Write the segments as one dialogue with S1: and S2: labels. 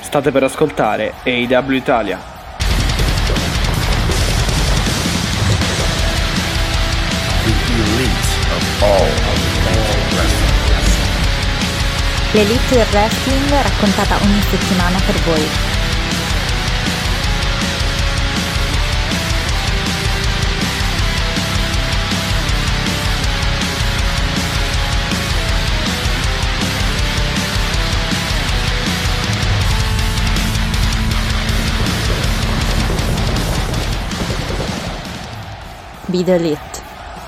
S1: State per ascoltare AEW Italia.
S2: L'elite del wrestling raccontata ogni settimana per voi. Be the elite.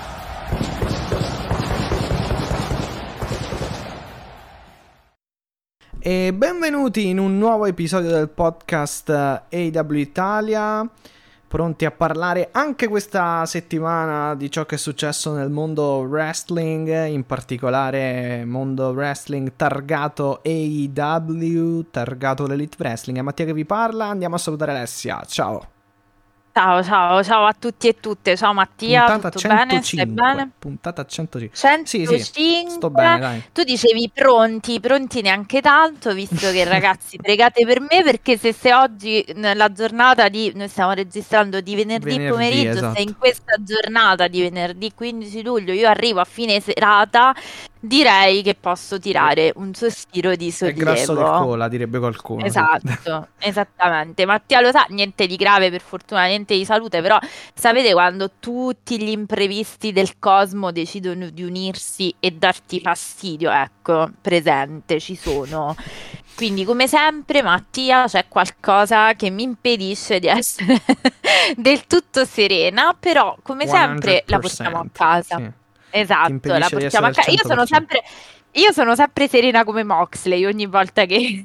S3: E benvenuti in un nuovo episodio del podcast AEW Italia, pronti a parlare anche questa settimana di ciò che è successo nel mondo wrestling, in particolare mondo wrestling targato AEW, targato l'Elite Wrestling. È Mattia che vi parla, andiamo a salutare Alessia, ciao.
S2: Ciao a tutti e tutte. Ciao Mattia,
S3: Puntata
S2: tutto
S3: 105,
S2: bene? Stai bene?
S3: puntata 105.
S2: 105.
S3: Sì, sto bene, dai.
S2: Tu dicevi pronti neanche tanto, visto che ragazzi pregate per me, perché se oggi nella giornata noi stiamo registrando di venerdì pomeriggio,
S3: esatto.
S2: se in questa giornata di venerdì 15 luglio io arrivo a fine serata, direi che posso tirare un sospiro di
S3: È
S2: sollievo.
S3: grasso del cola, direbbe qualcuno.
S2: Esatto, esattamente. Mattia lo sa, niente di grave per fortuna, niente di salute, però sapete quando tutti gli imprevisti del cosmo decidono di unirsi e darti fastidio? Ecco, presente, ci sono. Quindi come sempre Mattia c'è qualcosa che mi impedisce di essere del tutto serena, però come sempre la portiamo a casa.
S3: Sì.
S2: Esatto, la portiamo a casa. Io sono sempre serena come Moxley ogni volta che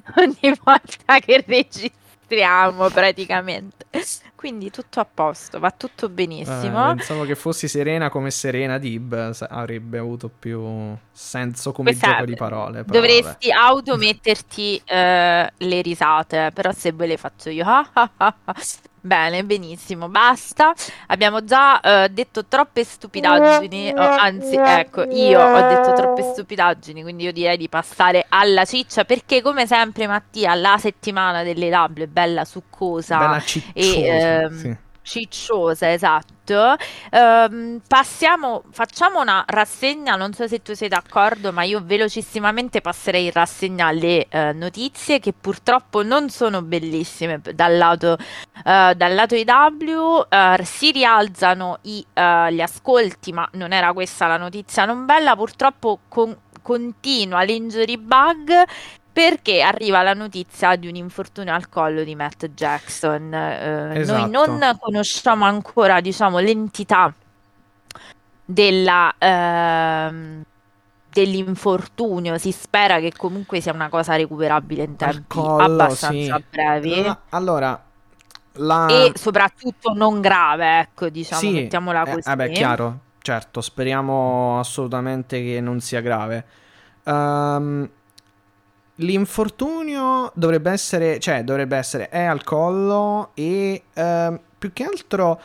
S2: registriamo praticamente. Quindi tutto a posto, va tutto benissimo.
S3: Pensavo che fossi serena come Serena Dib, avrebbe avuto più senso come gioco di parole. Però
S2: dovresti autometterti le risate, però se voi le faccio io. Bene, benissimo, basta. Abbiamo già detto troppe stupidaggini, anzi, ecco, io ho detto troppe stupidaggini, quindi io direi di passare alla ciccia, perché come sempre Mattia, la settimana delle AEW è bella succosa,
S3: bella cicciosa, sì.
S2: Cicciosa, esatto. Facciamo una rassegna, non so se tu sei d'accordo, ma io velocissimamente passerei in rassegna le notizie che purtroppo non sono bellissime dal lato IW. Si rialzano gli ascolti, ma non era questa la notizia non bella, purtroppo continua l'injury bug, perché arriva la notizia di un infortunio al collo di Matt Jackson.
S3: Esatto.
S2: Noi non conosciamo ancora, diciamo, l'entità dell'infortunio. Si spera che comunque sia una cosa recuperabile in tempi abbastanza brevi. E soprattutto non grave, ecco, diciamo,
S3: sì,
S2: mettiamola così.
S3: Vabbè, chiaro, certo, speriamo assolutamente che non sia grave. L'infortunio dovrebbe essere è al collo e più che altro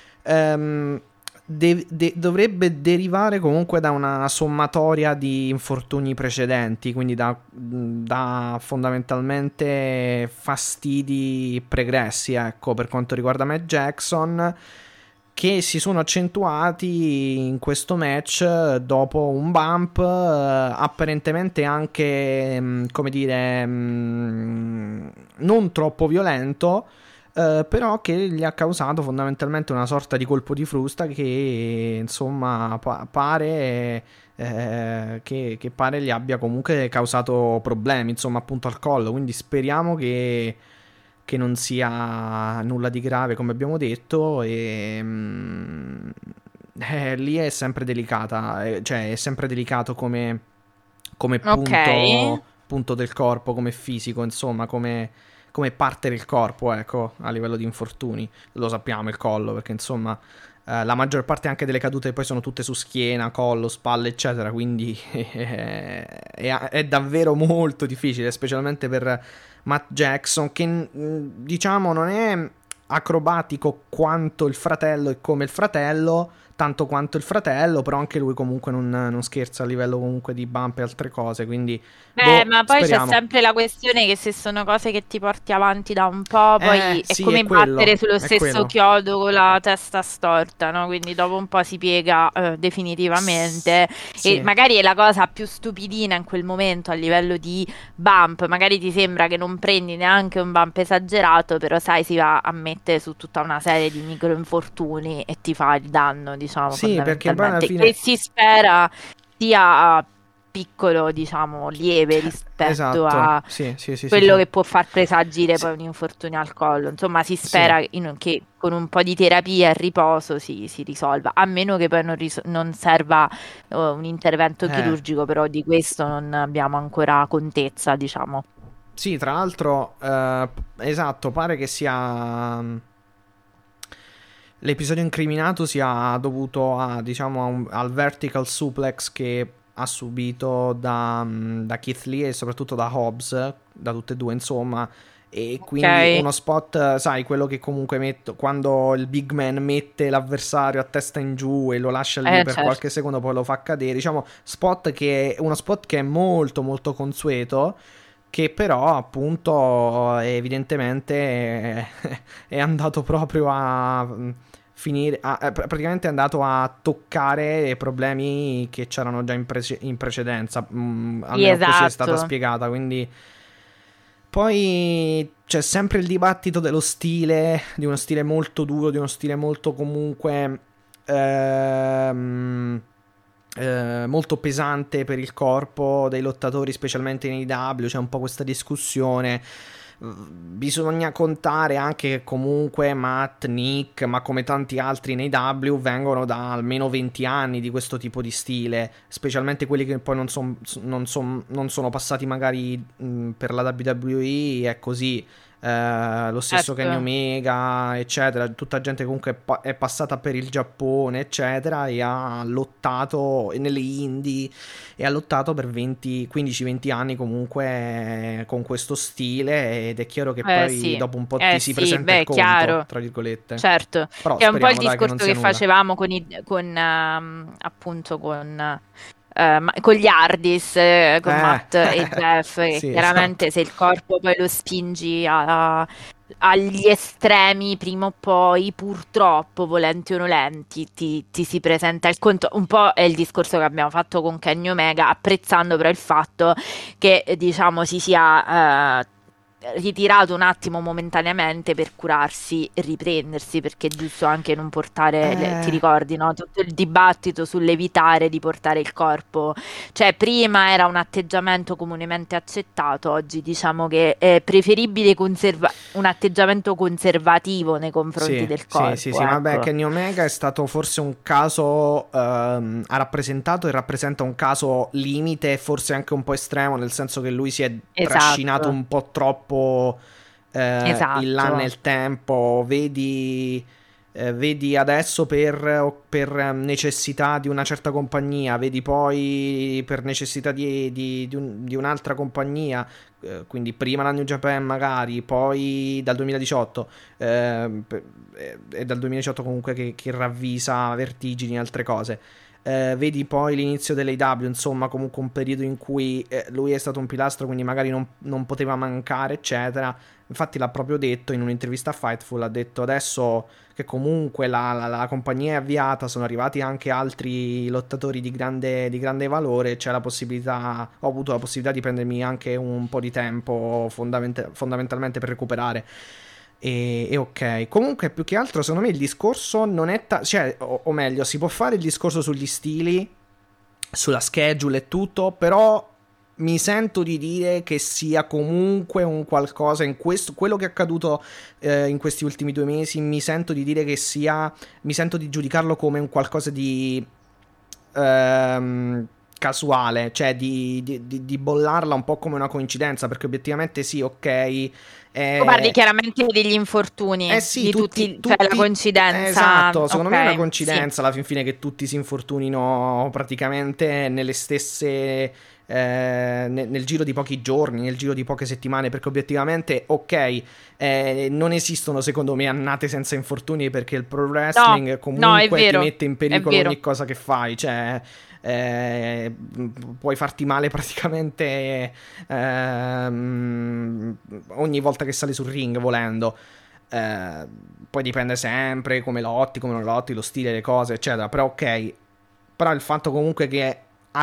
S3: dovrebbe derivare comunque da una sommatoria di infortuni precedenti, quindi da fondamentalmente fastidi pregressi, ecco, per quanto riguarda Matt Jackson, che si sono accentuati in questo match dopo un bump apparentemente anche, come dire, non troppo violento, però che gli ha causato fondamentalmente una sorta di colpo di frusta che insomma pare che pare gli abbia comunque causato problemi, insomma, appunto al collo. Quindi speriamo che non sia nulla di grave, come abbiamo detto, e lì è sempre delicata, cioè è sempre delicato come punto del corpo, come fisico, insomma, come parte del corpo, ecco, a livello di infortuni. Lo sappiamo, il collo, perché insomma la maggior parte anche delle cadute poi sono tutte su schiena, collo, spalle, eccetera, quindi è davvero molto difficile, specialmente per Matt Jackson, che diciamo non è acrobatico quanto il fratello e come il fratello, tanto quanto il fratello, però anche lui comunque non scherza a livello comunque di bump e altre cose, quindi
S2: Ma poi
S3: speriamo.
S2: c'è sempre la questione che se sono cose che ti porti avanti da un po', poi è
S3: sì,
S2: come
S3: è quello,
S2: battere sullo
S3: è
S2: stesso
S3: quello.
S2: chiodo con la testa storta, no? Quindi dopo un po' si piega definitivamente. E
S3: Sì.
S2: magari è la cosa più stupidina in quel momento a livello di bump, magari ti sembra che non prendi neanche un bump esagerato, però sai, si va a mettere su tutta una serie di microinfortuni e ti fa il danno, diciamo,
S3: Sì, perché poi alla
S2: fondamentalmente,
S3: fine...
S2: che si spera sia piccolo, diciamo, lieve rispetto
S3: Esatto,
S2: a
S3: sì,
S2: quello
S3: sì.
S2: che può far presagire
S3: Sì,
S2: poi un infortunio al collo. Insomma, si
S3: sì.
S2: spera che con un po' di terapia e riposo si risolva, a meno che poi non serva un intervento chirurgico, però di questo non abbiamo ancora contezza, diciamo.
S3: Sì, tra l'altro, esatto, pare che sia... L'episodio incriminato sia dovuto a, diciamo, al vertical suplex che ha subito da Keith Lee e soprattutto da Hobbs, da tutte e due, insomma. E quindi
S2: Ok.
S3: uno spot, sai, quello che comunque metto quando il big man mette l'avversario a testa in giù e lo lascia lì per
S2: Certo.
S3: qualche secondo, poi lo fa cadere. Diciamo, uno spot che è molto molto consueto, che però appunto evidentemente è andato proprio a finire, praticamente è andato a toccare problemi che c'erano già in precedenza, almeno così è stata
S2: Esatto.
S3: spiegata, quindi poi c'è sempre il dibattito dello stile, di uno stile molto duro, di uno stile molto comunque molto pesante per il corpo dei lottatori, specialmente in AEW. C'è un po' questa discussione. Bisogna contare anche che comunque Matt, Nick, ma come tanti altri in AEW vengono da almeno 20 anni di questo tipo di stile, specialmente quelli che poi non sono passati magari per la WWE, è così. Lo stesso Kenny Omega, eccetera, tutta gente comunque è passata per il Giappone, eccetera, e ha lottato nelle indie e ha lottato per 15-20 anni comunque con questo stile, ed è chiaro che poi
S2: Sì.
S3: dopo un po' ti si presenta
S2: Beh,
S3: il conto,
S2: chiaro.
S3: tra virgolette.
S2: Certo,
S3: Però
S2: che è un po' il
S3: speriamo, dai, che non
S2: discorso
S3: sia
S2: che
S3: nulla.
S2: facevamo appunto con gli Hardys, con Matt e Jeff, che
S3: Sì,
S2: chiaramente
S3: esatto.
S2: se il corpo poi lo spingi agli estremi, prima o poi, purtroppo, volenti o nolenti, ti si presenta il conto. Un po' è il discorso che abbiamo fatto con Kenny Omega, apprezzando però il fatto che, diciamo, si sia ritirato un attimo momentaneamente per curarsi e riprendersi, perché è giusto anche non portare, ti ricordi, no? Tutto il dibattito sull'evitare di portare il corpo, cioè prima era un atteggiamento comunemente accettato, oggi diciamo che è preferibile un atteggiamento conservativo nei confronti del corpo.
S3: Sì, vabbè,
S2: ecco.
S3: Kenny Omega è stato forse un caso, ha rappresentato e rappresenta un caso limite, forse anche un po' estremo, nel senso che lui si è trascinato un po' troppo in là nel tempo. Vedi adesso per necessità di una certa compagnia, vedi poi per necessità di un'altra compagnia, quindi prima la New Japan magari, poi dal 2018 e dal 2018 comunque che ravvisa vertigini e altre cose. Vedi poi l'inizio dell'AEW, insomma, comunque un periodo in cui lui è stato un pilastro, quindi magari non poteva mancare, eccetera. Infatti l'ha proprio detto in un'intervista a Fightful, ha detto adesso che comunque la compagnia è avviata, sono arrivati anche altri lottatori di grande valore, c'è la possibilità, ho avuto la possibilità di prendermi anche un po' di tempo fondamentalmente per recuperare. E ok, comunque più che altro secondo me il discorso non è cioè, o meglio, si può fare il discorso sugli stili, sulla schedule e tutto, però mi sento di dire che sia comunque un qualcosa in questo, quello che è accaduto in questi ultimi 2 mesi, mi sento di dire che mi sento di giudicarlo come un qualcosa di casuale, cioè di bollarla un po' come una coincidenza, perché obiettivamente sì, ok.
S2: Tu parli chiaramente degli infortuni,
S3: sì,
S2: di tutti, cioè la coincidenza.
S3: Esatto, secondo me è una coincidenza
S2: sì.
S3: alla fin fine che tutti si infortunino praticamente nelle stesse nel giro di pochi giorni, nel giro di poche settimane, perché obiettivamente, ok, non esistono secondo me annate senza infortuni, perché il pro wrestling comunque ti mette in pericolo ogni cosa che fai, cioè puoi farti male praticamente ogni volta che sali sul ring volendo. Poi dipende sempre come lotti, come non lotti, lo stile, le cose eccetera, però ok, però il fatto comunque che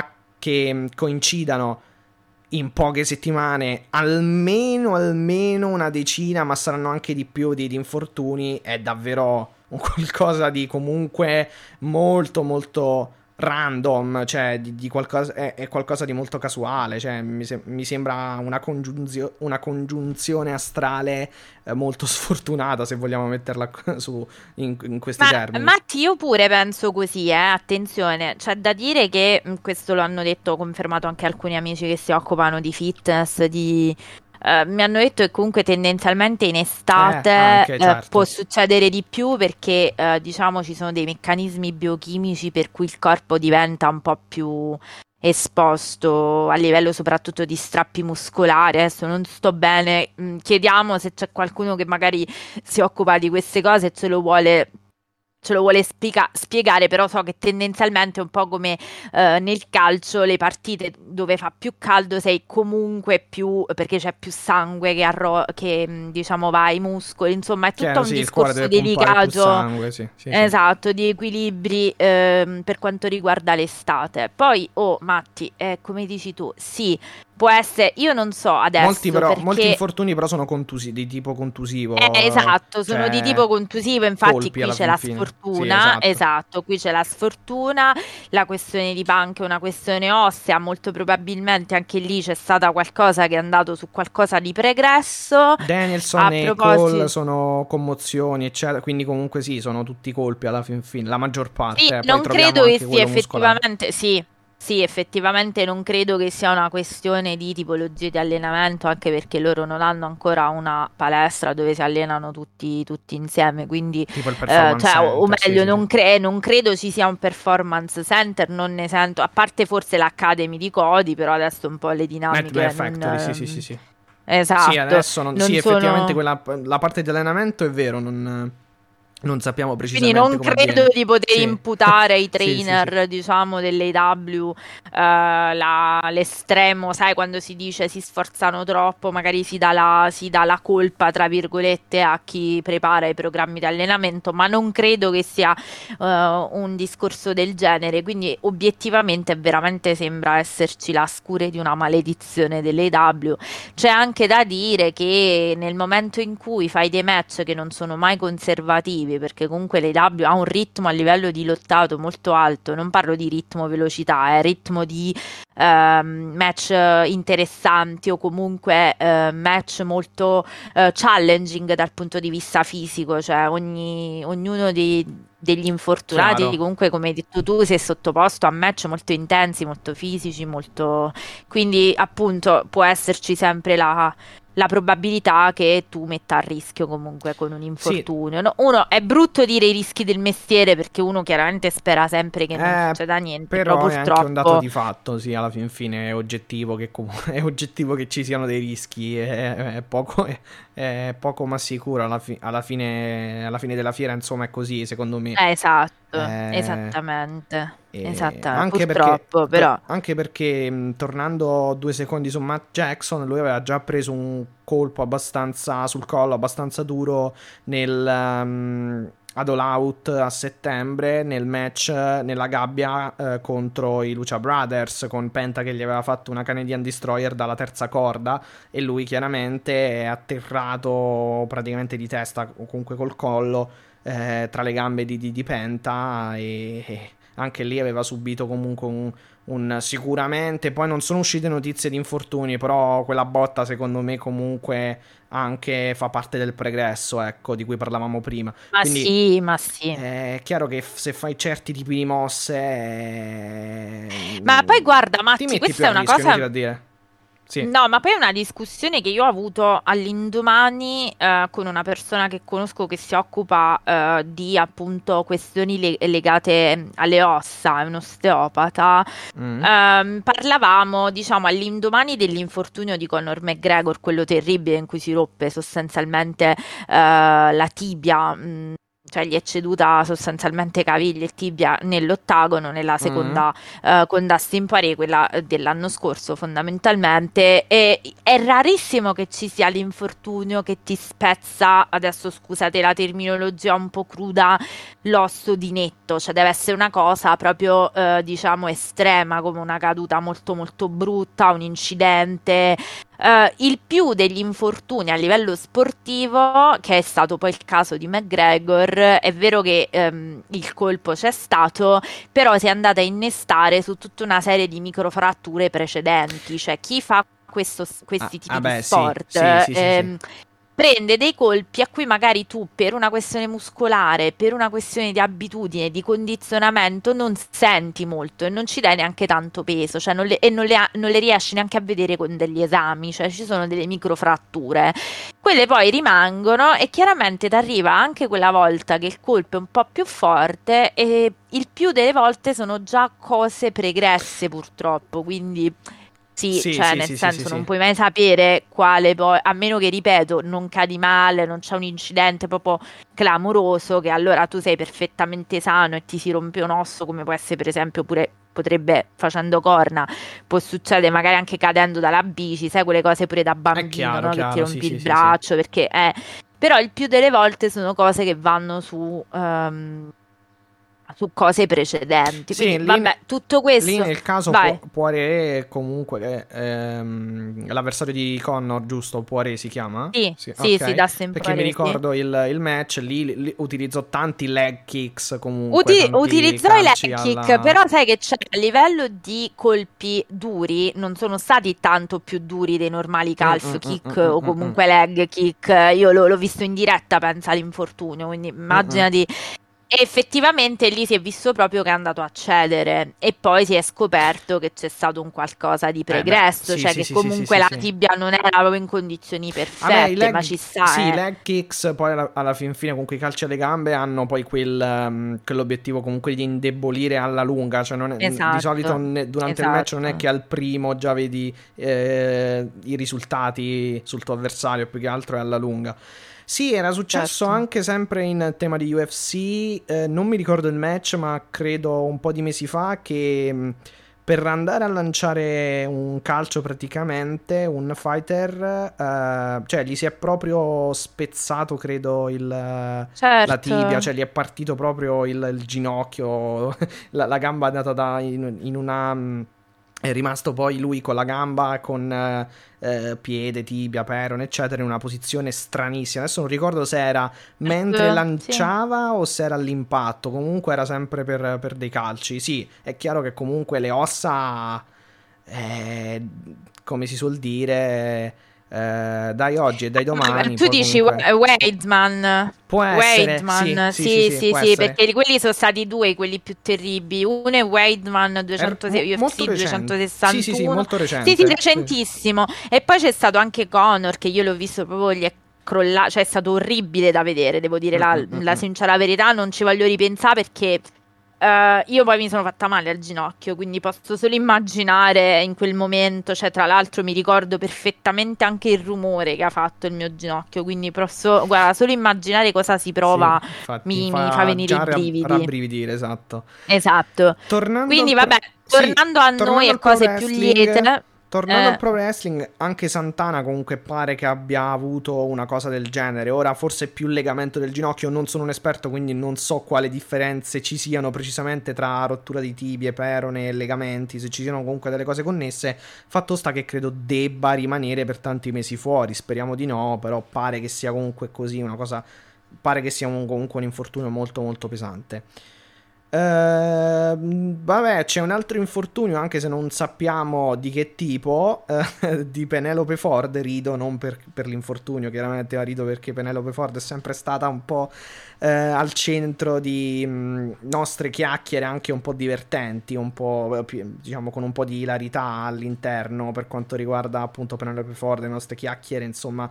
S3: coincidano in poche settimane almeno una decina, ma saranno anche di più di infortuni, è davvero un qualcosa di comunque molto molto random, cioè di qualcosa, è qualcosa di molto casuale, cioè mi sembra una congiunzione astrale molto sfortunata, se vogliamo metterla in questi termini.
S2: Matti, io pure penso così, attenzione, c'è da dire che questo lo hanno detto, confermato anche alcuni amici che si occupano di fitness, mi hanno detto che comunque tendenzialmente in estate
S3: anche, certo,
S2: può succedere di più, perché diciamo ci sono dei meccanismi biochimici per cui il corpo diventa un po' più esposto a livello soprattutto di strappi muscolari. Adesso non sto bene, chiediamo se c'è qualcuno che magari si occupa di queste cose e ce lo vuole spiegare, però so che tendenzialmente è un po' come nel calcio, le partite dove fa più caldo sei comunque più, perché c'è più sangue che diciamo va ai muscoli, insomma è tutto un discorso delicato,
S3: sangue, sì.
S2: Esatto, di equilibri per quanto riguarda l'estate. Poi, Matti, come dici tu, sì, può essere, io non so adesso,
S3: molti infortuni però sono di tipo contusivo.
S2: Esatto, sono di tipo contusivo, infatti qui c'è la sfortuna,
S3: sì,
S2: esatto, qui c'è la sfortuna, la questione di panca è una questione ossea, molto probabilmente anche lì c'è stata qualcosa che è andato su qualcosa di pregresso.
S3: Danielson e Cole sono commozioni, eccetera, quindi comunque sì, sono tutti colpi alla fine, la maggior parte.
S2: Sì, non credo che sia effettivamente, sì, effettivamente non credo che sia una questione di tipologie di allenamento, anche perché loro non hanno ancora una palestra dove si allenano tutti insieme, quindi
S3: tipo il performance center,
S2: o meglio, non credo ci sia un performance center, non ne sento, a parte forse l'Academy di Cody, però adesso un po' le dinamiche
S3: Factory, sì.
S2: Esatto.
S3: Sì, adesso effettivamente
S2: sono...
S3: la parte di allenamento è vero, non sappiamo precisamente.
S2: Quindi non
S3: come
S2: credo
S3: avviene.
S2: di poter imputare ai trainer,
S3: sì.
S2: diciamo, dell'AEW l'estremo, sai, quando si dice si sforzano troppo, magari si dà la colpa, tra virgolette, a chi prepara i programmi di allenamento, ma non credo che sia un discorso del genere. Quindi obiettivamente veramente sembra esserci la scure di una maledizione dell'AEW. C'è anche da dire che nel momento in cui fai dei match che non sono mai conservativi, perché comunque l'AEW ha un ritmo a livello di lottato molto alto, non parlo di ritmo velocità, ritmo di match interessanti, o comunque match molto challenging dal punto di vista fisico, cioè ognuno degli infortunati,
S3: chiaro,
S2: comunque come hai detto tu, si è sottoposto a match molto intensi, molto fisici, quindi appunto può esserci sempre la probabilità che tu metta a rischio comunque con un infortunio.
S3: Sì.
S2: No, uno, è brutto dire i rischi del mestiere, perché uno chiaramente spera sempre che non succeda niente,
S3: però
S2: purtroppo
S3: è anche un dato di fatto, sì, alla fine è oggettivo che è oggettivo che ci siano dei rischi, è poco ma sicuro alla fine della fiera, insomma, è così, secondo me.
S2: Esatto, esattamente.
S3: Anche
S2: purtroppo, però.
S3: Anche perché, tornando 2 secondi su Matt Jackson, lui aveva già preso un colpo sul collo abbastanza duro ad All Out a settembre, nel match nella gabbia contro i Lucha Brothers, con Penta che gli aveva fatto una Canadian Destroyer dalla terza corda, e lui chiaramente è atterrato praticamente di testa, o comunque col collo tra le gambe di Penta, e anche lì aveva subito comunque sicuramente, poi non sono uscite notizie di infortuni, però quella botta secondo me comunque anche fa parte del pregresso, ecco, di cui parlavamo prima. Quindi,
S2: ma sì.
S3: È chiaro che se fai certi tipi di mosse
S2: ma poi guarda, Matti,
S3: ti metti
S2: questa
S3: più
S2: è una
S3: rischio,
S2: cosa...
S3: da dire. Sì.
S2: No, ma poi è una discussione che io ho avuto all'indomani con una persona che conosco che si occupa di appunto questioni legate alle ossa, è un osteopata.
S3: Mm.
S2: Parlavamo, diciamo, all'indomani dell'infortunio di Conor McGregor, quello terribile in cui si roppe sostanzialmente la tibia. Cioè gli è ceduta sostanzialmente caviglia e tibia nell'ottagono, nella
S3: Mm.
S2: seconda con Dustin Poirier, quella dell'anno scorso fondamentalmente, e è rarissimo che ci sia l'infortunio che ti spezza, adesso scusate la terminologia un po' cruda, l'osso di netto, cioè deve essere una cosa proprio diciamo estrema, come una caduta molto molto brutta, un incidente. Il più degli infortuni a livello sportivo, che è stato poi il caso di McGregor, è vero che il colpo c'è stato, però si è andata a innestare su tutta una serie di microfratture precedenti, cioè chi fa questi tipi di
S3: Beh, sì,
S2: sport
S3: sì.
S2: prende dei colpi a cui magari tu per una questione muscolare, per una questione di abitudine, di condizionamento non senti molto e non ci dai neanche tanto peso, cioè non le riesci neanche a vedere con degli esami, cioè ci sono delle microfratture. Quelle poi rimangono e chiaramente ti arriva anche quella volta che il colpo è un po' più forte e il più delle volte sono già cose pregresse purtroppo, quindi sì, cioè nel senso non
S3: Sì.
S2: puoi mai sapere quale poi, a meno che ripeto, non cadi male, non c'è un incidente proprio clamoroso, che allora tu sei perfettamente sano e ti si rompe un osso, come può essere per esempio pure potrebbe facendo corna, può succedere magari anche cadendo dalla bici, sai quelle cose pure da
S3: È
S2: bambino,
S3: chiaro,
S2: no? Che ti
S3: chiaro, sì,
S2: rompi il
S3: sì, sì.
S2: braccio, perché però il più delle volte sono cose che vanno su cose precedenti.
S3: Sì,
S2: Quindi, vabbè, tutto
S3: lì
S2: questo,
S3: nel caso
S2: vai.
S3: Poirier comunque l'avversario di Connor, giusto? Poirier si chiama?
S2: Sì,
S3: Sì,
S2: sì, sì,
S3: ok.
S2: Dustin
S3: Perché mi
S2: Poirier, sì.
S3: ricordo il match, lì utilizzò tanti leg kicks comunque, tanti
S2: Utilizzò i
S3: calci
S2: leg kick,
S3: alla...
S2: però sai che c'è a livello di colpi duri, non sono stati tanto più duri dei normali calf kick o
S3: Mm.
S2: comunque leg kick. Io l'ho visto in diretta, pensa all'infortunio, quindi
S3: Mm.
S2: immaginati. E effettivamente lì si è visto proprio che è andato a cedere e poi si è scoperto che c'è stato un qualcosa di
S3: Beh,
S2: pregresso,
S3: sì,
S2: cioè
S3: sì,
S2: che
S3: sì, sì, sì,
S2: comunque
S3: sì,
S2: la
S3: sì.
S2: tibia non era proprio in condizioni
S3: Vabbè,
S2: perfette, ma ci sta,
S3: sì, i leg kicks poi alla fin fine comunque i calci alle gambe hanno poi quell'obiettivo comunque di indebolire alla lunga, cioè di solito
S2: Esatto,
S3: durante il match non è
S2: esatto.
S3: che al primo già vedi i risultati sul tuo avversario, più che altro è alla lunga. Sì, era successo
S2: Certo.
S3: anche sempre in tema di UFC, non mi ricordo il match, ma credo un po' di mesi fa che per andare a lanciare un calcio praticamente un fighter, cioè gli si è proprio spezzato credo la
S2: Certo.
S3: tibia, cioè gli è partito proprio il ginocchio, la gamba è andata in una... È rimasto poi lui con la gamba, con piede, tibia, perone, eccetera, in una posizione stranissima. Adesso non ricordo se era mentre
S2: Sì.
S3: lanciava o se era all'impatto. Comunque era sempre per dei calci. Sì, è chiaro che comunque le ossa, come si suol dire, dai oggi e dai domani,
S2: Tu
S3: poi
S2: dici
S3: comunque
S2: Weidman.
S3: può essere. Sì,
S2: Weidman,
S3: sì, sì,
S2: sì,
S3: sì,
S2: sì,
S3: può
S2: sì,
S3: essere.
S2: perché quelli sono stati due, quelli più terribili. Uno è Weidman
S3: Molto
S2: UFC
S3: recente. Sì, sì, sì,
S2: 261.
S3: molto
S2: Sì, sì,
S3: recente. Sì.
S2: recentissimo. E poi c'è stato anche Conor, che io l'ho visto proprio, gli è crollato, cioè è stato orribile da vedere, devo dire la
S3: Mm.
S2: sincera verità, non ci voglio ripensare perché io poi mi sono fatta male al ginocchio, quindi posso solo immaginare in quel momento, cioè tra l'altro mi ricordo perfettamente anche il rumore che ha fatto il mio ginocchio, quindi posso, guarda, solo immaginare cosa si
S3: Sì,
S2: prova
S3: infatti
S2: mi fa
S3: fa
S2: venire i
S3: già
S2: brividi.
S3: rabbrividire, esatto.
S2: Esatto.
S3: Tornando
S2: Quindi
S3: al
S2: vabbè,
S3: sì,
S2: tornando a noi
S3: tornando
S2: e
S3: al pro
S2: cose più
S3: wrestling,
S2: liete,
S3: tornando al pro wrestling, anche Santana comunque pare che abbia avuto una cosa del genere. Ora forse più legamento del ginocchio, non sono un esperto, quindi non so quali differenze ci siano precisamente tra rottura di tibie, perone e legamenti, se ci siano comunque delle cose connesse. Fatto sta che credo debba rimanere per tanti mesi fuori, speriamo di no, però pare che sia comunque così, una cosa pare che sia comunque un infortunio molto molto pesante. Vabbè, c'è un altro infortunio, anche se non sappiamo di che tipo, di Penelope Ford. Rido non per l'infortunio, chiaramente, ma rido perché Penelope Ford è sempre stata un po' al centro di nostre chiacchiere, anche un po' divertenti, un po' diciamo con un po' di ilarità all'interno, per quanto riguarda appunto Penelope Ford, le nostre chiacchiere, insomma,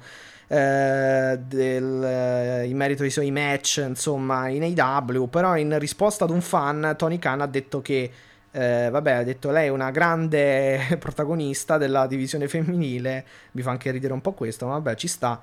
S3: in merito ai suoi match, insomma, in AEW. Però in risposta ad un fan, Tony Khan ha detto che vabbè, ha detto lei è una grande protagonista della divisione femminile. Mi fa anche ridere un po' questo, ma vabbè, ci sta.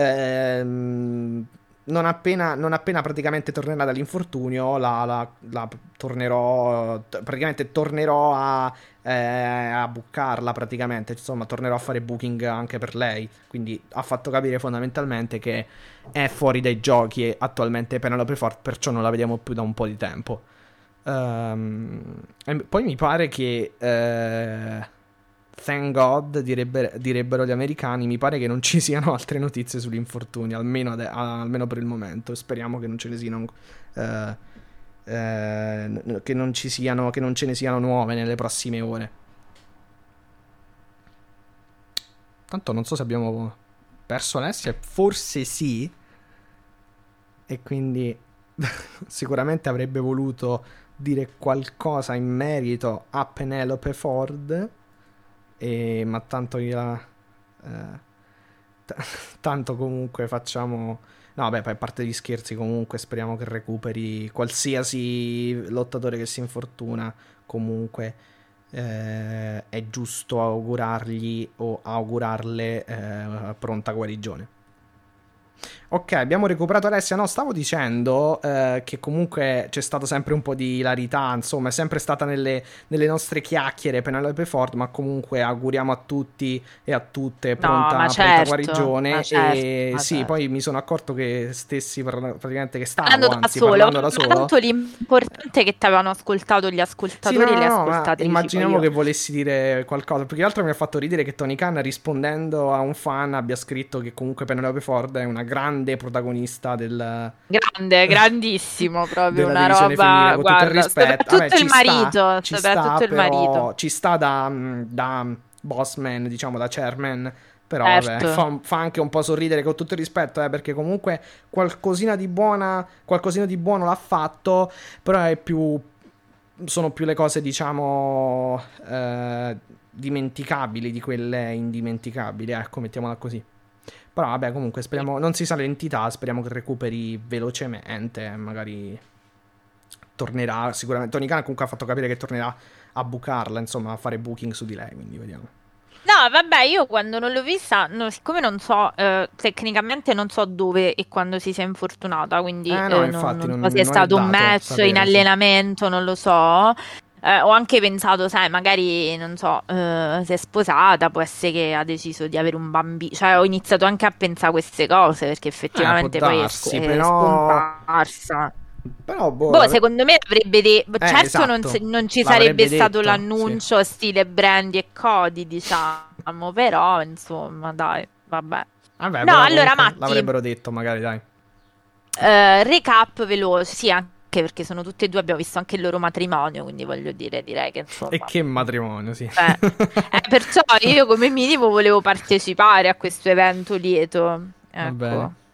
S3: Non appena praticamente tornerà dall'infortunio, la tornerò, praticamente tornerò a bookarla, praticamente, insomma, tornerò a fare booking anche per lei. Quindi ha fatto capire fondamentalmente che è fuori dai giochi attualmente Penelope Ford, perciò non la vediamo più da un po' di tempo. E poi mi pare che thank God direbbero gli americani, mi pare che non ci siano altre notizie sugli infortuni, almeno per il momento. Speriamo che non ce ne siano che non ce ne siano nuove nelle prossime ore. Tanto non so se abbiamo perso Alessia, forse sì, e quindi sicuramente avrebbe voluto dire qualcosa in merito a Penelope Ford, ma tanto tanto comunque facciamo. No, beh, a parte gli scherzi, comunque speriamo che recuperi qualsiasi lottatore che si infortuna. Comunque è giusto augurargli o augurarle pronta guarigione. Ok, abbiamo recuperato Alessia. No, stavo dicendo che comunque c'è stato sempre un po' di ilarità, insomma, è sempre stata nelle nostre chiacchiere Penelope Ford, ma comunque auguriamo a tutti e a tutte pronta guarigione. E sì,
S2: certo.
S3: poi mi sono accorto che stessi praticamente che
S2: Parlando
S3: stavo,
S2: da
S3: anzi,
S2: solo,
S3: parlando da solo.
S2: tanto l'importante è che ti avevano ascoltato gli
S3: Sì,
S2: ascoltatori e le
S3: no, ma
S2: ascoltatrici.
S3: immaginavo
S2: Poi
S3: che
S2: io.
S3: volessi dire qualcosa, più che altro mi ha fatto ridere che Tony Khan, rispondendo a un fan, abbia scritto che comunque Penelope Ford è una grande protagonista
S2: Grande, grandissimo, proprio
S3: della
S2: una
S3: divisione femminile,
S2: roba,
S3: con tutto il
S2: guarda,
S3: rispetto. Vabbè,
S2: soprattutto il marito,
S3: ci sta,
S2: soprattutto il marito.
S3: però ci sta da bossman, diciamo, da chairman. Però vabbè,
S2: Certo.
S3: fa anche un po' sorridere, con tutto il rispetto, perché comunque qualcosina di buono l'ha fatto, però sono più le cose, diciamo, dimenticabili di quelle indimenticabili, ecco, mettiamola così. Però vabbè, comunque speriamo, non si sa l'entità, speriamo che recuperi velocemente, magari tornerà sicuramente. Tony Khan comunque ha fatto capire che tornerà a bucarla, insomma, a fare booking su di lei, quindi vediamo.
S2: No, vabbè, io quando non l'ho vista, siccome non so, tecnicamente non so dove e quando si sia infortunata, quindi
S3: No, infatti
S2: non so se è
S3: non è
S2: stato un
S3: dato
S2: match in
S3: sapere, sì.
S2: allenamento, non lo so. Ho anche pensato, sai, magari, non so, si è sposata, può essere che ha deciso di avere un bambino. Cioè, ho iniziato anche a pensare queste cose, perché
S3: Può
S2: effettivamente poi
S3: darsi,
S2: è
S3: però.
S2: scomparsa.
S3: Però, boh,
S2: Boh, secondo me avrebbe certo
S3: esatto,
S2: non ci sarebbe
S3: l'avrebbe
S2: stato
S3: detto, sì.
S2: l'annuncio stile Brandy e Cody, diciamo, però insomma, dai, vabbè.
S3: Vabbè,
S2: No,
S3: però
S2: allora
S3: comunque
S2: Matti,
S3: l'avrebbero detto, magari, dai.
S2: recap veloce, sì, anche perché sono tutte e due, abbiamo visto anche il loro matrimonio, quindi voglio dire, direi che
S3: E
S2: insomma,
S3: che matrimonio, sì.
S2: perciò io come minimo volevo partecipare a questo evento lieto,
S3: Va bene.
S2: ecco.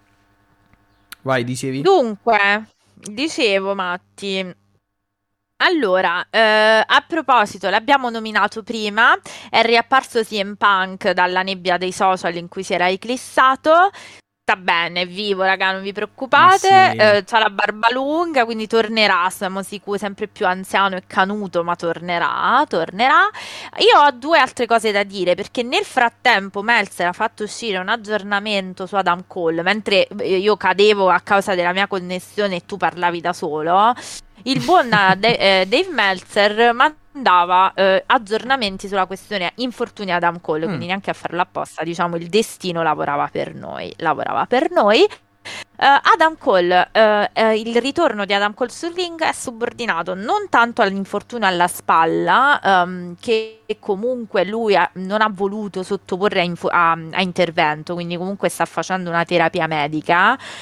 S3: Vai, dicevi?
S2: Dunque, dicevo Matti. Allora, a proposito, l'abbiamo nominato prima, è riapparso CM Punk dalla nebbia dei social in cui si era eclissato. Sta bene, è vivo, raga, non vi
S3: Ma
S2: preoccupate.
S3: sì.
S2: C'ha la barba lunga, quindi tornerà. Siamo sicuri, sempre più anziano e canuto, ma tornerà, tornerà. Io ho due altre cose da dire, perché nel frattempo Meltzer ha fatto uscire un aggiornamento su Adam Cole, mentre io cadevo a causa della mia connessione e tu parlavi da solo. Il buon Dave Meltzer mandava aggiornamenti sulla questione infortuni Adam Cole, quindi neanche a farlo apposta, diciamo il destino lavorava per noi. Lavorava per noi. Adam Cole, il ritorno di Adam Cole sul ring è subordinato non tanto all'infortunio alla spalla, che comunque lui non ha voluto sottoporre a intervento, quindi comunque sta facendo una terapia medica.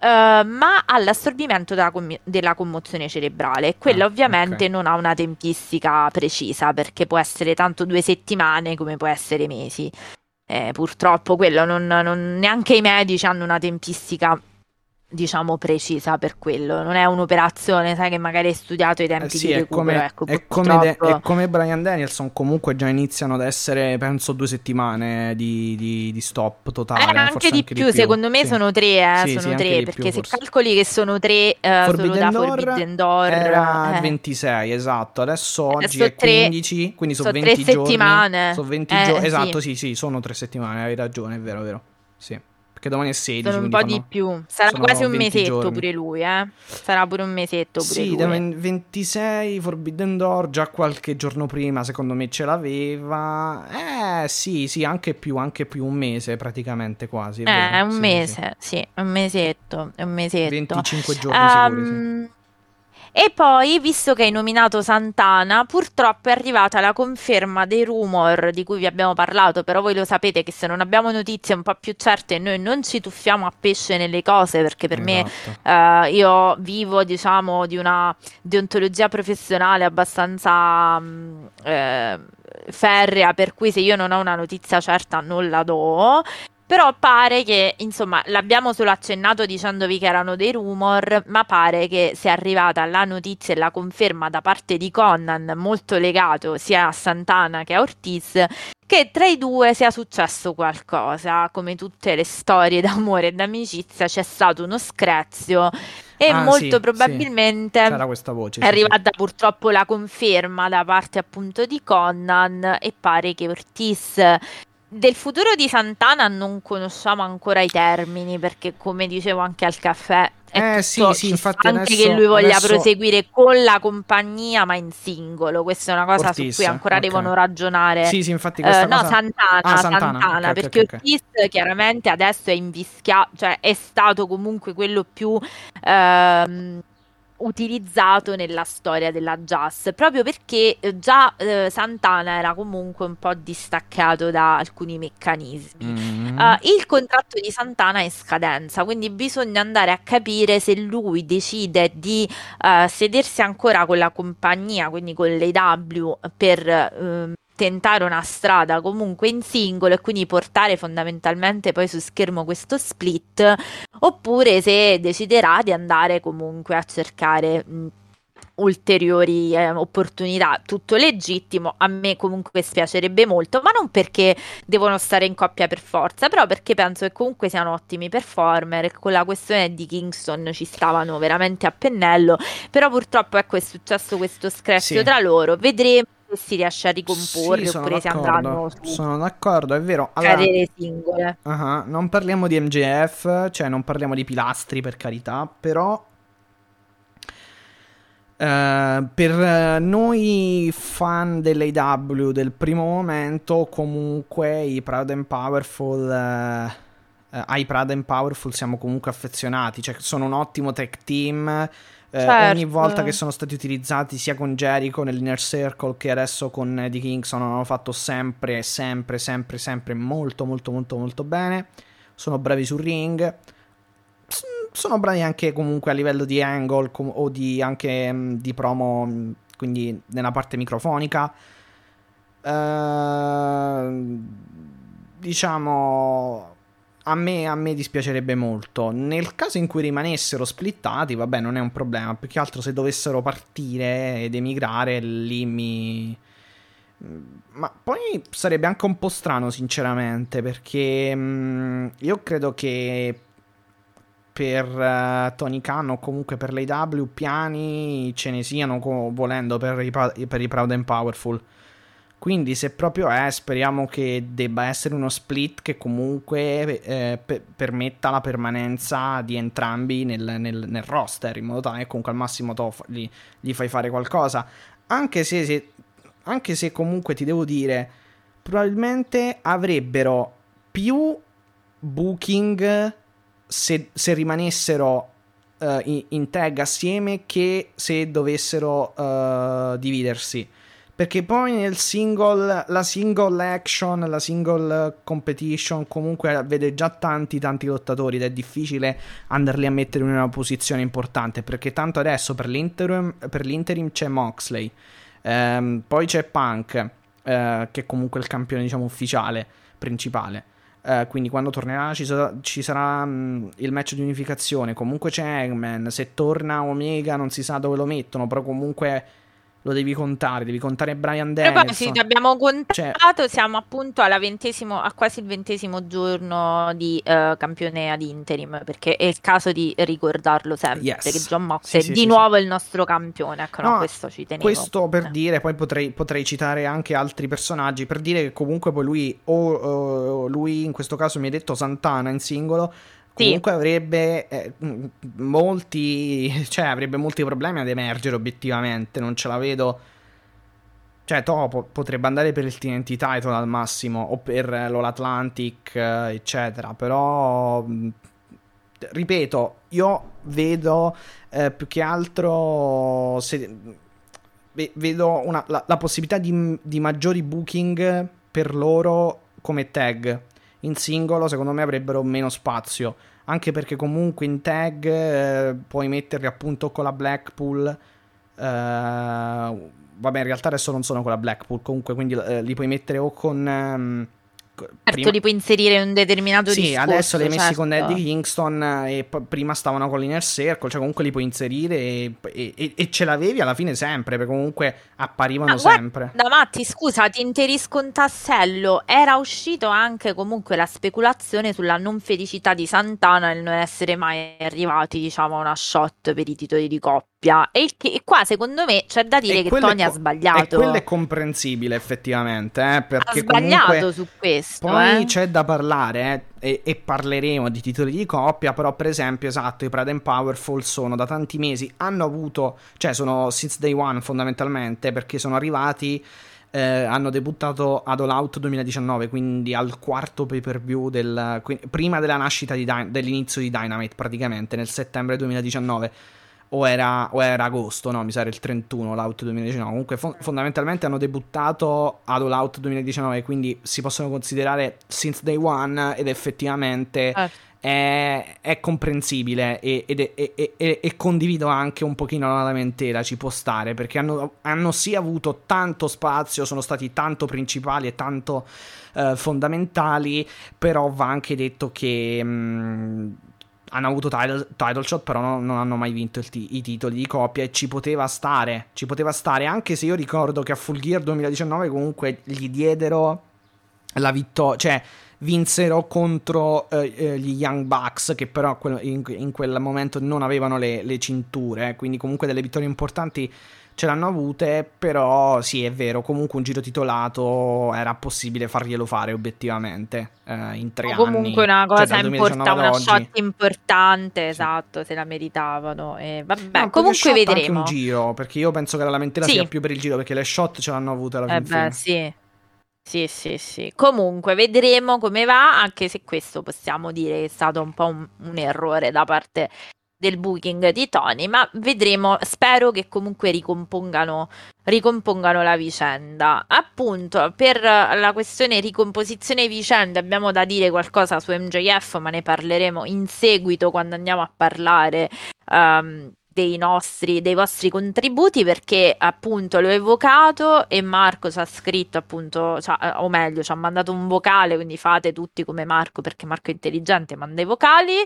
S2: ma all'assorbimento della commozione cerebrale. Quella ovviamente
S3: ok.
S2: non ha una tempistica precisa, perché può essere tanto 2 settimane come può essere mesi. Purtroppo quello neanche i medici hanno una tempistica, diciamo, precisa per quello. Non è un'operazione, sai, che magari hai studiato i tempi
S3: Sì,
S2: di recupero, ecco, purtroppo.
S3: è come Bryan Danielson, comunque già iniziano ad essere, penso, 2 settimane di stop totale,
S2: Anche
S3: forse
S2: di
S3: anche di
S2: più,
S3: più.
S2: secondo me
S3: Sì,
S2: sono tre,
S3: sì, sì,
S2: sono
S3: anche
S2: tre,
S3: di più
S2: perché se
S3: forse.
S2: calcoli che sono tre solo
S3: Forbidden
S2: da
S3: Door
S2: Forbidden Door,
S3: era 26, esatto. Adesso oggi
S2: sono
S3: è 15, quindi sono
S2: so 3
S3: 20 giorni.
S2: settimane.
S3: Sono 20 giorni.
S2: Sì.
S3: Esatto, sì, sì, sono 3 settimane, hai ragione, è vero, è vero. Sì, perché domani è 16,
S2: Sono un
S3: quindi
S2: po' di
S3: fanno
S2: più. Sarà quasi
S3: sono
S2: un
S3: 20
S2: mesetto
S3: giorni.
S2: pure lui, eh. Sarà pure un mesetto pure
S3: Sì, da
S2: lui.
S3: 26 Forbidden Door già qualche giorno prima secondo me ce l'aveva. Sì, sì, anche più un mese praticamente quasi, è
S2: È
S3: vero.
S2: un
S3: Sì, sì, sì.
S2: mese, sì, è un mesetto, è un mesetto.
S3: 25 giorni sicuri, sì.
S2: Ehm, e poi, visto che hai nominato Santana, purtroppo è arrivata la conferma dei rumor di cui vi abbiamo parlato, però voi lo sapete che se non abbiamo notizie un po' più certe noi non ci tuffiamo a pesce nelle cose, perché per me
S3: Esatto.
S2: io vivo, diciamo, di una deontologia professionale abbastanza ferrea, per cui se io non ho una notizia certa non la do. Però pare che, insomma, l'abbiamo solo accennato dicendovi che erano dei rumor, ma pare che sia arrivata la notizia e la conferma da parte di Conan, molto legato sia a Santana che a Ortiz, che tra i due sia successo qualcosa. Come tutte le storie d'amore e d'amicizia, c'è stato uno screzio e
S3: Ah,
S2: molto
S3: sì, sì.
S2: probabilmente
S3: C'era questa voce,
S2: è
S3: sì, sì.
S2: arrivata purtroppo la conferma da parte appunto di Conan e pare che Ortiz del futuro di Santana non conosciamo ancora i termini, perché come dicevo anche al caffè, è
S3: Sì,
S2: tutto,
S3: sì,
S2: ci sta
S3: infatti
S2: anche che lui
S3: adesso,
S2: voglia
S3: adesso
S2: proseguire con la compagnia, ma in singolo. Questa è una cosa su cui
S3: Ortiz,
S2: ancora
S3: ok.
S2: devono ragionare.
S3: Sì, sì, infatti questa
S2: No,
S3: cosa. Ah,
S2: Santana,
S3: Santana, ok,
S2: Santana,
S3: ok, ok,
S2: perché
S3: ok.
S2: Ortiz chiaramente adesso è invischiato, cioè è stato comunque quello più ehm, utilizzato nella storia della jazz, proprio perché già Santana era comunque un po' distaccato da alcuni meccanismi.
S3: Mm.
S2: Il contratto di Santana è in scadenza, quindi bisogna andare a capire se lui decide di sedersi ancora con la compagnia, quindi con l'AEW, per tentare una strada comunque in singolo e quindi portare fondamentalmente poi su schermo questo split, oppure se deciderà di andare comunque a cercare ulteriori opportunità. Tutto legittimo, a me comunque spiacerebbe molto, ma non perché devono stare in coppia per forza, però perché penso che comunque siano ottimi performer e con la questione di Kingston ci stavano veramente a pennello, però purtroppo ecco è successo questo screzio
S3: Sì,
S2: tra loro, vedremo se si riesce a
S3: sì,
S2: ricomporre oppure se andranno su
S3: sono d'accordo, è vero. Allora,
S2: carriere singole.
S3: non parliamo di MJF, cioè non parliamo di pilastri per carità, però per noi fan dell'AEW del primo momento, comunque i Proud and Powerful, ai Proud and Powerful siamo comunque affezionati, cioè sono un ottimo tag team. Ogni volta che
S2: Certo.
S3: sono stati utilizzati sia con Jericho nell'Inner Circle che adesso con Eddie Kingston hanno fatto sempre, sempre, sempre, sempre molto, molto, molto, molto bene. Sono bravi sul ring. Sono bravi anche comunque a livello di angle o di anche di promo, quindi nella parte microfonica. Diciamo a me dispiacerebbe molto. Nel caso in cui rimanessero splittati, vabbè, non è un problema. Più che altro se dovessero partire ed emigrare, lì ma poi sarebbe anche un po' strano, sinceramente, perché io credo che per Tony Khan o comunque per l'AEW piani ce ne siano volendo per i Proud and Powerful. Quindi se proprio è, speriamo che debba essere uno split che comunque permetta la permanenza di entrambi nel roster, in modo tale che comunque al massimo gli fai fare qualcosa. Anche se comunque ti devo dire, probabilmente avrebbero più booking se rimanessero in tag assieme che se dovessero dividersi. Perché poi nel la single action, la single competition comunque vede già tanti lottatori ed è difficile andarli a mettere in una posizione importante, perché tanto adesso per l'interim c'è Moxley, poi c'è Punk, che è comunque il campione, diciamo, ufficiale, principale. Quindi quando tornerà ci sarà il match di unificazione. Comunque c'è Hangman. Se torna Omega non si sa dove lo mettono, però comunque lo devi contare Bryan Danielson.
S2: Sì, abbiamo contato, siamo appunto a quasi il 20° giorno di campione ad interim, perché è il caso di ricordarlo sempre, che Jon Moxley è di nuovo il nostro campione. Ecco, no, questo ci tenevo.
S3: Questo per dire, poi potrei citare anche altri personaggi, per dire che comunque poi lui in questo caso mi ha detto Santana in singolo, comunque avrebbe molti problemi ad emergere obiettivamente, non ce la vedo. Cioè potrebbe andare per il TNT title al massimo o per l'All Atlantic, eccetera, però ripeto, io vedo più che altro vedo la possibilità di maggiori booking per loro come tag. In singolo secondo me avrebbero meno spazio, anche perché comunque in tag puoi metterli appunto con la Blackpool, vabbè, in realtà adesso non sono con la Blackpool, comunque, quindi li puoi mettere o con
S2: certo, li puoi inserire in un determinato discorso.
S3: Sì, adesso li hai messi
S2: certo.
S3: con Eddie Kingston e prima stavano con l'Inner Circle, cioè comunque li puoi inserire e ce l'avevi alla fine sempre, perché comunque apparivano sempre.
S2: Da Matti, scusa, ti inserisco un tassello. Era uscito anche comunque la speculazione sulla non felicità di Santana nel non essere mai arrivati, diciamo, a una shot per i titoli di coppia. E qua secondo me c'è da dire che Tony ha sbagliato.
S3: E quello è comprensibile effettivamente, perché
S2: ha sbagliato
S3: comunque
S2: su questo.
S3: Poi c'è da parlare, e parleremo di titoli di coppia, però per esempio, esatto, i Pride and Powerful sono da tanti mesi, hanno avuto, cioè sono since day one fondamentalmente, perché sono arrivati, hanno debuttato ad All Out 2019, quindi al quarto pay per view prima della nascita dell'inizio di Dynamite, praticamente nel settembre 2019. O era agosto, no, mi sa era il 31, All Out 2019. Comunque fondamentalmente hanno debuttato ad All Out 2019, quindi si possono considerare since day one, ed effettivamente è comprensibile e condivido anche un pochino la lamentela, ci può stare, perché hanno sì avuto tanto spazio, sono stati tanto principali e tanto fondamentali, però va anche detto che hanno avuto title shot, però non hanno mai vinto i titoli di coppia, e ci poteva stare, anche se io ricordo che a Full Gear 2019 comunque gli diedero la vittoria, cioè vinsero contro gli Young Bucks, che però in quel momento non avevano le cinture, quindi comunque delle vittorie importanti ce l'hanno avute, però sì, è vero, comunque un giro titolato era possibile farglielo fare obiettivamente in 3 anni.
S2: Comunque una cosa importante, una shot importante,
S3: sì.
S2: Esatto, se la meritavano. Vabbè,
S3: no,
S2: comunque vedremo.
S3: Anche un giro, perché io penso che la lamentela sia più per il giro, perché le shot ce l'hanno avute alla fine.
S2: Sì. Comunque vedremo come va, anche se questo possiamo dire che è stato un po' un errore da parte del booking di Tony, ma vedremo. Spero che comunque ricompongano la vicenda. Appunto, per la questione ricomposizione vicenda abbiamo da dire qualcosa su MJF, ma ne parleremo in seguito quando andiamo a parlare dei vostri contributi, perché appunto l'ho evocato e Marco ci ha scritto appunto, o meglio ci ha mandato un vocale, quindi fate tutti come Marco, perché Marco è intelligente, manda i vocali,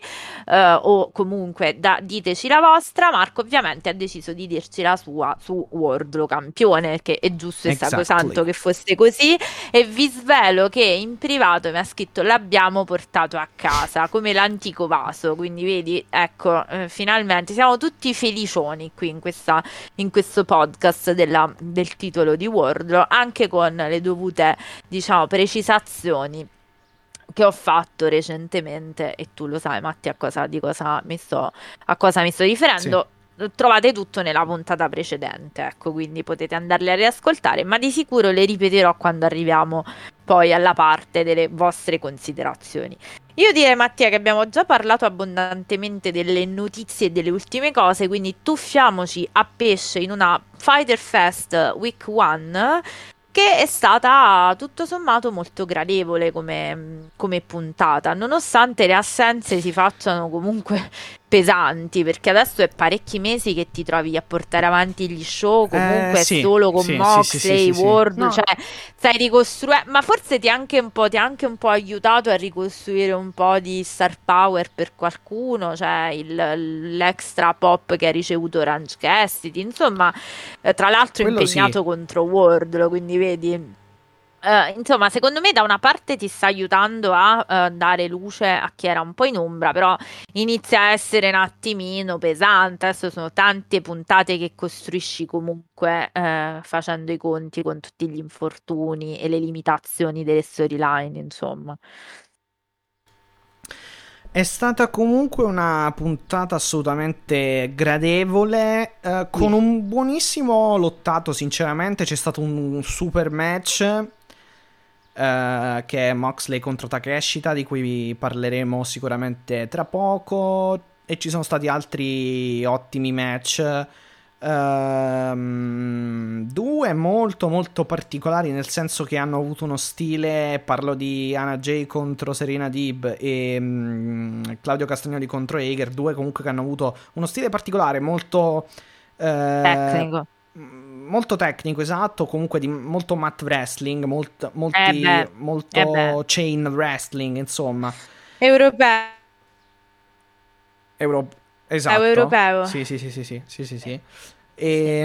S2: o comunque diteci la vostra. Marco ovviamente ha deciso di dirci la sua su Wardlow campione, perché è giusto e sacrosanto che fosse così, e vi svelo che in privato mi ha scritto: l'abbiamo portato a casa come l'antico vaso, quindi vedi, ecco, finalmente siamo tutti felicioni qui in questo podcast del titolo di Wardlow, anche con le dovute, diciamo, precisazioni che ho fatto recentemente, e tu lo sai, Matti, a cosa mi sto riferendo. Sì. Trovate tutto nella puntata precedente, ecco, quindi potete andarle a riascoltare, ma di sicuro le ripeterò quando arriviamo poi alla parte delle vostre considerazioni. Io direi, Mattia, che abbiamo già parlato abbondantemente delle notizie e delle ultime cose, quindi tuffiamoci a pesce in una Fighter Fest Week 1 che è stata tutto sommato molto gradevole come puntata, nonostante le assenze si facciano comunque pesanti, perché adesso è parecchi mesi che ti trovi a portare avanti gli show, comunque
S3: Sì,
S2: solo con
S3: sì,
S2: Moxley,
S3: sì.
S2: Ward,
S3: No,
S2: cioè stai ricostruendo, ma forse ti ha anche un po' aiutato a ricostruire un po' di star power per qualcuno, cioè l'extra pop che ha ricevuto Orange Cassidy, insomma, tra l'altro
S3: quello sì.
S2: impegnato contro Wardlow, quindi vedi. Insomma, secondo me da una parte ti sta aiutando a dare luce a chi era un po' in ombra, però inizia a essere un attimino pesante. Adesso sono tante puntate che costruisci comunque facendo i conti con tutti gli infortuni e le limitazioni delle storyline, insomma.
S3: È stata comunque una puntata assolutamente gradevole, con
S2: Sì.
S3: un buonissimo lottato, sinceramente. C'è stato un super match, che è Moxley contro Takeshita, di cui parleremo sicuramente tra poco. E ci sono stati altri ottimi match. Due molto molto particolari, nel senso che hanno avuto uno stile. Parlo di Anna Jay contro Serena Deeb e Claudio Castagnoli contro Hager. Due comunque che hanno avuto uno stile particolare, molto
S2: Tecnico.
S3: molto tecnico, esatto. Comunque di molto mat wrestling,
S2: Beh, beh.
S3: molto chain wrestling, insomma.
S2: Europeo.
S3: Euro- esatto.
S2: Europeo.
S3: Sì.
S2: Sì.
S3: E,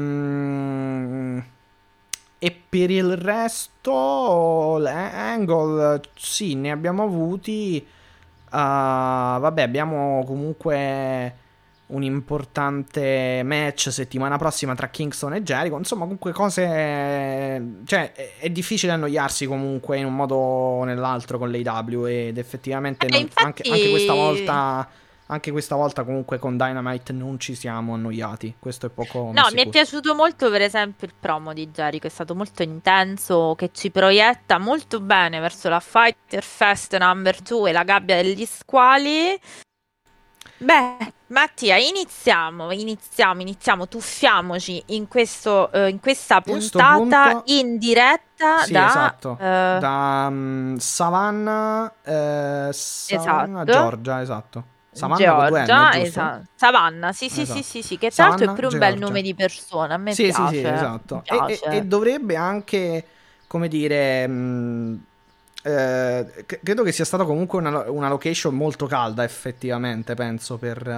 S3: e per il resto, Angle, sì, ne abbiamo avuti. Vabbè, abbiamo comunque un importante match settimana prossima tra Kingston e Jericho. Insomma, comunque cose. Cioè, è difficile annoiarsi comunque in un modo o nell'altro con l'AEW. Ed effettivamente anche questa
S2: Infatti.
S3: volta. Anche questa volta comunque con Dynamite non ci siamo annoiati. Questo è poco ma
S2: No, mi è
S3: sicuro.
S2: piaciuto molto per esempio il promo di Jericho, è stato molto intenso, che ci proietta molto bene verso la Fighter Fest number 2 e la gabbia degli squali. Beh, Mattia, iniziamo, tuffiamoci in questa
S3: Questo
S2: puntata
S3: punto.
S2: in diretta
S3: Sì, esatto.
S2: eh,
S3: Da Savannah,
S2: esatto,
S3: Georgia, esatto. Savannah con due N,
S2: Georgia,
S3: giusto?
S2: esatto, Savannah, sì, sì, sì,
S3: Esatto.
S2: sì, sì, che tra l'altro è
S3: Savannah,
S2: pure un bel nome
S3: Georgia.
S2: di persona, a me
S3: Sì,
S2: piace, mi
S3: esatto. E
S2: piace.
S3: dovrebbe anche, come dire, credo che sia stata comunque una location molto calda, effettivamente, penso,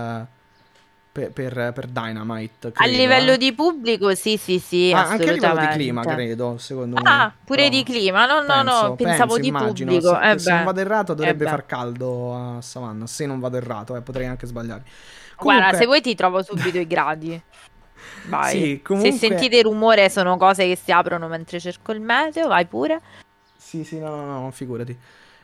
S3: per Dynamite,
S2: A
S3: credo,
S2: livello di pubblico, sì, sì, sì,
S3: Anche a livello di clima,
S2: assolutamente.
S3: credo, secondo me.
S2: Ah, pure di
S3: Però
S2: clima, no, no, no, pensavo di
S3: immagino.
S2: pubblico.
S3: Se non vado errato,
S2: Eh
S3: dovrebbe
S2: beh.
S3: far caldo a Savannah. Se non vado errato, potrei anche sbagliare.
S2: Guarda, se
S3: Comunque,
S2: vuoi ti trovo subito i gradi. Vai.
S3: sì,
S2: Se
S3: comunque.
S2: sentite rumore sono cose che si aprono mentre cerco il meteo, vai pure.
S3: Sì, no, figurati.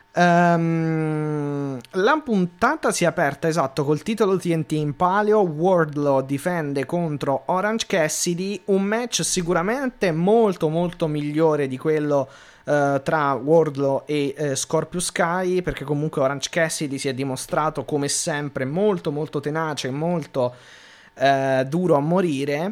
S3: La puntata si è aperta, esatto, col titolo TNT in palio. Wardlow difende contro Orange Cassidy. Un match sicuramente molto molto migliore di quello tra Wardlow e Scorpio Sky, perché comunque Orange Cassidy si è dimostrato come sempre molto molto tenace, molto duro a morire.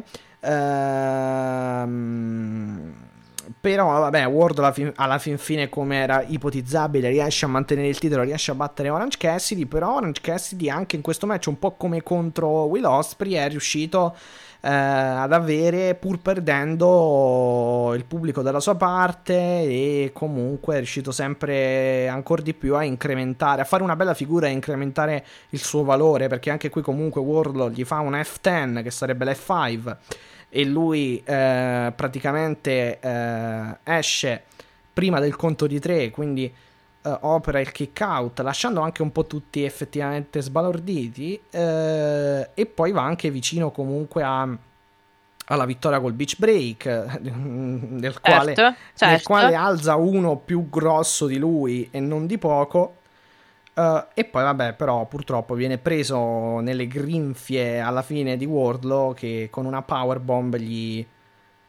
S3: Però vabbè, Ward alla fin fine, come era ipotizzabile, riesce a mantenere il titolo, riesce a battere Orange Cassidy. Però Orange Cassidy anche in questo match, un po' come contro Will Ospreay, è riuscito ad avere, pur perdendo, il pubblico dalla sua parte. E comunque è riuscito sempre ancora di più a incrementare, a fare una bella figura e incrementare il suo valore, perché anche qui comunque Wardlow gli fa un F10 che sarebbe l'F5 e lui praticamente esce prima del conto di 3, quindi opera il kick out, lasciando anche un po' tutti effettivamente sbalorditi, e poi va anche vicino comunque alla vittoria col beach break, nel quale
S2: Certo.
S3: alza uno più grosso di lui e non di poco. E poi vabbè, però purtroppo viene preso nelle grinfie alla fine di Wardlow, che con una powerbomb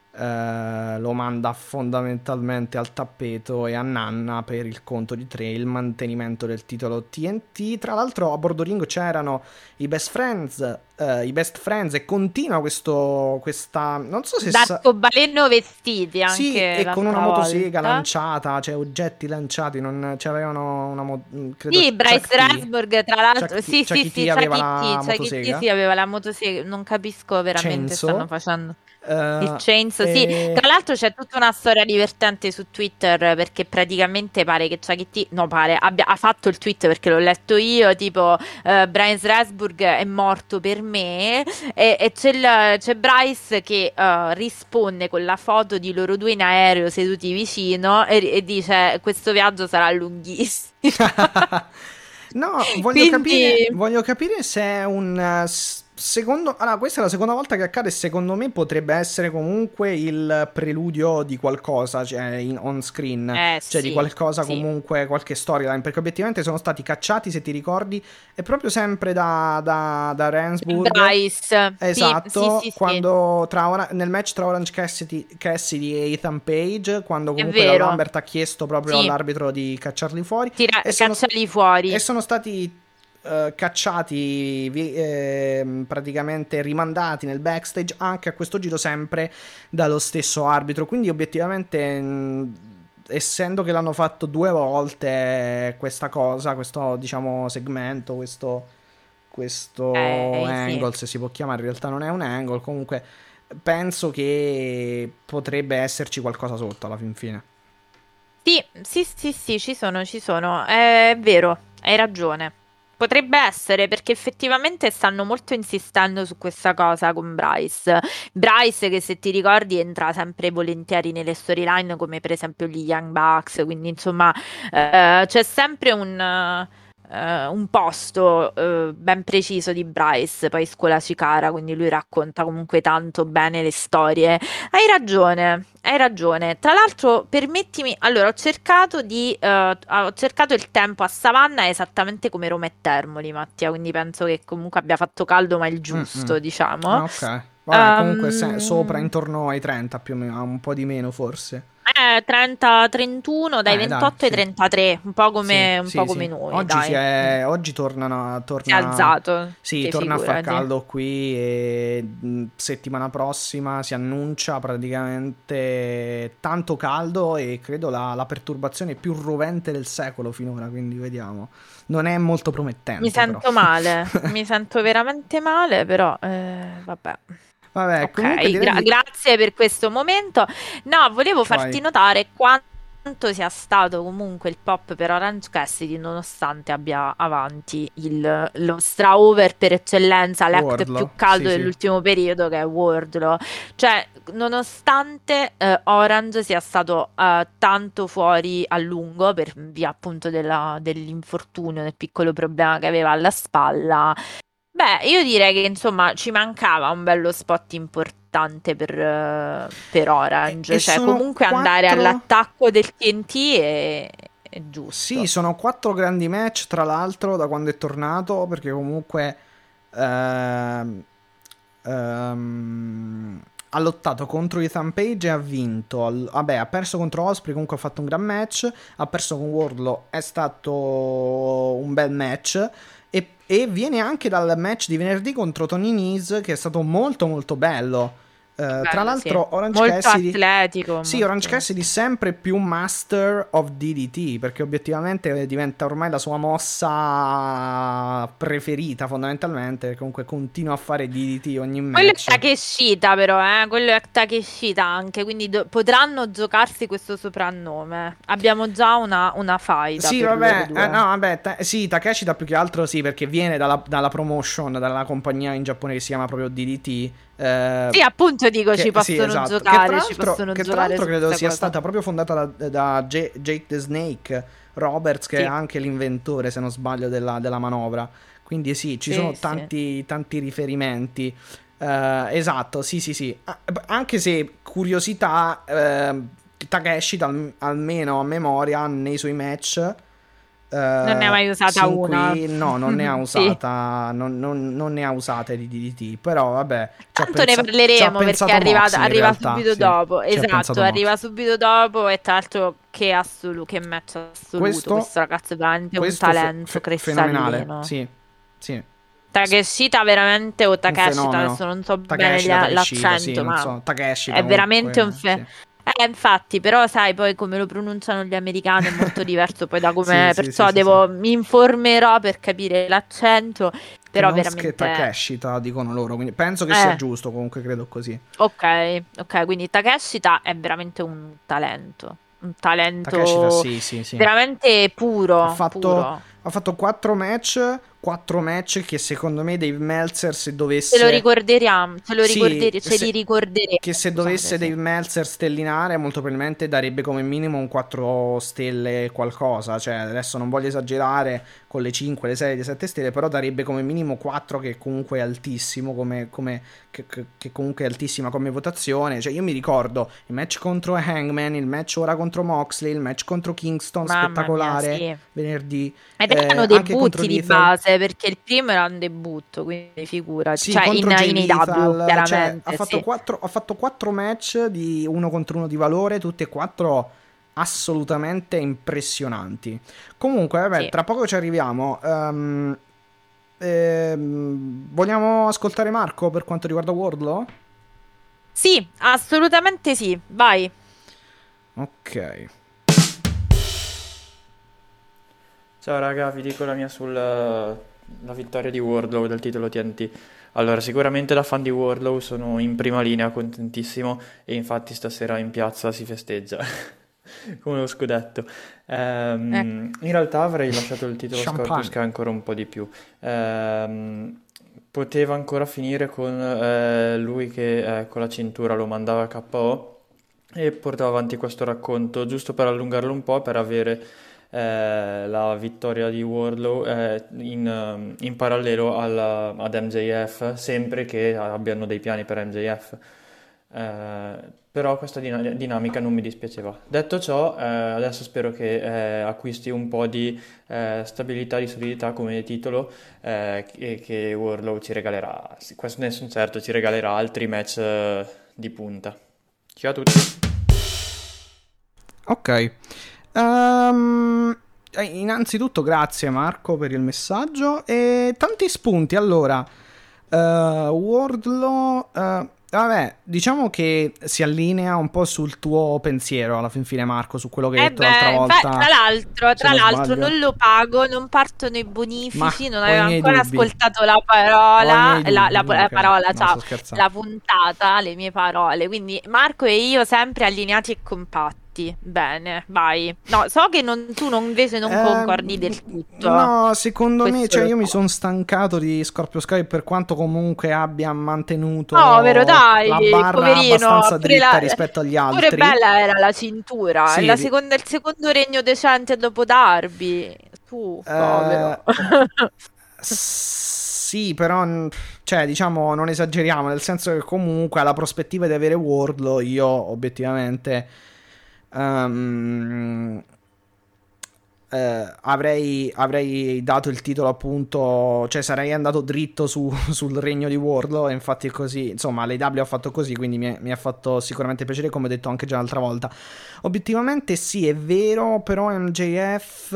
S3: lo manda fondamentalmente al tappeto e a Nanna per il conto di tre il mantenimento del titolo TNT. Tra l'altro a bordo ring c'erano i Best Friends e continua questa non so se
S2: d'arcobaleno vestiti anche
S3: sì, e con una
S2: l'altra
S3: motosega
S2: volta.
S3: lanciata, cioè oggetti lanciati, non c'avevano credo
S2: Sì, Bryce
S3: Chuck T.
S2: Rasberg, tra l'altro,
S3: Chuck T
S2: sì,
S3: aveva la
S2: Chucky T
S3: motosega.
S2: sì, aveva la motosega, non capisco veramente stanno
S3: Chainsaw.
S2: facendo. Il Chainsaw, sì.
S3: E
S2: Tra l'altro c'è tutta una storia divertente su Twitter perché praticamente pare che Chucky T, no pare, ha fatto il tweet perché l'ho letto io, tipo Bryce Rasberg è morto per me e c'è Bryce che risponde con la foto di loro due in aereo seduti vicino e dice questo viaggio sarà lunghissimo.
S3: no,
S2: Quindi
S3: voglio capire se è un secondo. Allora, questa è la seconda volta che accade. Secondo me potrebbe essere comunque il preludio di qualcosa, cioè on screen, cioè di
S2: sì,
S3: qualcosa
S2: sì.
S3: comunque, qualche storyline. Perché obiettivamente sono stati cacciati, se ti ricordi, è proprio sempre da Ransburg.
S2: Bryce,
S3: Esatto,
S2: sì,
S3: quando nel match tra Orange Cassidy e Ethan Page, quando
S2: è
S3: comunque la
S2: vero.
S3: Lambert ha chiesto proprio
S2: Sì,
S3: all'arbitro di cacciarli fuori e
S2: cacciali fuori.
S3: e sono stati cacciati, praticamente rimandati nel backstage anche a questo giro sempre dallo stesso arbitro. Quindi obiettivamente, essendo che l'hanno fatto due volte questa cosa, questo diciamo segmento, questo
S2: Sì.
S3: angle, se si può chiamare, in realtà non è un angle, comunque penso che potrebbe esserci qualcosa sotto alla fin fine.
S2: Sì, ci sono. È vero, hai ragione. Potrebbe essere perché effettivamente stanno molto insistendo su questa cosa con Bryce. Bryce, che se ti ricordi entra sempre volentieri nelle storyline, come per esempio gli Young Bucks. Quindi, insomma, c'è sempre un posto ben preciso di Bryce. Poi scuola Cicara, quindi lui racconta comunque tanto bene le storie. Hai ragione. Tra l'altro, permettimi, allora ho cercato il tempo a Savannah esattamente come Roma e Termoli, Mattia, quindi penso che comunque abbia fatto caldo, ma il
S3: Mm-mm.
S2: giusto, diciamo.
S3: Ah, ok. Vabbè, comunque sopra,
S2: Ehm,
S3: intorno ai 30 più o meno, un po' di meno forse.
S2: 30, 31, dai
S3: Dai,
S2: 28 ai
S3: sì.
S2: 33,
S3: Sì,
S2: un po'
S3: sì,
S2: come
S3: sì.
S2: noi, dai.
S3: Oggi
S2: Si è alzato,
S3: sì,
S2: te
S3: torna a far
S2: figurati.
S3: caldo qui e settimana prossima si annuncia praticamente tanto caldo e credo la perturbazione più rovente del secolo finora, quindi vediamo. Non è molto
S2: Mi
S3: promettente però.
S2: sento male, mi sento veramente male, però vabbè.
S3: Vabbè, comunque
S2: Ok,
S3: direi di.
S2: grazie per questo momento. No, volevo farti
S3: Vai.
S2: notare quanto sia stato comunque il pop per Orange Cassidy, nonostante abbia avanti lo stra-over per eccellenza, l'act più
S3: Wardlow, sì,
S2: caldo
S3: sì.
S2: dell'ultimo periodo, che è Wardlow. Cioè, nonostante Orange sia stato tanto fuori a lungo per via appunto dell'infortunio, del piccolo problema che aveva alla spalla. Beh, io direi che insomma ci mancava un bello spot importante per
S3: E
S2: Orange, cioè
S3: sono
S2: comunque andare
S3: quattro.
S2: all'attacco del TNT è
S3: Sì,
S2: giusto.
S3: sono quattro grandi match, tra l'altro, da quando è tornato, perché comunque ehm, ha lottato contro Ethan Page e ha vinto. Vabbè, ha perso contro Osprey, comunque ha fatto un gran match. Ha perso con Wardlow, è stato un bel match. E viene anche dal match di venerdì contro Tony Nese, che è stato molto molto bello. Tra
S2: Bello, sì.
S3: l'altro, Orange
S2: Molto
S3: Cassidy.
S2: atletico,
S3: Sì, Orange
S2: molto...
S3: Cassidy sempre più master of DDT, perché obiettivamente diventa ormai la sua mossa preferita, fondamentalmente. Comunque continua a fare DDT ogni
S2: Quello è
S3: match.
S2: Takeshita però, quello è Takeshita anche, quindi potranno giocarsi questo soprannome. Abbiamo già una faida
S3: Sì,
S2: per loro
S3: vabbè, no,
S2: due.
S3: vabbè, sì, Takeshita più che altro sì, perché viene dalla promotion, dalla compagnia in Giappone che si chiama proprio DDT.
S2: Sì, appunto dico,
S3: Sì, esatto.
S2: ci possono
S3: Che tra
S2: giocare
S3: l'altro
S2: su
S3: credo
S2: questa
S3: sia
S2: cosa.
S3: stata proprio fondata da Jake the Snake Roberts, che è
S2: Sì,
S3: anche l'inventore, se non sbaglio, della manovra. Quindi sì, ci sono
S2: sì.
S3: tanti riferimenti. Esatto, sì, sì, sì. Anche se, curiosità, Takeshita, almeno a memoria, nei suoi match
S2: Non ne hai mai usata
S3: sin
S2: una?
S3: qui no, non ne ha
S2: Sì.
S3: usata, non ne ha usate di DDT, però vabbè,
S2: Tanto ne
S3: ci ha
S2: parleremo perché
S3: pensato Moxley in
S2: arriva
S3: realtà,
S2: subito
S3: sì,
S2: dopo.
S3: ci ha
S2: Esatto,
S3: pensato
S2: arriva
S3: Moxley.
S2: subito dopo e tra l'altro che match assoluto.
S3: Questo,
S2: Questo ragazzo è veramente un
S3: questo
S2: talento
S3: fenomenale,
S2: cristallino.
S3: sì, sì,
S2: Takeshita veramente o
S3: un
S2: Takeshita,
S3: fenomeno.
S2: adesso non so bene
S3: Takeshita, sì,
S2: l'accento,
S3: non
S2: ma
S3: so, Takeshita
S2: è veramente un
S3: comunque, sì.
S2: infatti, però sai, poi come lo pronunciano gli americani è molto diverso poi da
S3: Sì,
S2: come,
S3: sì, sì,
S2: perciò
S3: sì, sì.
S2: mi informerò per capire l'accento, però
S3: Kenosuke
S2: veramente
S3: Takeshita dicono loro, quindi penso che sia
S2: eh,
S3: giusto, comunque credo così.
S2: ok, quindi Takeshita è veramente un
S3: Takeshita,
S2: talento
S3: sì, sì, sì.
S2: veramente
S3: Ha
S2: puro,
S3: fatto,
S2: puro.
S3: ha fatto 4 match che secondo me Dave Meltzer se
S2: Ce lo
S3: dovesse...
S2: ricorderemo,
S3: Sì,
S2: ce li ricorderemo,
S3: che se
S2: scusate,
S3: dovesse
S2: sì.
S3: Dave Meltzer stellinare, molto probabilmente darebbe come minimo un 4 stelle e qualcosa. Cioè, adesso non voglio esagerare con le 5, le 6, le 7 stelle, però darebbe come minimo 4, che comunque è altissimo, che comunque è altissima come votazione. Cioè, io mi ricordo il match contro Hangman, il match ora contro Moxley, il match contro Kingston,
S2: Mamma mia,
S3: spettacolare,
S2: sì.
S3: venerdì,
S2: Ed erano
S3: anche contro
S2: debutti di
S3: Lethal.
S2: base, perché il primo era un debutto, quindi figurati.
S3: Sì,
S2: Cioè,
S3: contro Jay
S2: in AEW,
S3: Lethal, cioè
S2: chiaramente, sì.
S3: ha fatto 4 match di uno contro uno di valore, tutti e 4 assolutamente impressionanti. Comunque, vabbè,
S2: Sì.
S3: tra poco ci arriviamo. Vogliamo ascoltare Marco per quanto riguarda Wardlow?
S2: Sì, assolutamente sì. Vai.
S3: Ok.
S1: Ciao raga, vi dico la mia sulla la vittoria di Wardlow del titolo TNT. Allora, sicuramente da fan di Wardlow sono in prima linea, contentissimo e infatti stasera in piazza si festeggia come lo scudetto.
S2: Ecco.
S1: In realtà avrei lasciato il titolo a Scorpio
S3: Champagne.
S1: Sky ancora un po' di più. Poteva ancora finire con lui che con la cintura lo mandava a KO e portava avanti questo racconto giusto per allungarlo un po', per avere la vittoria di Wardlow in parallelo ad MJF, sempre che abbiano dei piani per MJF. Però questa dinamica non mi dispiaceva. Detto ciò, adesso spero che acquisti un po' di stabilità, di solidità come titolo e che Wardlow ci regalerà, sì, questo ne sono certo, ci regalerà altri match di punta. Ciao a tutti!
S3: Ok. Innanzitutto grazie Marco per il messaggio e tanti spunti. Allora, Wardlow, vabbè, diciamo che si allinea un po' sul tuo pensiero alla fin fine, Marco, su quello che hai
S2: Eh
S3: detto l'altra
S2: beh,
S3: volta, se
S2: tra
S3: non
S2: l'altro
S3: sbaglio.
S2: non lo pago, non partono i
S3: Ma
S2: bonifici, non
S3: ho i
S2: avevo
S3: miei
S2: ancora
S3: dubbi.
S2: ascoltato la
S3: Ho i
S2: parola,
S3: miei dubbi.
S2: la
S3: Ok,
S2: parola,
S3: no,
S2: ciao,
S3: sto scherzando.
S2: la puntata, le mie parole. Quindi Marco e io sempre allineati e compatti. Bene, vai. No, so che tu invece non concordi del tutto.
S3: No, secondo me,
S2: Questo
S3: cioè
S2: lo
S3: io mi
S2: so.
S3: sono stancato di Scorpio Sky per quanto comunque abbia
S2: Povero,
S3: mantenuto la
S2: dai,
S3: barra
S2: poverino.
S3: abbastanza dritta rispetto agli
S2: Pure
S3: altri.
S2: bella era la cintura. È
S3: Sì,
S2: il secondo regno decente dopo Darby. Tu,
S3: eh,
S2: povero.
S3: sì, però, cioè, diciamo, non esageriamo, nel senso che comunque alla prospettiva di avere Wardlow, io obiettivamente ehm, avrei dato il titolo appunto, cioè sarei andato dritto sul regno di Wardlow e infatti è così, insomma l'AEW ha fatto così, quindi mi ha fatto sicuramente piacere, come ho detto anche già l'altra volta. Obiettivamente sì, è vero, però MJF,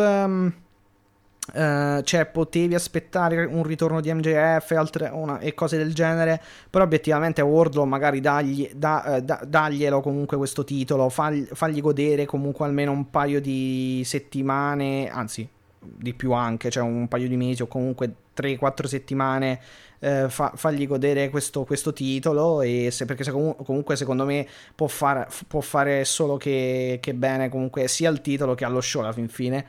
S3: cioè potevi aspettare un ritorno di MJF e cose del genere, però obiettivamente a Wardlow magari daglielo comunque questo titolo, fagli godere comunque almeno un paio di settimane, anzi di più anche, cioè un paio di mesi o comunque 3-4 settimane, fagli godere questo titolo, perché comunque secondo me può fare solo che bene comunque sia al titolo che allo show alla fin fine.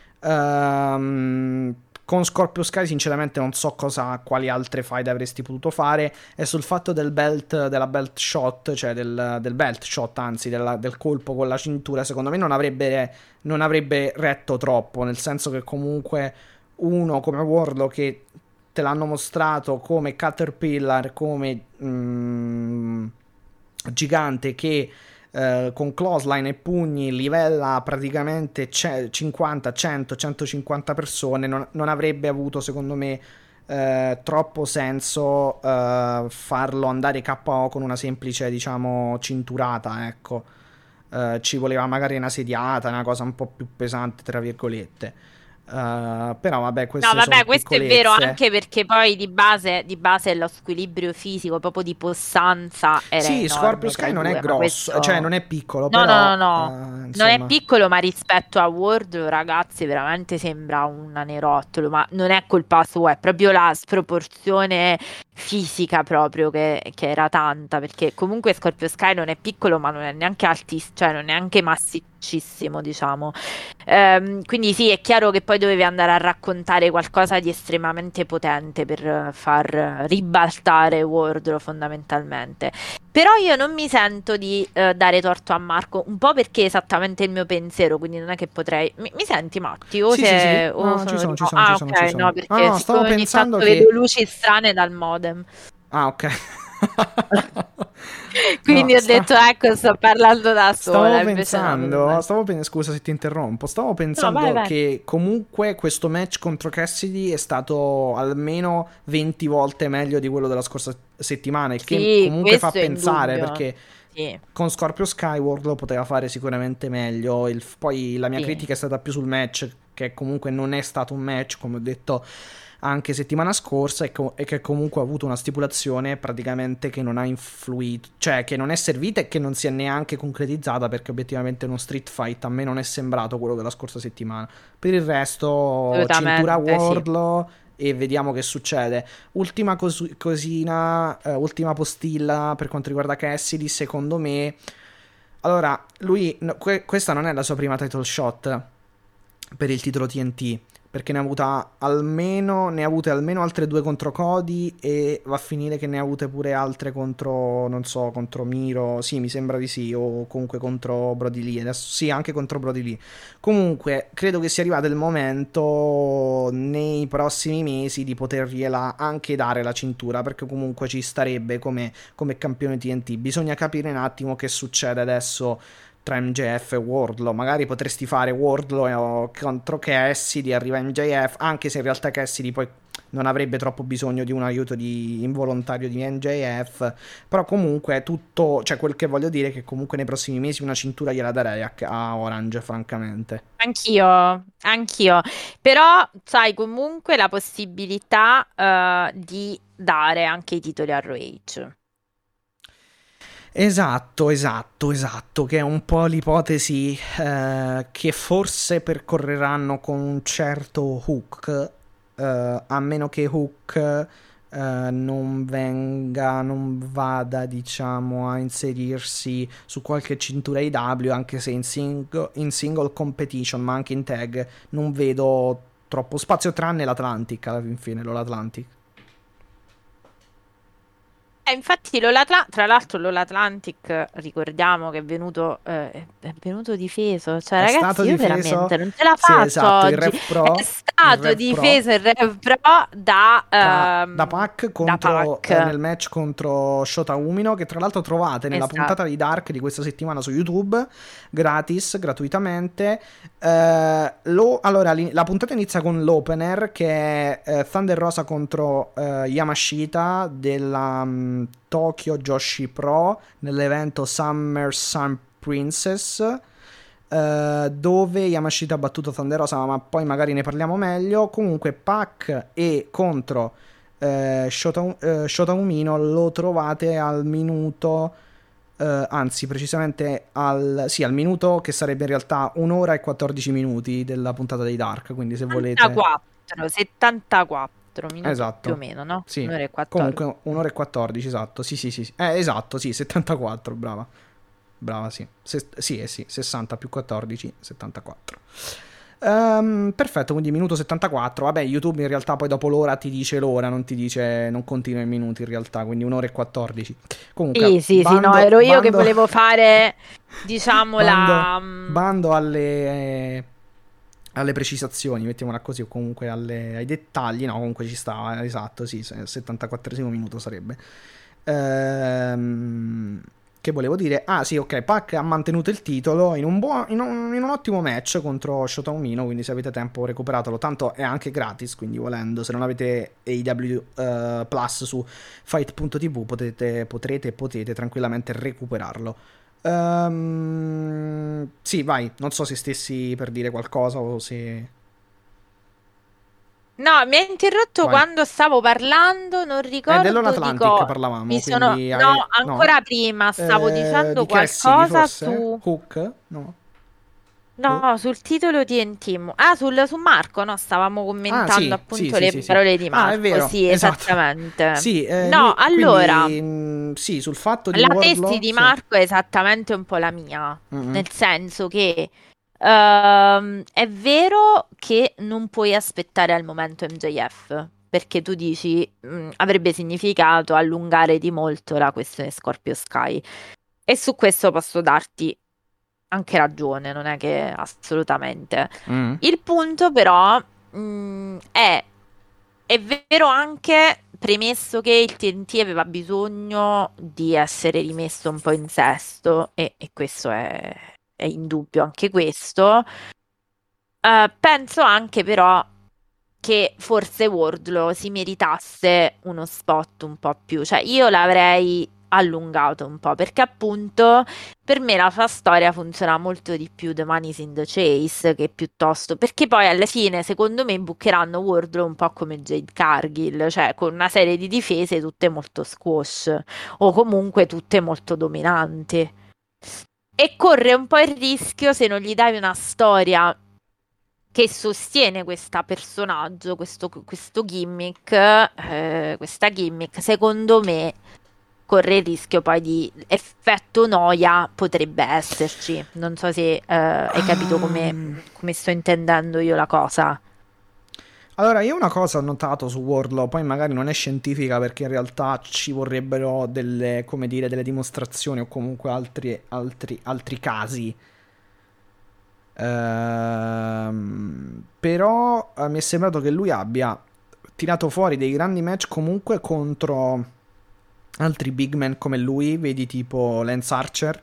S3: Con Scorpio Sky sinceramente non so quali altre fight avresti potuto fare, e sul fatto della belt shot, cioè del belt shot, anzi del colpo con la cintura, secondo me non avrebbe retto troppo, nel senso che comunque uno come Wardlow, che te l'hanno mostrato come Caterpillar, come gigante che con clothesline e pugni livella praticamente 50, 100, 150 persone, non avrebbe avuto secondo me troppo senso farlo andare KO con una semplice, diciamo, cinturata, ecco. Ci voleva magari una sediata, una cosa un po' più pesante, tra virgolette. Però vabbè,
S2: No,
S3: queste sono
S2: vabbè, questo è vero
S3: piccolezze.
S2: anche perché poi di base lo squilibrio fisico, proprio di possanza, era
S3: Sì, Scorpio
S2: enorme tra
S3: Sky
S2: i
S3: non è
S2: due, ma
S3: grosso, cioè non
S2: questo...
S3: è piccolo,
S2: No, no, no,
S3: però
S2: no, non è
S3: insomma.
S2: piccolo, ma rispetto a Wardlow, ragazzi, veramente sembra un anerottolo, ma non è colpa sua, è proprio la sproporzione fisica proprio che era tanta, perché comunque Scorpio Sky non è piccolo, ma non è neanche altissimo, cioè non è neanche massiccissimo, diciamo. Quindi sì, è chiaro che poi dovevi andare a raccontare qualcosa di estremamente potente per far ribaltare Wardlow fondamentalmente. Però io non mi sento di dare torto a Marco, un po' perché è esattamente il mio pensiero, quindi non è che potrei... Mi senti, Matti? O
S3: Sì, sì, sì.
S2: se... o
S3: No, ci
S2: sono
S3: sono,
S2: di
S3: ci
S2: nuovo...
S3: sono, ci
S2: Ah,
S3: sono, ci
S2: ok, no,
S3: sono. No,
S2: perché
S3: no, stavo
S2: siccome ogni
S3: pensando
S2: tanto vedo
S3: che...
S2: luci strane dal modem.
S3: Ah, ok. No,
S2: Quindi ho detto, ecco, sto parlando da sola, invece no, meno male.
S3: scusa se ti interrompo, stavo
S2: No, vai,
S3: pensando
S2: vai.
S3: che comunque questo match contro Cassidy è stato almeno 20 volte meglio di quello della scorsa settimana, il che
S2: Sì,
S3: comunque fa
S2: questo è
S3: pensare
S2: indubbio.
S3: perché
S2: Sì,
S3: con Scorpio Skyward lo poteva fare sicuramente meglio. Poi la mia
S2: sì,
S3: critica è stata più sul match, che comunque non è stato un match, come ho detto anche settimana scorsa, e che comunque ha avuto una stipulazione praticamente che non ha influito, cioè che non è servita e che non si è neanche concretizzata, perché obiettivamente uno street fight a me non è sembrato quello della scorsa settimana. Per il resto, cintura
S2: assolutamente sì.
S3: Wardlow e vediamo che succede. Ultima cosina, ultima postilla per quanto riguarda Cassidy, secondo me. Allora, lui, no, questa non è la sua prima title shot per il titolo TNT, perché ne ha avute almeno altre due contro Cody, e va a finire che ne ha avute pure altre contro, non so, contro Miro, sì, mi sembra di sì, o comunque contro Brody Lee, adesso sì, anche contro Brody Lee. Comunque, credo che sia arrivato il momento nei prossimi mesi di potergliela anche dare la cintura, perché comunque ci starebbe come campione TNT. Bisogna capire un attimo che succede adesso tra MJF e Wardlow. Magari potresti fare Wardlow contro Cassidy, arriva MJF, anche se in realtà Cassidy poi non avrebbe troppo bisogno di un aiuto involontario di MJF, però comunque tutto, cioè quel che voglio dire è che comunque nei prossimi mesi una cintura gliela darei a Orange, francamente.
S2: Anch'io. Però, sai, comunque la possibilità di dare anche i titoli a ROH.
S3: Esatto, che è un po' l'ipotesi che forse percorreranno con un certo Hook, a meno che Hook non vada, diciamo, a inserirsi su qualche cintura IW, anche se in single competition, ma anche in tag, non vedo troppo spazio, tranne l'Atlantic, alla fin fine, l'Atlantic.
S2: Infatti tra l'altro l'All Atlantic, ricordiamo che è venuto difeso, cioè
S3: È stato
S2: ragazzi io
S3: difeso?
S2: veramente non ce la
S3: Sì,
S2: faccio
S3: esatto,
S2: oggi, è
S3: Il
S2: stato
S3: Rev Pro
S2: difeso il Rev Pro da,
S3: da Pac
S2: da
S3: contro,
S2: Pac,
S3: nel match contro Shota Umino, che tra l'altro trovate nella
S2: esatto.
S3: puntata di Dark di questa settimana su YouTube, gratuitamente. Allora, la puntata inizia con l'opener, che è Thunder Rosa contro Yamashita della Tokyo Joshi Pro nell'evento Summer Sun Princess, dove Yamashita ha battuto Thunder Rosa, ma poi magari ne parliamo meglio. Comunque Pac e contro Shota Umino lo trovate al minuto, anzi precisamente al minuto, che sarebbe in realtà 1 ora e 14 minuti della puntata dei Dark, quindi se volete.
S2: 74 minuti più o
S3: Esatto,
S2: meno, no?
S3: sì,
S2: Un'ora e 14.
S3: comunque 1 ora e 14, esatto, sì, sì, sì, esatto, sì, 74, brava, brava, sì, sì, 60 più 14, 74. Perfetto, quindi minuto 74. Vabbè, YouTube in realtà poi dopo l'ora ti dice l'ora, non ti dice, non continua i minuti in realtà, quindi 1 ora e 14. Comunque,
S2: Sì, sì, sì, no, ero io che volevo fare, diciamo,
S3: bando, bando alle precisazioni, mettiamola così, o comunque ai dettagli. No, comunque ci sta, esatto, sì, 74esimo minuto sarebbe. che volevo dire? Ah sì, ok, Pac ha mantenuto il titolo in un ottimo match contro Shota Umino, quindi se avete tempo recuperatelo, tanto è anche gratis, quindi volendo, se non avete AEW Plus su fight.tv potete tranquillamente recuperarlo. Sì, vai, non so se stessi per dire qualcosa o se...
S2: No, mi ha interrotto
S3: Vai.
S2: quando stavo parlando, non
S3: Dell'On
S2: ricordo,
S3: Atlantic
S2: dico,
S3: parlavamo,
S2: no,
S3: quindi hai... No?
S2: ancora prima stavo dicendo
S3: Di Cassidy
S2: qualcosa
S3: forse? Hook? No? Boh.
S2: no, sul titolo di TNT. Su Marco, no, stavamo
S3: Ah,
S2: commentando
S3: sì, sì,
S2: appunto
S3: sì,
S2: le
S3: sì, sì.
S2: parole di
S3: Ah, è
S2: Marco,
S3: vero,
S2: sì,
S3: esatto.
S2: esattamente.
S3: Sì,
S2: No, allora,
S3: quindi, sì, sul fatto di
S2: la tesi
S3: Wardlow,
S2: di
S3: sì.
S2: Marco è esattamente un po' la mia,
S3: Mhm.
S2: nel senso che è vero che non puoi aspettare al momento MJF, perché tu dici avrebbe significato allungare di molto la questione Scorpio Sky. E su questo posso darti anche ragione, non è che assolutamente.
S3: Mhm.
S2: Il punto però è vero anche, premesso che il TNT aveva bisogno di essere rimesso un po' in sesto, e questo è indubbio anche questo. Penso anche però che forse Wardlow si meritasse uno spot un po' più, cioè io l'avrei allungato un po' perché appunto per me la sua storia funziona molto di più The Money's in the Chase che piuttosto perché poi alla fine secondo me bucheranno Wardlow un po' come Jade Cargill, cioè con una serie di difese tutte molto squash o comunque tutte molto dominanti. E corre un po' il rischio se non gli dai una storia che sostiene questo personaggio, questo gimmick, questa gimmick, secondo me corre il rischio poi di effetto noia potrebbe esserci. Non so se hai capito come sto intendendo io la cosa.
S3: Allora, io una cosa ho notato su Wardlow, poi magari non è scientifica perché in realtà ci vorrebbero delle, come dire, delle dimostrazioni o comunque altri casi. Però mi è sembrato che lui abbia tirato fuori dei grandi match comunque contro altri big man come lui, vedi tipo Lance Archer,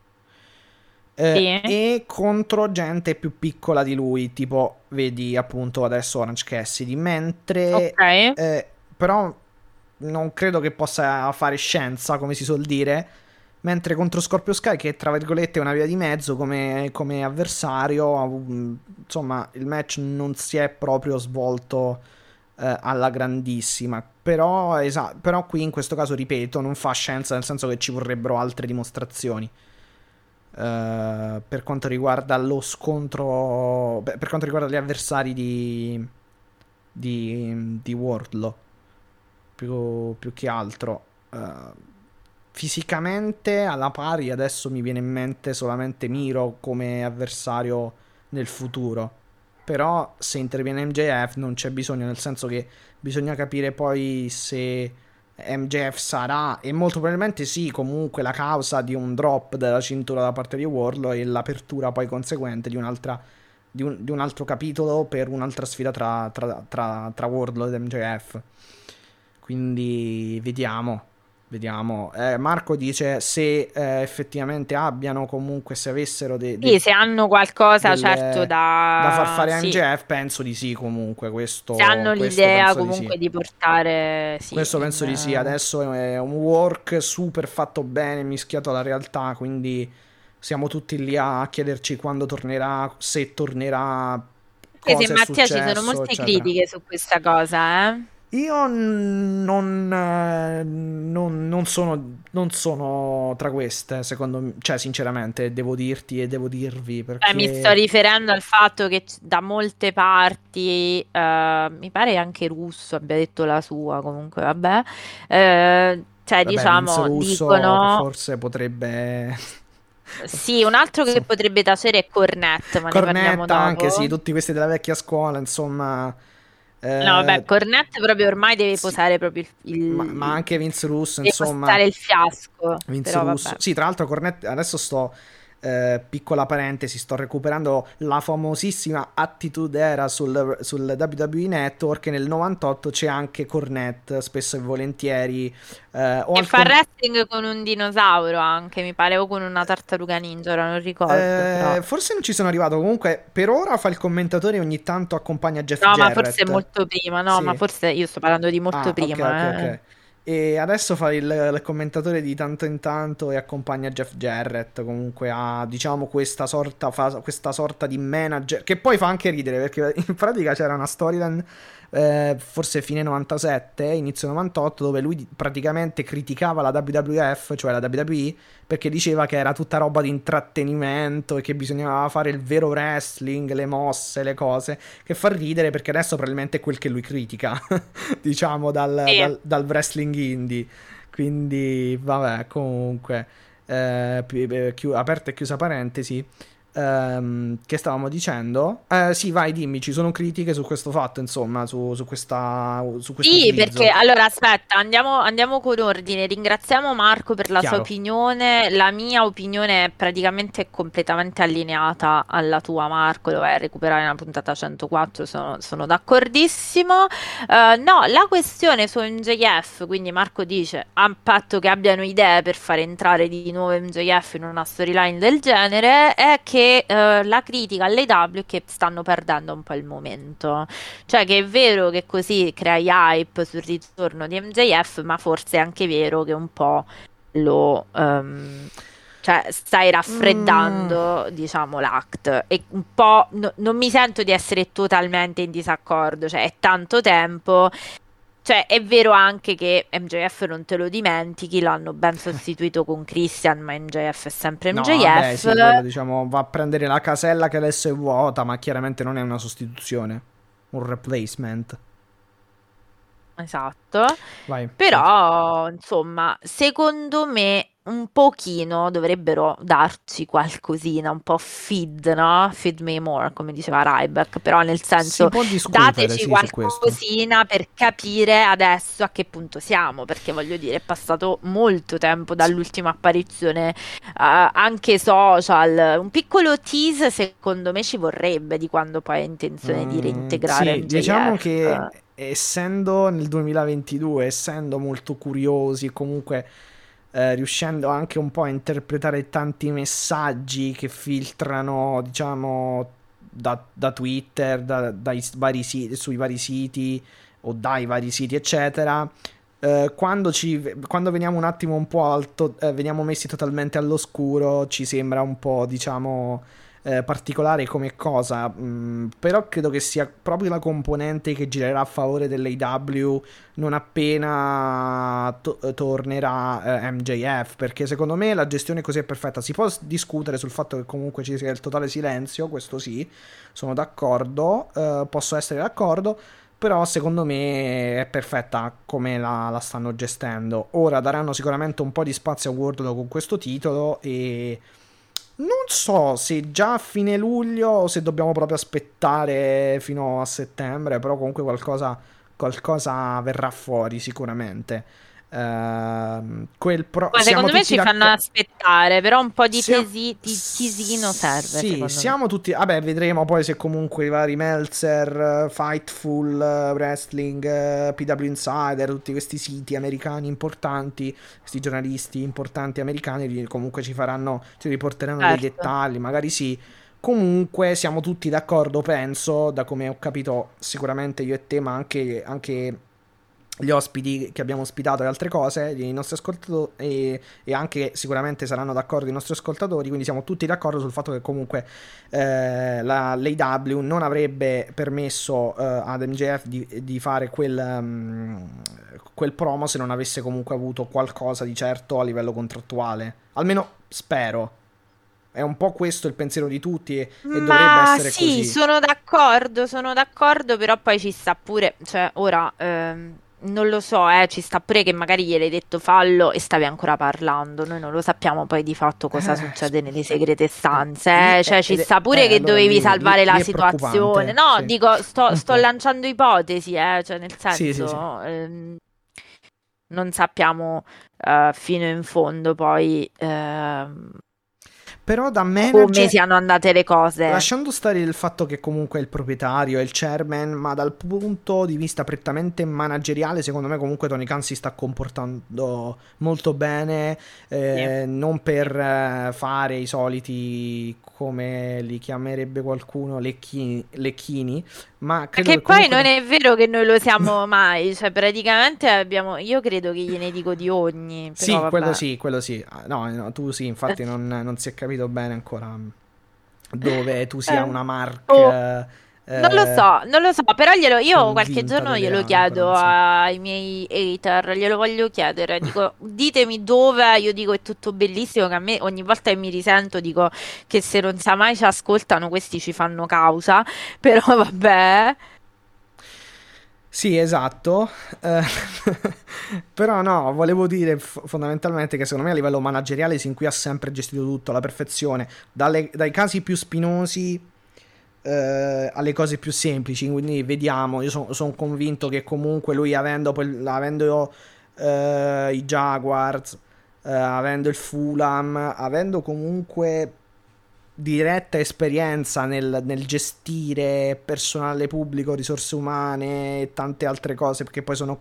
S2: Sì,
S3: e contro gente più piccola di lui, tipo vedi appunto adesso Orange Cassidy, mentre
S2: ok.
S3: però non credo che possa fare scienza, come si suol dire, mentre contro Scorpio Sky, che tra virgolette è una via di mezzo come avversario, insomma il match non si è proprio svolto alla grandissima, però qui in questo caso ripeto non fa scienza, nel senso che ci vorrebbero altre dimostrazioni. Per quanto riguarda lo scontro, per quanto riguarda gli avversari di Wardlow, più che altro. Fisicamente alla pari adesso mi viene in mente solamente Miro come avversario nel futuro. Però se interviene MJF non c'è bisogno, nel senso che bisogna capire poi se MJF sarà, e molto probabilmente sì, comunque la causa di un drop della cintura da parte di Wardlow e l'apertura poi conseguente di un altro capitolo per un'altra sfida tra Wardlow ed MJF. Quindi vediamo. Vediamo. Marco dice se effettivamente abbiano comunque se avessero
S2: Sì, se hanno qualcosa certo
S3: da far
S2: da...
S3: fare a
S2: Sì,
S3: MJF, penso di sì comunque.
S2: se hanno
S3: Questo
S2: l'idea
S3: penso di sì.
S2: comunque di portare, sì,
S3: Questo penso di sì. Adesso è un work super fatto bene, mischiato alla realtà. Quindi siamo tutti lì a chiederci quando tornerà, se tornerà,
S2: anche se
S3: cosa è
S2: Mattia ci sono
S3: successo,
S2: molte
S3: eccetera.
S2: critiche su questa cosa, eh.
S3: Io non sono tra queste, secondo me, cioè sinceramente devo dirti e devo dirvi
S2: Mi sto
S3: perché
S2: riferendo al fatto che da molte parti, mi pare anche Russo abbia detto la sua, comunque, vabbè, cioè
S3: vabbè, Vince
S2: diciamo,
S3: Russo
S2: dicono,
S3: forse potrebbe
S2: sì, un altro che
S3: insomma,
S2: potrebbe tacere è Cornette, ma ne parliamo
S3: Cornetta anche sì,
S2: dopo.
S3: tutti questi della vecchia scuola, insomma,
S2: No, vabbè,
S3: eh,
S2: Cornette proprio ormai deve
S3: sì,
S2: posare proprio
S3: ma anche Vince Russo,
S2: deve
S3: insomma.
S2: posare il fiasco,
S3: Vince
S2: però
S3: Russo.
S2: vabbè.
S3: Sì, tra l'altro Cornette, adesso sto piccola parentesi, sto recuperando la famosissima Attitude Era sul WWE Network, e nel 98 c'è anche Cornette, spesso e volentieri.
S2: Che fa wrestling con un dinosauro anche, mi pare, o con una tartaruga ninja, ora non ricordo. Però.
S3: Forse non ci sono arrivato, comunque per ora fa il commentatore e ogni tanto accompagna Jeff
S2: No,
S3: Jarrett.
S2: ma forse molto prima, no,
S3: Sì.
S2: ma forse io sto parlando di molto prima.
S3: Ok. E adesso fa il commentatore di tanto in tanto e accompagna Jeff Jarrett. Comunque ha, diciamo, questa sorta di manager, che poi fa anche ridere, perché in pratica c'era una storyline, forse fine 97, inizio 98, dove lui praticamente criticava la WWF, cioè la WWE, perché diceva che era tutta roba di intrattenimento e che bisognava fare il vero wrestling, le mosse, le cose, che fa ridere perché adesso probabilmente è quel che lui critica, diciamo, dal wrestling indie. Quindi, vabbè, comunque, aperta e chiusa parentesi. Che stavamo dicendo? Sì, vai, dimmi, ci sono critiche su questo fatto, insomma, su questo
S2: Sì,
S3: utilizzo.
S2: perché allora aspetta, andiamo con ordine. Ringraziamo Marco per la sua
S3: Chiaro.
S2: opinione. La mia opinione è praticamente completamente allineata alla tua, Marco. Lo vai a recuperare nella puntata 104, sono d'accordissimo. No, la questione su MJF, quindi Marco dice, a patto che abbiano idee per fare entrare di nuovo MJF in una storyline del genere, è che la critica all'AEW è che stanno perdendo un po' il momento. Cioè che è vero che così crei hype sul ritorno di MJF, ma forse è anche vero che un po' cioè stai raffreddando, diciamo, l'act. E un po' non mi sento di essere totalmente in disaccordo, cioè è tanto tempo. Cioè, è vero anche che MJF non te lo dimentichi, l'hanno ben sostituito con Christian, ma MJF è sempre
S3: No,
S2: MJF.
S3: vabbè, sì, quello, diciamo, va a prendere la casella che adesso è vuota, ma chiaramente non è una sostituzione, un replacement.
S2: Esatto.
S3: Vai.
S2: Però, insomma, secondo me un pochino dovrebbero darci qualcosina, un po' feed, no? Feed me more, come diceva Ryback, però nel senso
S3: Si può discutere,
S2: dateci
S3: sì, su questo.
S2: qualcosina per capire adesso a che punto siamo, perché voglio dire, è passato molto tempo dall'ultima apparizione, anche social. Un piccolo tease secondo me ci vorrebbe di quando poi hai intenzione di reintegrare
S3: Sì,
S2: MJF.
S3: diciamo che essendo nel 2022, essendo molto curiosi, comunque riuscendo anche un po' a interpretare tanti messaggi che filtrano, diciamo, da Twitter, dai vari siti, sui vari siti o dai vari siti, eccetera. Quando veniamo un attimo un po' veniamo messi totalmente all'oscuro, ci sembra un po', diciamo, particolare come cosa, però credo che sia proprio la componente che girerà a favore dell'AEW non appena tornerà MJF, perché secondo me la gestione così è perfetta. Si può discutere sul fatto che comunque ci sia il totale silenzio, questo sì, sono d'accordo, posso essere d'accordo, però secondo me è perfetta come la stanno gestendo. Ora daranno sicuramente un po' di spazio a Wardlow con questo titolo e non so se già a fine luglio o se dobbiamo proprio aspettare fino a settembre, però comunque qualcosa verrà fuori sicuramente.
S2: Secondo me ci fanno aspettare, però un po' di teasino serve.
S3: Sì, siamo tutti. Vabbè, vedremo poi se comunque i vari Meltzer, Fightful Wrestling, PW Insider, tutti questi siti americani importanti, questi giornalisti importanti americani, comunque ci riporteranno dei dettagli, magari sì. Comunque siamo tutti d'accordo, penso, da come ho capito, sicuramente io e te, ma anche gli ospiti che abbiamo ospitato e altre cose, i nostri ascoltatori, e anche sicuramente saranno d'accordo i nostri ascoltatori, quindi siamo tutti d'accordo sul fatto che comunque l'AEW non avrebbe permesso ad MJF di fare quel promo se non avesse comunque avuto qualcosa di certo a livello contrattuale, almeno spero. È un po' questo il pensiero di tutti e dovrebbe essere così.
S2: Sì, sono d'accordo, però poi ci sta pure, cioè ora non lo so, ci sta pure che magari gliel'hai detto fallo e stavi ancora parlando, noi non lo sappiamo poi di fatto cosa succede nelle segrete stanze, cioè ci sta pure che
S3: allora
S2: dovevi salvare la situazione, no,
S3: sì.
S2: dico, sto lanciando ipotesi, cioè nel senso,
S3: sì.
S2: Non sappiamo fino in fondo poi...
S3: Però da
S2: come
S3: manager,
S2: siano andate le cose.
S3: lasciando stare il fatto che comunque è il proprietario, è il chairman, ma dal punto di vista prettamente manageriale, secondo me comunque Tony Khan si sta comportando molto bene,
S2: Sì.
S3: non per fare i soliti, come li chiamerebbe qualcuno, lecchini, ma credo
S2: Perché
S3: che
S2: poi
S3: comunque
S2: non è vero che noi lo siamo mai, cioè praticamente abbiamo, io credo che gliene dico di ogni, però
S3: Sì, quello
S2: vabbè.
S3: sì, quello sì. No, no, tu sì, infatti non si è capito bene ancora dove tu sia
S2: Eh,
S3: una
S2: oh,
S3: marca
S2: non lo so, però io qualche
S3: convinta
S2: giorno
S3: delle
S2: glielo
S3: ancora
S2: chiedo
S3: non so.
S2: ai miei hater, glielo voglio chiedere, dico, ditemi dove, io dico è tutto bellissimo, che a me ogni volta che mi risento dico che se non sa mai ci ascoltano, questi ci fanno causa, però vabbè.
S3: Sì, esatto. Eh, però no, volevo dire fondamentalmente che secondo me a livello manageriale sin qui ha sempre gestito tutto alla perfezione, dai casi più spinosi alle cose più semplici. Quindi vediamo, io sono convinto che comunque lui avendo i Jaguars, avendo il Fulham, avendo comunque diretta esperienza nel gestire personale pubblico, risorse umane e tante altre cose, perché poi sono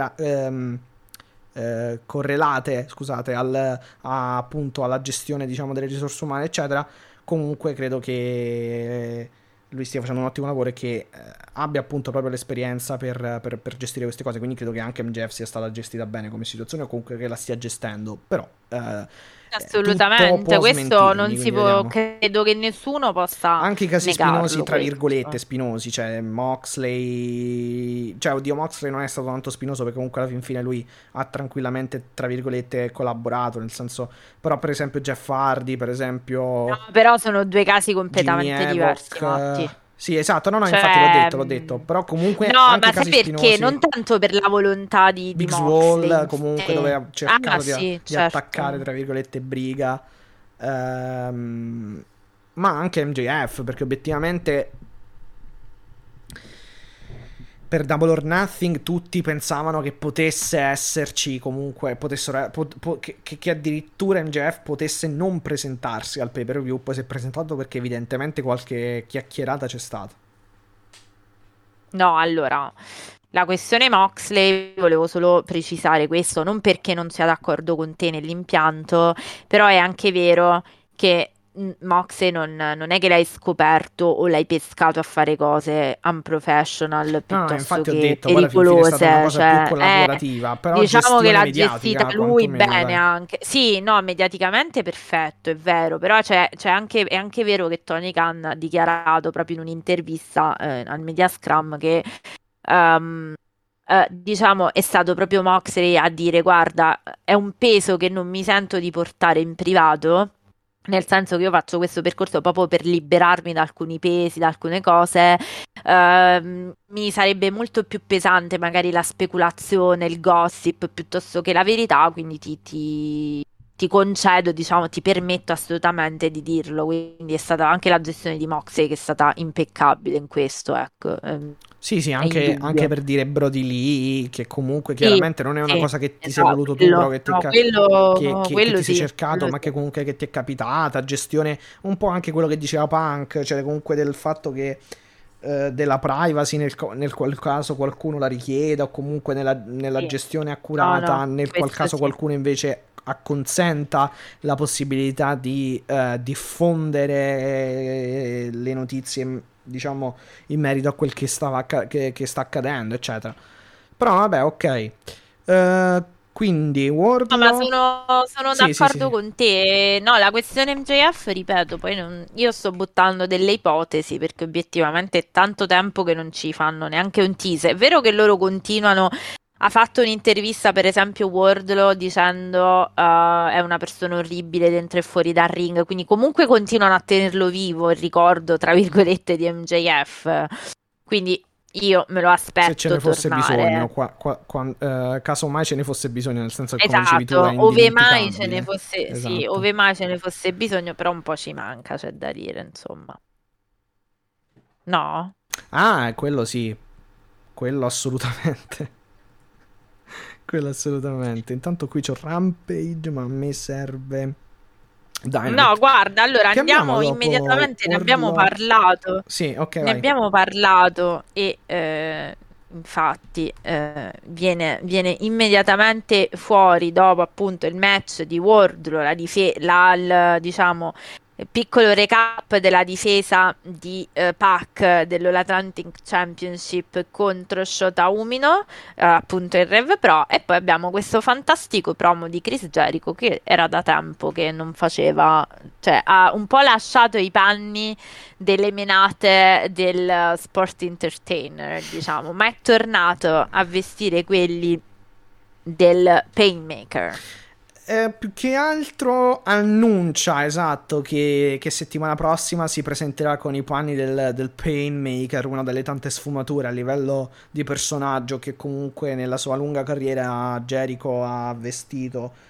S3: correlate, scusate, appunto alla gestione, diciamo, delle risorse umane, eccetera. Comunque credo che lui stia facendo un ottimo lavoro e che abbia appunto proprio l'esperienza per gestire queste cose. Quindi credo che anche MJF sia stata gestita bene come situazione, o comunque che la stia gestendo. Però tutto
S2: Assolutamente,
S3: può
S2: questo
S3: smentirmi,
S2: non si
S3: quindi
S2: può,
S3: vediamo.
S2: credo che nessuno possa
S3: Anche i casi spinosi,
S2: negarlo
S3: tra virgolette,
S2: questo.
S3: spinosi, cioè Moxley, cioè oddio, Moxley non è stato tanto spinoso perché comunque alla fin fine lui ha tranquillamente, tra virgolette, collaborato, nel senso, però per esempio Jeff Hardy, per
S2: No,
S3: esempio
S2: però sono due casi
S3: Jimmy
S2: completamente diversi,
S3: Havoc,
S2: Matti.
S3: sì, esatto, no, no, infatti
S2: Cioè,
S3: l'ho detto, però comunque
S2: no,
S3: anche i
S2: ma sai
S3: casi
S2: perché?
S3: spinosi,
S2: Non tanto per la volontà di
S3: Big Swall
S2: Moxley in
S3: comunque dove
S2: sé.
S3: ha
S2: Ah,
S3: cercato
S2: sì,
S3: di attaccare,
S2: certo.
S3: tra virgolette, Briga, ma anche MJF, perché obiettivamente per Double or Nothing tutti pensavano che potesse esserci comunque, che addirittura MJF potesse non presentarsi al pay per view, poi si è presentato perché evidentemente qualche chiacchierata c'è stata.
S2: No, allora, la questione Moxley, volevo solo precisare questo, non perché non sia d'accordo con te nell'impianto, però è anche vero che Moxley non è che l'hai scoperto o l'hai pescato a fare cose unprofessional
S3: No, no,
S2: piuttosto
S3: infatti ho
S2: che
S3: detto, poi alla fin fine è stata una
S2: pericolose,
S3: cosa più
S2: cioè,
S3: collaborativa, però
S2: diciamo che
S3: gestione
S2: l'ha gestita
S3: mediatica
S2: lui
S3: quantomeno,
S2: bene
S3: dai.
S2: anche. Sì, no, mediaticamente perfetto, è vero, però è anche vero che Tony Khan ha dichiarato proprio in un'intervista al Media Scrum che ehm, diciamo è stato proprio Moxley a dire guarda, è un peso che non mi sento di portare in privato. Nel senso che io faccio questo percorso proprio per liberarmi da alcuni pesi, da alcune cose. Mi sarebbe molto più pesante magari la speculazione, il gossip piuttosto che la verità, quindi ti concedo, diciamo, ti permetto assolutamente di dirlo. Quindi è stata anche la gestione di Moxley che è stata impeccabile in questo, ecco,
S3: Sì, sì,
S2: è
S3: anche
S2: indubbio.
S3: per dire Brody Lee, che comunque
S2: Sì,
S3: chiaramente non è una
S2: sì,
S3: cosa che ti sei
S2: esatto,
S3: voluto tu, però
S2: quello, no,
S3: che
S2: quello
S3: ti sei
S2: sì,
S3: cercato,
S2: quello
S3: ma che
S2: sì.
S3: comunque che ti è capitata, gestione un po' anche quello che diceva Punk, cioè comunque del fatto che della privacy nel qual caso qualcuno la richieda, o comunque nella
S2: Sì.
S3: gestione
S2: No,
S3: accurata
S2: no,
S3: nel qual
S2: questo
S3: caso
S2: sì.
S3: qualcuno invece acconsenta la possibilità di diffondere le notizie, diciamo, in merito a quel che sta accadendo, eccetera. Però vabbè, ok. Quindi
S2: No, ma
S3: Wardlow.
S2: sono
S3: Sì, sì, sì,
S2: d'accordo
S3: sì.
S2: con te. No, la questione MJF, ripeto, poi io sto buttando delle ipotesi perché obiettivamente è tanto tempo che non ci fanno neanche un teaser. È vero che loro continuano. Ha fatto un'intervista, per esempio, Wardlow dicendo è una persona orribile dentro e fuori dal ring, quindi comunque continuano a tenerlo vivo il ricordo, tra virgolette, di MJF. Quindi io me lo
S3: Se ce ne
S2: aspetto
S3: fosse bisogno,
S2: tornare.
S3: casomai ce ne fosse bisogno, nel senso che come dicevi tu è
S2: Esatto, ove mai ce ne
S3: indimenticabile.
S2: fosse, sì,
S3: Esatto.
S2: ove mai ce ne fosse bisogno, però un po' ci manca, c'è da dire, insomma. No?
S3: Ah, quello sì, quello assolutamente. Quello assolutamente. Intanto qui c'ho Rampage, ma a me serve
S2: No, guarda, allora
S3: Chiamiamo
S2: andiamo
S3: dopo
S2: immediatamente, ne abbiamo
S3: Wardlow.
S2: parlato.
S3: Sì, ok,
S2: Ne
S3: vai.
S2: abbiamo parlato e infatti viene immediatamente fuori dopo appunto il match di Wardlow, diciamo piccolo recap della difesa di Pac dell'All Atlantic Championship contro Shota Umino, appunto il Rev Pro, e poi abbiamo questo fantastico promo di Chris Jericho che era da tempo che non faceva, cioè ha un po' lasciato i panni delle menate del sport entertainer, diciamo, ma è tornato a vestire quelli del Painmaker.
S3: Più che altro annuncia, esatto, che settimana prossima si presenterà con i panni del Painmaker, una delle tante sfumature a livello di personaggio che comunque nella sua lunga carriera Jericho ha vestito,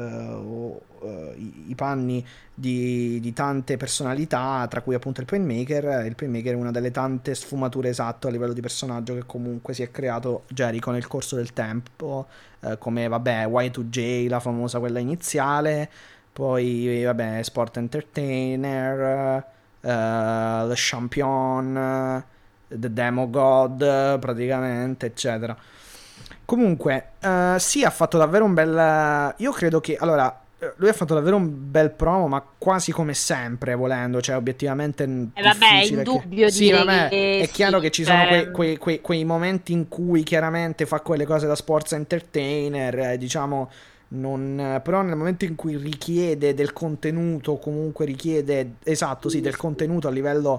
S3: i panni di tante personalità, tra cui appunto il Painmaker. Il Painmaker è una delle tante sfumature, esatto, a livello di personaggio che comunque si è creato Jericho nel corso del tempo, come vabbè Y2J, la famosa quella iniziale, poi vabbè Sport Entertainer, The Champion, The Demogod praticamente, eccetera. Comunque sì, ha fatto davvero un bel, io credo che allora lui ha fatto davvero un bel promo, ma quasi come sempre, volendo, cioè obiettivamente
S2: Vabbè, è
S3: difficile
S2: indubbio
S3: sì,
S2: dire
S3: vabbè,
S2: che
S3: è chiaro
S2: sì,
S3: che ci sono
S2: cioè,
S3: quei momenti in cui chiaramente fa quelle cose da sports entertainer, diciamo, non, però nel momento in cui richiede del contenuto, comunque richiede, esatto, sì, del contenuto a livello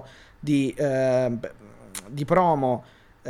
S3: di promo,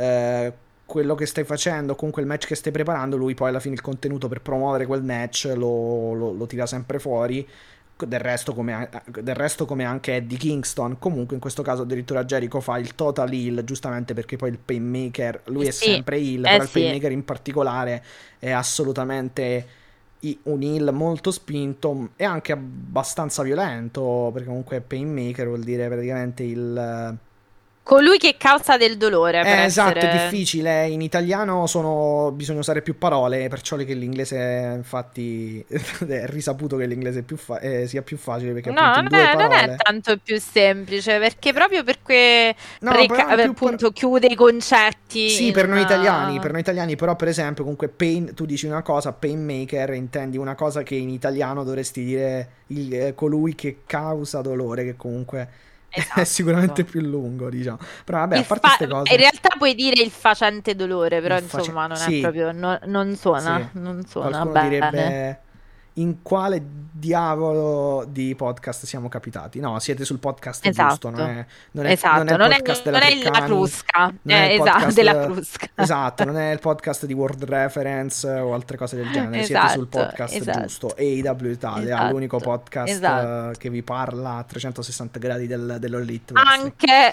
S3: quello che stai facendo, comunque il match che stai preparando, lui poi alla fine il contenuto per promuovere quel match lo tira sempre fuori. Del resto come anche Eddie Kingston, comunque in questo caso addirittura Jericho fa il total heel, giustamente perché poi il Painmaker, lui è
S2: sì,
S3: sempre heel, però il
S2: sì.
S3: Painmaker in particolare è assolutamente un heel molto spinto e anche abbastanza violento, perché comunque Painmaker vuol dire praticamente il...
S2: Colui che causa del dolore, per
S3: esatto, è
S2: essere...
S3: difficile. In italiano bisogna usare più parole, perciò che l'inglese, infatti, è risaputo che l'inglese sia più facile perché
S2: No,
S3: appunto in due
S2: non è
S3: parole.
S2: tanto più semplice, perché proprio perché
S3: No, però è più
S2: appunto chiude i concetti
S3: sì,
S2: in
S3: per
S2: una...
S3: noi italiani, però per esempio comunque tu dici una cosa, Painmaker, intendi una cosa che in italiano dovresti dire colui che causa dolore, che comunque è sicuramente
S2: Esatto.
S3: più lungo, diciamo. Però vabbè, a parte queste
S2: In
S3: cose...
S2: realtà puoi dire il facente dolore, però insomma non è
S3: Sì,
S2: proprio... non
S3: sì,
S2: suona
S3: qualcuno
S2: bene.
S3: direbbe in quale diavolo di podcast siamo capitati. No, siete sul podcast giusto,
S2: Esatto,
S3: non è
S2: esatto,
S3: il podcast della
S2: non è la
S3: Treccani,
S2: Crusca,
S3: non è il
S2: esatto,
S3: podcast,
S2: della Crusca.
S3: esatto, non è il podcast di World Reference o altre cose del genere, siete sul
S2: Esatto,
S3: podcast
S2: esatto,
S3: giusto. AEW Italia, l'unico
S2: esatto,
S3: podcast
S2: esatto.
S3: che vi parla a 360 gradi dell'Elite Wrestling.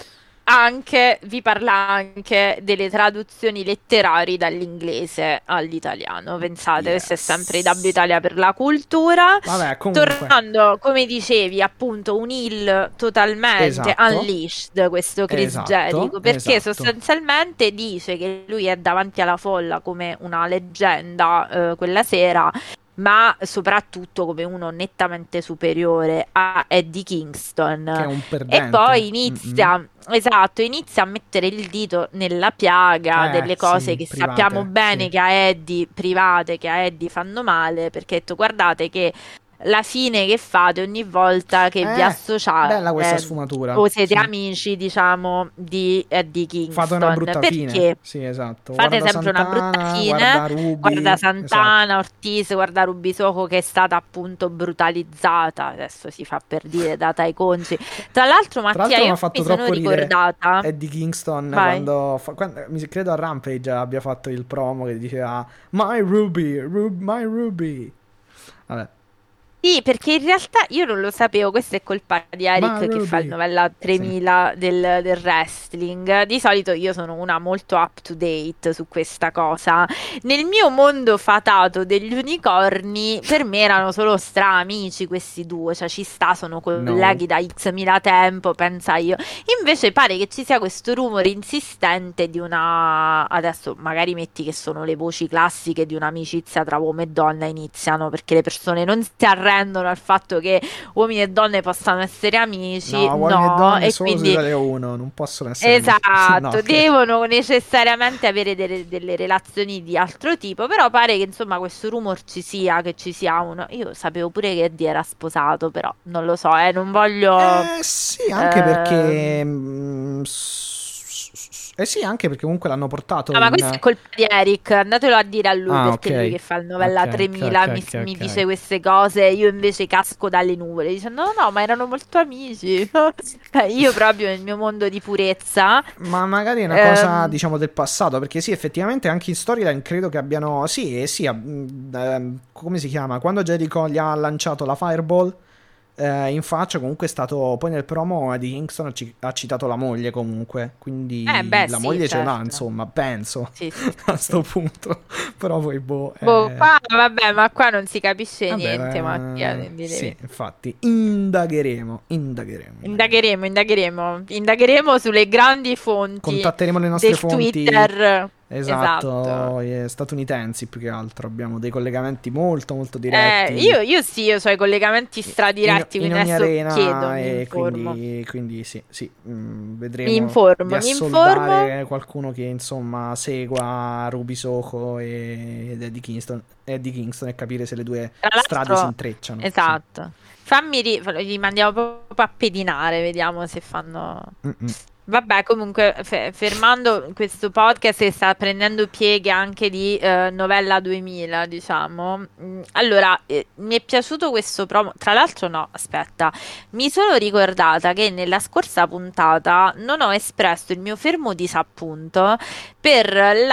S2: Anche vi parla anche delle traduzioni letterari dall'inglese all'italiano. Pensate, questo è sempre
S3: Yes.
S2: W Italia per la cultura.
S3: Vabbè, comunque.
S2: Tornando, come dicevi, appunto, un heel totalmente
S3: Esatto.
S2: unleashed, questo Chris
S3: Esatto,
S2: Jericho, perché
S3: esatto.
S2: sostanzialmente dice che lui è davanti alla folla come una leggenda quella sera, ma soprattutto come uno nettamente superiore a Eddie Kingston.
S3: Che è un
S2: E
S3: perdente.
S2: poi inizia a mettere il dito nella piaga delle cose
S3: sì,
S2: che
S3: private,
S2: sappiamo bene
S3: sì.
S2: che a Eddie, private, che a Eddie fanno male, perché ha detto guardate che la fine che fate ogni volta che vi associate
S3: bella questa sfumatura.
S2: o siete
S3: Sì.
S2: amici, diciamo, di Eddie Kingston.
S3: Fate una brutta
S2: perché
S3: fine. Sì, esatto.
S2: fate
S3: Guarda
S2: sempre
S3: Santana,
S2: una brutta fine.
S3: guarda Ruby.
S2: Guarda Santana,
S3: Esatto.
S2: Ortiz, guarda Ruby Soho che è stata appunto brutalizzata. Adesso si fa per dire da Tai Conci. Tra l'altro, Mattia,
S3: mi
S2: io
S3: ha fatto
S2: mi sono
S3: troppo ridere
S2: ricordata.
S3: Eddie Kingston
S2: Vai.
S3: quando credo a Rampage abbia fatto il promo che diceva My Ruby, my Ruby. Vabbè.
S2: Sì, perché in realtà io non lo sapevo, questo è colpa di Eric che fa il novella 3000 del wrestling. Di solito io sono una molto up to date su questa cosa. Nel mio mondo fatato degli unicorni, per me erano solo stra amici questi due, cioè ci sta, sono colleghi da x mila tempo, pensa io. Invece pare che ci sia questo rumore insistente di una... Adesso magari metti che sono le voci classiche di un'amicizia tra uomo e donna iniziano, perché le persone non si arrendono prendono al fatto che uomini e donne possano essere amici.
S3: No, uomini e donne
S2: E
S3: solo su
S2: quindi
S3: Italia 1, non possono essere amici. No,
S2: esatto,
S3: ok.
S2: devono necessariamente avere delle relazioni di altro tipo, però pare che insomma questo rumor ci sia, che ci sia uno. Io sapevo pure che Eddie era sposato, però non lo so, non voglio...
S3: Sì, anche perché...
S2: ehm,
S3: sì, anche perché comunque l'hanno portato
S2: No, ma questa è
S3: in...
S2: colpa di Eric, andatelo a dire a lui,
S3: Ah,
S2: perché lui
S3: ok.
S2: che fa il
S3: Ok,
S2: novella
S3: ok,
S2: 3000
S3: ok,
S2: mi,
S3: ok,
S2: mi
S3: ok.
S2: dice queste cose, io invece casco dalle nuvole, dicendo no, no, ma erano molto amici. Io proprio nel mio mondo di purezza.
S3: Ma magari è una cosa,
S2: ehm,
S3: diciamo, del passato, perché sì, effettivamente anche in storyline credo che abbiano... Sì, sì, come si chiama? Quando Jericho gli ha lanciato la Fireball in faccia, comunque è stato... Poi nel promo Eddie Kingston ha citato la moglie comunque, quindi
S2: beh,
S3: la
S2: sì,
S3: moglie ce l'ha,
S2: certo.
S3: insomma, penso,
S2: Sì, sì, sì,
S3: a sto
S2: sì.
S3: punto. Però poi, boh...
S2: Boh, qua, vabbè, ma qua non si capisce
S3: Vabbè,
S2: niente, Mattia, quindi
S3: sì, infatti, indagheremo, indagheremo, indagheremo.
S2: indagheremo sulle grandi fonti
S3: Contatteremo le nostre
S2: del
S3: fonti,
S2: Twitter.
S3: esatto,
S2: Esatto.
S3: statunitensi più che altro. Abbiamo dei collegamenti molto molto diretti
S2: Io sì, io ho i collegamenti stradiretti,
S3: in
S2: quindi
S3: ogni
S2: adesso chiedo,
S3: arena
S2: mi
S3: e
S2: informo.
S3: quindi sì, sì,
S2: Mi
S3: vedremo di
S2: informo, mi informo.
S3: assoldare qualcuno che insomma segua Ruby Soho ed Eddie Kingston e capire se le due
S2: Tra
S3: strade si
S2: l'altro,
S3: intrecciano. Sì.
S2: esatto. Li mandiamo proprio a pedinare, vediamo se fanno.
S3: Mm-mm.
S2: Vabbè, comunque, fermando questo podcast che sta prendendo pieghe anche di Novella 2000, diciamo. Allora, mi è piaciuto questo promo. Tra l'altro, no, aspetta, mi sono ricordata che nella scorsa puntata non ho espresso il mio fermo disappunto per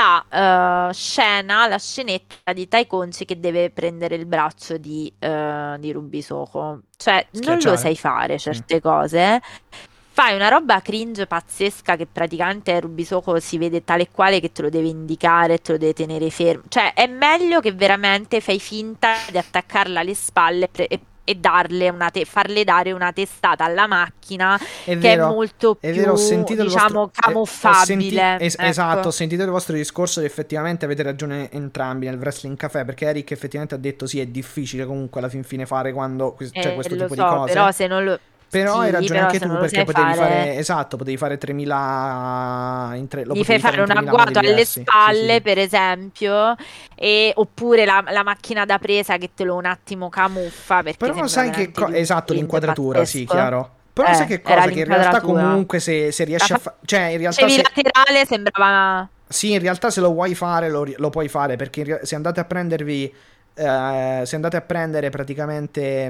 S2: la scenetta di Tai Conci che deve prendere il braccio di Ruby Soho. Cioè, non lo
S3: Schiacciare?
S2: sai fare
S3: Sì.
S2: certe cose. Fai una roba cringe pazzesca che praticamente Ruby Soho si vede tale e quale che te lo deve indicare, te lo deve tenere fermo. Cioè, è meglio che veramente fai finta di attaccarla alle spalle e farle dare una testata alla macchina che
S3: È
S2: più,
S3: vero, ho sentito il vostro.
S2: diciamo, camuffabile.
S3: Esatto, ho
S2: Ecco.
S3: sentito il vostro discorso ed effettivamente avete ragione entrambi nel Wrestling Café, perché Eric effettivamente ha detto sì, è difficile comunque alla fin fine fare quando c'è questo
S2: Lo
S3: tipo di
S2: so,
S3: cose.
S2: però se non lo...
S3: Però hai
S2: Sì,
S3: ragione
S2: però
S3: anche
S2: se
S3: tu
S2: non lo
S3: perché
S2: sai
S3: potevi
S2: fare...
S3: fare, esatto, potevi fare 3000 lo
S2: Gli fai
S3: potevi fare
S2: fare
S3: in
S2: un
S3: 3000 modi
S2: agguato alle
S3: diversi. Sì, sì,
S2: spalle,
S3: sì.
S2: per esempio, oppure la macchina da presa che te lo un attimo camuffa perché
S3: Però
S2: sembra
S3: sai che
S2: veramente di un
S3: esatto,
S2: cringe
S3: l'inquadratura, sì,
S2: pazzesco.
S3: chiaro. Però sai che
S2: Era
S3: cosa? Che in realtà
S2: l'inquadratura.
S3: comunque se
S2: La
S3: riesci a fare, cioè in realtà
S2: facevi
S3: se
S2: laterale, sembrava...
S3: sì, in realtà se lo vuoi fare lo puoi fare perché se andate a prendervi se andate a prendere praticamente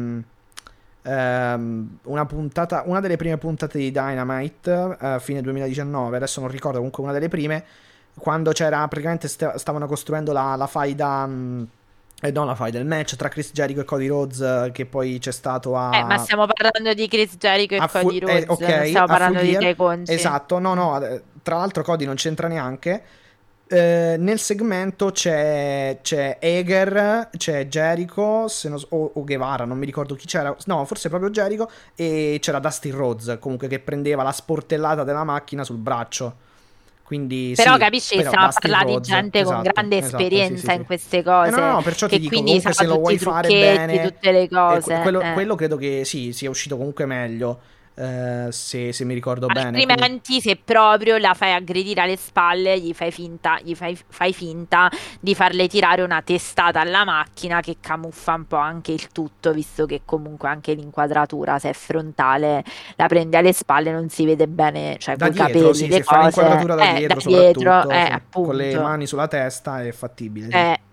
S3: una delle prime puntate di Dynamite, fine 2019, adesso non ricordo, comunque una delle prime, quando c'era praticamente stavano costruendo la faida, non la faida, il match tra Chris Jericho e Cody Rhodes, che poi c'è stato
S2: Ma stiamo parlando di Chris Jericho e Cody Rhodes, non
S3: ok,
S2: stiamo
S3: a Full
S2: parlando di
S3: Gear,
S2: Tay Conci.
S3: esatto, no, no, tra l'altro Cody non c'entra neanche. Nel segmento c'è Eger, c'è Jericho, o Guevara, non mi ricordo chi c'era, no, forse proprio Jericho, e c'era Dusty Rhodes, comunque, che prendeva la sportellata della macchina sul braccio. Quindi
S2: Però
S3: sì,
S2: capisci che
S3: però
S2: stiamo a
S3: Dusty
S2: parlare di
S3: Rhodes,
S2: gente con
S3: esatto,
S2: grande
S3: esatto, sì, sì,
S2: esperienza in
S3: sì.
S2: queste
S3: No, no,
S2: cose,
S3: no, perciò ti
S2: che
S3: dico,
S2: quindi sa
S3: comunque se lo
S2: tutti
S3: vuoi
S2: i
S3: fare
S2: trucchetti,
S3: bene,
S2: tutte le cose.
S3: quello credo che sì, sia uscito comunque meglio, se mi ricordo bene.
S2: Altrimenti, se proprio la fai aggredire alle spalle, fai finta di farle tirare una testata alla macchina che camuffa un po' anche il tutto, visto che comunque anche l'inquadratura, se è frontale, la prendi alle spalle, non si vede bene, cioè
S3: Da
S2: coi
S3: dietro,
S2: capelli,
S3: sì,
S2: le
S3: se fai
S2: cose,
S3: l'inquadratura da
S2: da
S3: dietro
S2: dietro,
S3: soprattutto, sì, con le
S2: appunto.
S3: mani sulla testa è fattibile, sì.
S2: Eh,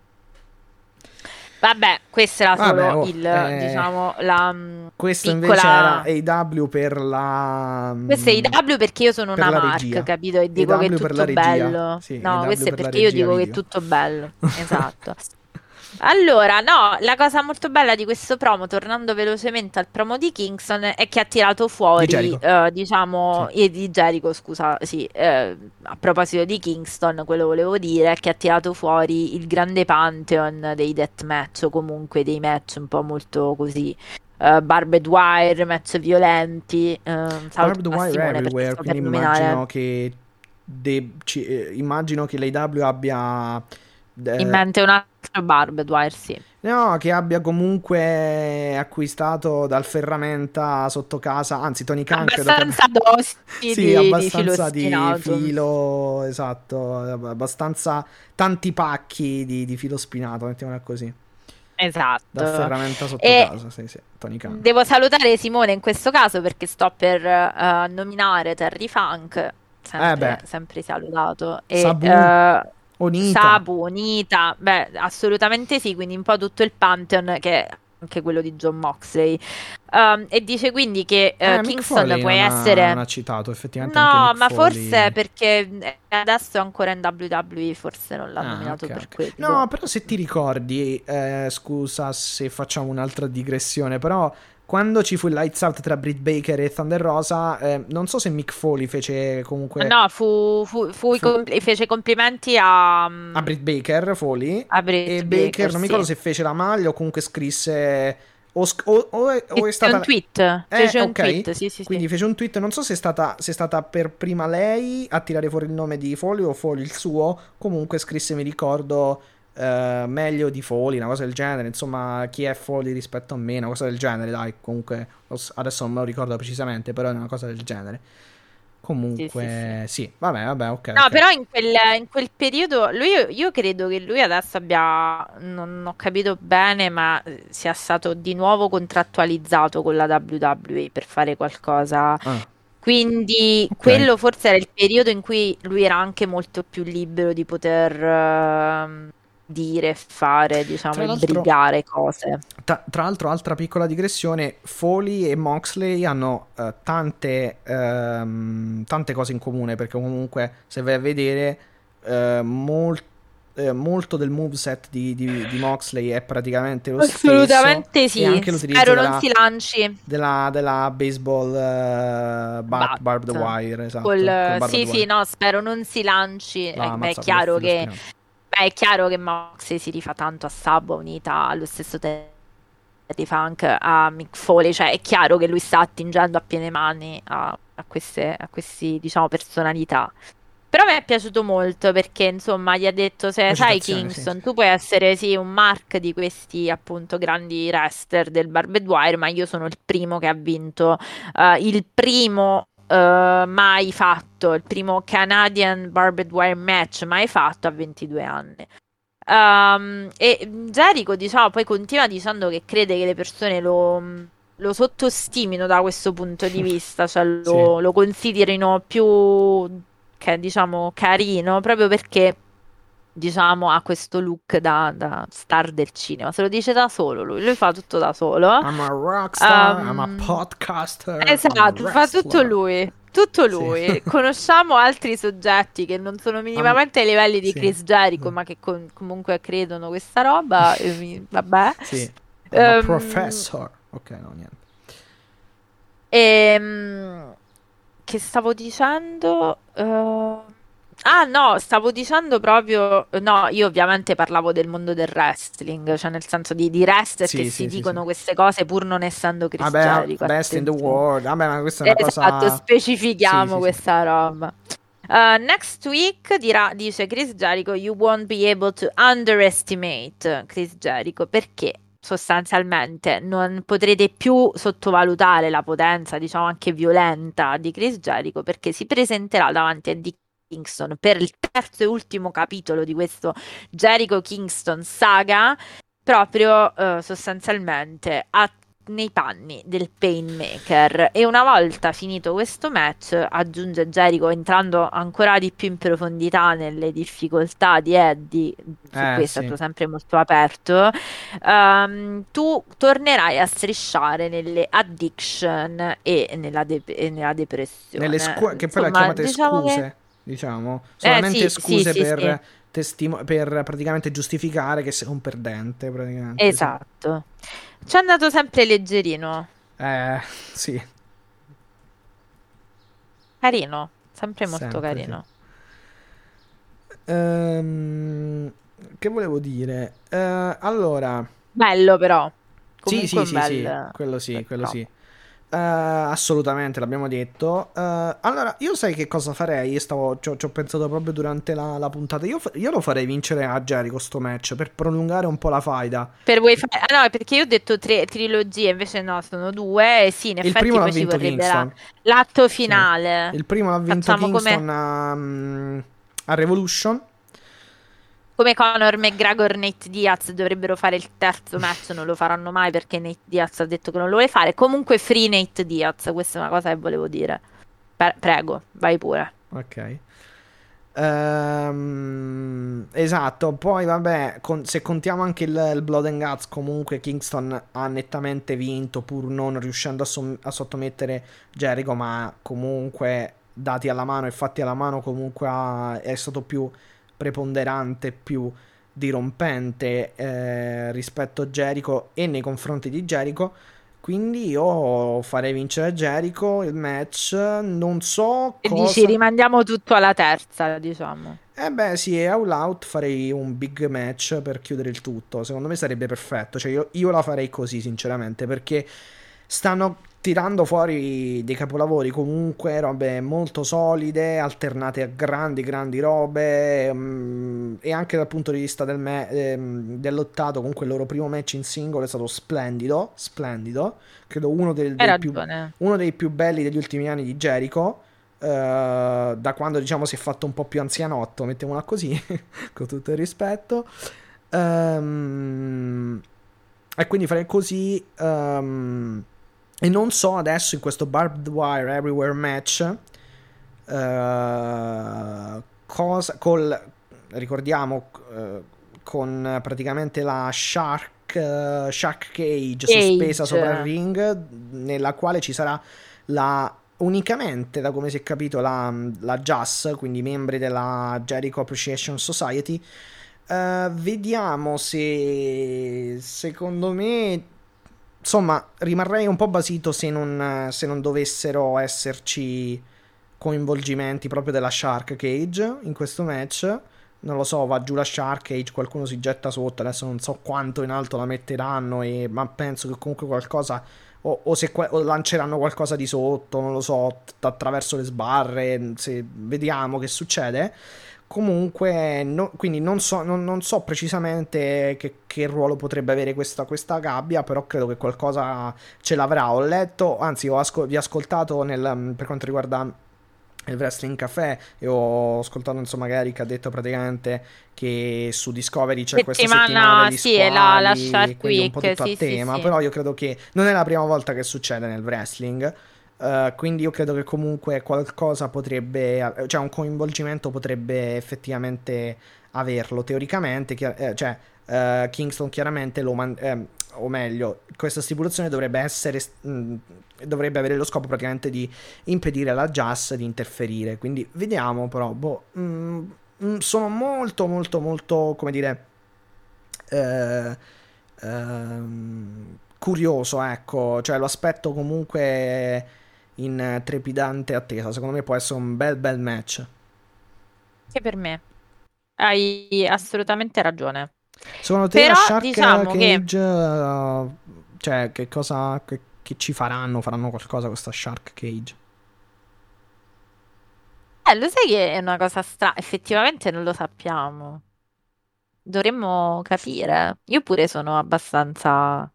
S2: Vabbè, questo era
S3: Vabbè,
S2: solo diciamo, la
S3: questo invece era
S2: piccola...
S3: AW per la
S2: Questo è IW perché io sono
S3: per
S2: una
S3: la
S2: Mark,
S3: regia.
S2: capito? E dico che è
S3: AW per la
S2: tutto
S3: regia.
S2: bello.
S3: Sì,
S2: No,
S3: AW
S2: questo è
S3: per la
S2: perché io
S3: regia
S2: dico che è
S3: video.
S2: tutto bello. Esatto. Allora, no, la cosa molto bella di questo promo, tornando velocemente al promo di Kingston, è che ha tirato
S3: Di
S2: fuori,
S3: Jericho.
S2: diciamo,
S3: Sì.
S2: di Jericho, scusa, sì, a proposito di Kingston, quello volevo dire, è che ha tirato fuori il grande pantheon dei deathmatch, o comunque dei match un po' molto così, barbed wire, match violenti, saluto
S3: Barbed
S2: a
S3: wire
S2: Simone perché
S3: everywhere,
S2: sto per
S3: quindi
S2: nominare...
S3: immagino che immagino che l'AW abbia
S2: In mente un altro Barbed Wire, sì.
S3: No, che abbia comunque acquistato dal ferramenta sotto casa, anzi Tony Khan credo che abbia...
S2: Abbastanza dosi
S3: Sì,
S2: di filo
S3: abbastanza di
S2: spinato.
S3: filo, esatto, abbastanza tanti pacchi di filo spinato, mettiamola così. Dal
S2: Esatto.
S3: ferramenta sotto
S2: E
S3: casa, sì, sì, Tony Khan.
S2: devo salutare Simone in questo caso perché sto per nominare Terry Funk,
S3: Beh,
S2: sempre salutato, e
S3: Sabu, Onita.
S2: Sabu, Onita, beh, assolutamente sì, quindi un po' tutto il Pantheon che è anche quello di John Moxley. E dice quindi che
S3: Mick
S2: Kingston
S3: Foley
S2: può
S3: non ha
S2: essere...
S3: citato, effettivamente anche
S2: No,
S3: Mick
S2: ma forse
S3: Foley.
S2: perché adesso è ancora in WWE, forse non l'ha
S3: Ah,
S2: nominato
S3: ok,
S2: per
S3: ok. No,
S2: quello.
S3: però se ti ricordi, scusa se facciamo un'altra digressione, però quando ci fu il Lights Out tra Britt Baker e Thunder Rosa, non so se Mick Foley fece comunque...
S2: No,
S3: fu
S2: fece complimenti a,
S3: a Britt Baker, Foley,
S2: a Britt
S3: e Baker
S2: Baker,
S3: non mi ricordo
S2: sì.
S3: se fece la maglia o comunque scrisse... o è
S2: Fece un
S3: stata...
S2: tweet, fece un
S3: Ok.
S2: tweet, sì, sì, sì.
S3: Quindi fece un tweet, non so se è stata per prima lei a tirare fuori il nome di Foley o Foley il suo, comunque scrisse, mi ricordo, meglio di Foley, una cosa del genere, insomma, chi è Foley rispetto a me, una cosa del genere, dai, comunque, adesso non me lo ricordo precisamente, però è una cosa del genere.
S2: Sì, sì, sì.
S3: Comunque, sì, vabbè, ok,
S2: No,
S3: ok.
S2: però in quel periodo, io credo che lui adesso abbia, non ho capito bene, ma sia stato di nuovo contrattualizzato con la WWE per fare qualcosa.
S3: Ah,
S2: Quindi
S3: ok.
S2: quello forse era il periodo in cui lui era anche molto più libero di poter dire, fare, diciamo,
S3: Tra
S2: e
S3: l'altro,
S2: brigare cose.
S3: tra l'altro, altra piccola digressione, Foley e Moxley hanno tante cose in comune, perché comunque, se vai a vedere, molto del moveset di Moxley è praticamente lo stesso,
S2: Assolutamente
S3: e
S2: sì.
S3: anche l'utilizzo
S2: Spero non si lanci.
S3: della baseball barbed
S2: Bat.
S3: wire, esatto, col barbed
S2: Sì, sì,
S3: wire,
S2: no, spero non si lanci.
S3: la
S2: Beh, è
S3: mazza col
S2: chiaro
S3: filo
S2: che,
S3: spinato.
S2: beh, è chiaro che Moxley si rifà tanto a Sabo, unita allo stesso Terry Funk, a Mick Foley, cioè è chiaro che lui sta attingendo a piene mani a questi, diciamo, personalità. Però mi è piaciuto molto perché, insomma, gli ha detto, se sai
S3: Recitazione, sì, sì.
S2: Kingston, tu puoi essere, sì, un mark di questi, appunto, grandi wrestler del Barbed Wire, ma io sono il primo che ha vinto, il primo mai fatto, il primo Canadian Barbed Wire match mai fatto a 22 anni. E Jericho, diciamo, poi continua dicendo che crede che le persone lo sottostimino da questo punto di vista, cioè
S3: Sì.
S2: lo considerino più, che, diciamo, carino, proprio perché, diciamo, ha questo look da star del cinema. Se lo dice da solo lui fa tutto da solo.
S3: I'm a rockstar, I'm a
S2: Ehm,
S3: podcaster, I'm a
S2: esatto, fa tutto
S3: wrestler.
S2: lui. Tutto
S3: Sì.
S2: lui. Conosciamo altri soggetti che non sono
S3: I'm-
S2: minimamente ai livelli di
S3: sì.
S2: Chris Jericho, ma che comunque credono questa roba. Vabbè.
S3: Sì. I'm a
S2: Ehm,
S3: professor. Ok, no, niente.
S2: Ehm, che stavo dicendo? Ah no, stavo dicendo proprio... No, io ovviamente parlavo del mondo del wrestling, cioè nel senso di wrestler che
S3: Sì,
S2: si
S3: sì, sì, sì.
S2: dicono queste cose pur non essendo Chris
S3: Vabbè,
S2: Jericho,
S3: best in the
S2: attenzione.
S3: world. Vabbè, ma questa è una
S2: Esatto,
S3: cosa... Sì,
S2: specifichiamo
S3: sì, sì.
S2: questa roba. Next week dice Chris Jericho, you won't be able to underestimate Chris Jericho perché sostanzialmente non potrete più sottovalutare la potenza, diciamo anche violenta di Chris Jericho perché si presenterà davanti a Eddie Kingston per il terzo e ultimo capitolo di questo Jericho Kingston saga, proprio sostanzialmente nei panni del Painmaker. E una volta finito questo match, aggiunge Jericho, entrando ancora di più in profondità nelle difficoltà di Eddie, su cui è
S3: Sì.
S2: stato sempre molto aperto, tu tornerai a strisciare nelle addiction e nella depressione.
S3: Che poi la
S2: Insomma,
S3: chiamate
S2: diciamo che...
S3: scuse, diciamo. Solamente
S2: Sì, sì,
S3: scuse
S2: sì, sì,
S3: per praticamente giustificare che sei un perdente, praticamente, sì.
S2: esatto. Ci è andato sempre leggerino.
S3: Sì.
S2: Carino, sempre molto
S3: Sempre, sì.
S2: carino.
S3: Ehm, che volevo dire? Allora,
S2: Bello però,
S3: sì,
S2: comunque
S3: sì,
S2: un
S3: sì, sì,
S2: bel
S3: quello sì, quello
S2: promo.
S3: sì. Assolutamente, l'abbiamo detto. Allora, io sai che cosa farei? Ci ho pensato proprio durante la puntata. Io lo farei vincere a Jericho sto match per prolungare un po' la faida.
S2: No, perché io ho detto tre trilogie, invece no, sono due. E sì, in
S3: Il primo
S2: effetti
S3: l'ha
S2: poi ci
S3: vinto
S2: vorrebbe
S3: Kingston.
S2: l'atto
S3: Sì.
S2: finale.
S3: Il primo l'ha vinto
S2: Facciamo
S3: Kingston a Revolution.
S2: come Conor McGregor, Nate Diaz dovrebbero fare il terzo match, non lo faranno mai perché Nate Diaz ha detto che non lo vuole fare. Comunque free Nate Diaz, questa è una cosa che volevo dire. Prego, vai pure.
S3: Ok. Esatto, poi vabbè, se contiamo anche il Blood and Guts, comunque Kingston ha nettamente vinto pur non riuscendo a sottomettere Jericho, ma comunque dati alla mano e fatti alla mano comunque è stato più preponderante, più dirompente rispetto a Jericho e nei confronti di Jericho. Quindi io farei vincere Jericho il match, non so
S2: E dici,
S3: cosa.
S2: rimandiamo tutto alla terza, diciamo.
S3: Eh beh, sì, e All Out farei un big match per chiudere il tutto. Secondo me sarebbe perfetto. Cioè, io la farei così, sinceramente, perché stanno tirando fuori dei capolavori, comunque, robe molto solide, alternate a grandi, grandi robe. E anche dal punto di vista dell'ottato, comunque, il loro primo match in singolo è stato splendido. Splendido. Credo
S2: Hai ragione.
S3: uno dei più belli degli ultimi anni di Jericho. Da quando diciamo si è fatto un po' più anzianotto, mettiamola così, con tutto il rispetto. E quindi farei così. E non so adesso in questo Barbed Wire Everywhere match ricordiamo con praticamente la Shark Cage sospesa sopra il
S2: Cage.
S3: ring, nella quale ci sarà unicamente, da come si è capito, la JAS, quindi i membri della Jericho Appreciation Society. Vediamo se secondo me, insomma, rimarrei un po' basito se non dovessero esserci coinvolgimenti proprio della Shark Cage in questo match. Non lo so, va giù la Shark Cage, qualcuno si getta sotto, adesso non so quanto in alto la metteranno, ma penso che comunque qualcosa, o lanceranno qualcosa di sotto, non lo so, attraverso le sbarre, vediamo che succede. Comunque, quindi non so precisamente che ruolo potrebbe avere questa gabbia, però credo che qualcosa ce l'avrà. Ho letto, anzi, vi ho ascoltato per quanto riguarda il Wrestling Café e ho ascoltato insomma che Eric ha detto praticamente che su Discovery c'è questa settimana degli
S2: Sì, è la
S3: squali,
S2: Shark
S3: quindi un po'
S2: Week,
S3: tutto a
S2: sì, sì,
S3: tema,
S2: sì.
S3: però io credo che non è la prima volta che succede nel wrestling. Quindi io credo che comunque qualcosa potrebbe, cioè un coinvolgimento potrebbe effettivamente averlo teoricamente, Kingston chiaramente o meglio, questa stipulazione dovrebbe avere lo scopo praticamente di impedire alla Jazz di interferire. Quindi vediamo, però, sono molto, molto, molto, come dire, eh, curioso, ecco, cioè lo aspetto comunque in trepidante attesa. Secondo me può essere un bel match.
S2: Anche per me. Hai assolutamente ragione.
S3: Secondo te la
S2: Però
S3: Shark
S2: diciamo che
S3: Cage, cioè che cosa che ci faranno? Faranno qualcosa con questa Shark Cage?
S2: lo sai che è una cosa strana, effettivamente non lo sappiamo. Dovremmo capire. Io pure sono abbastanza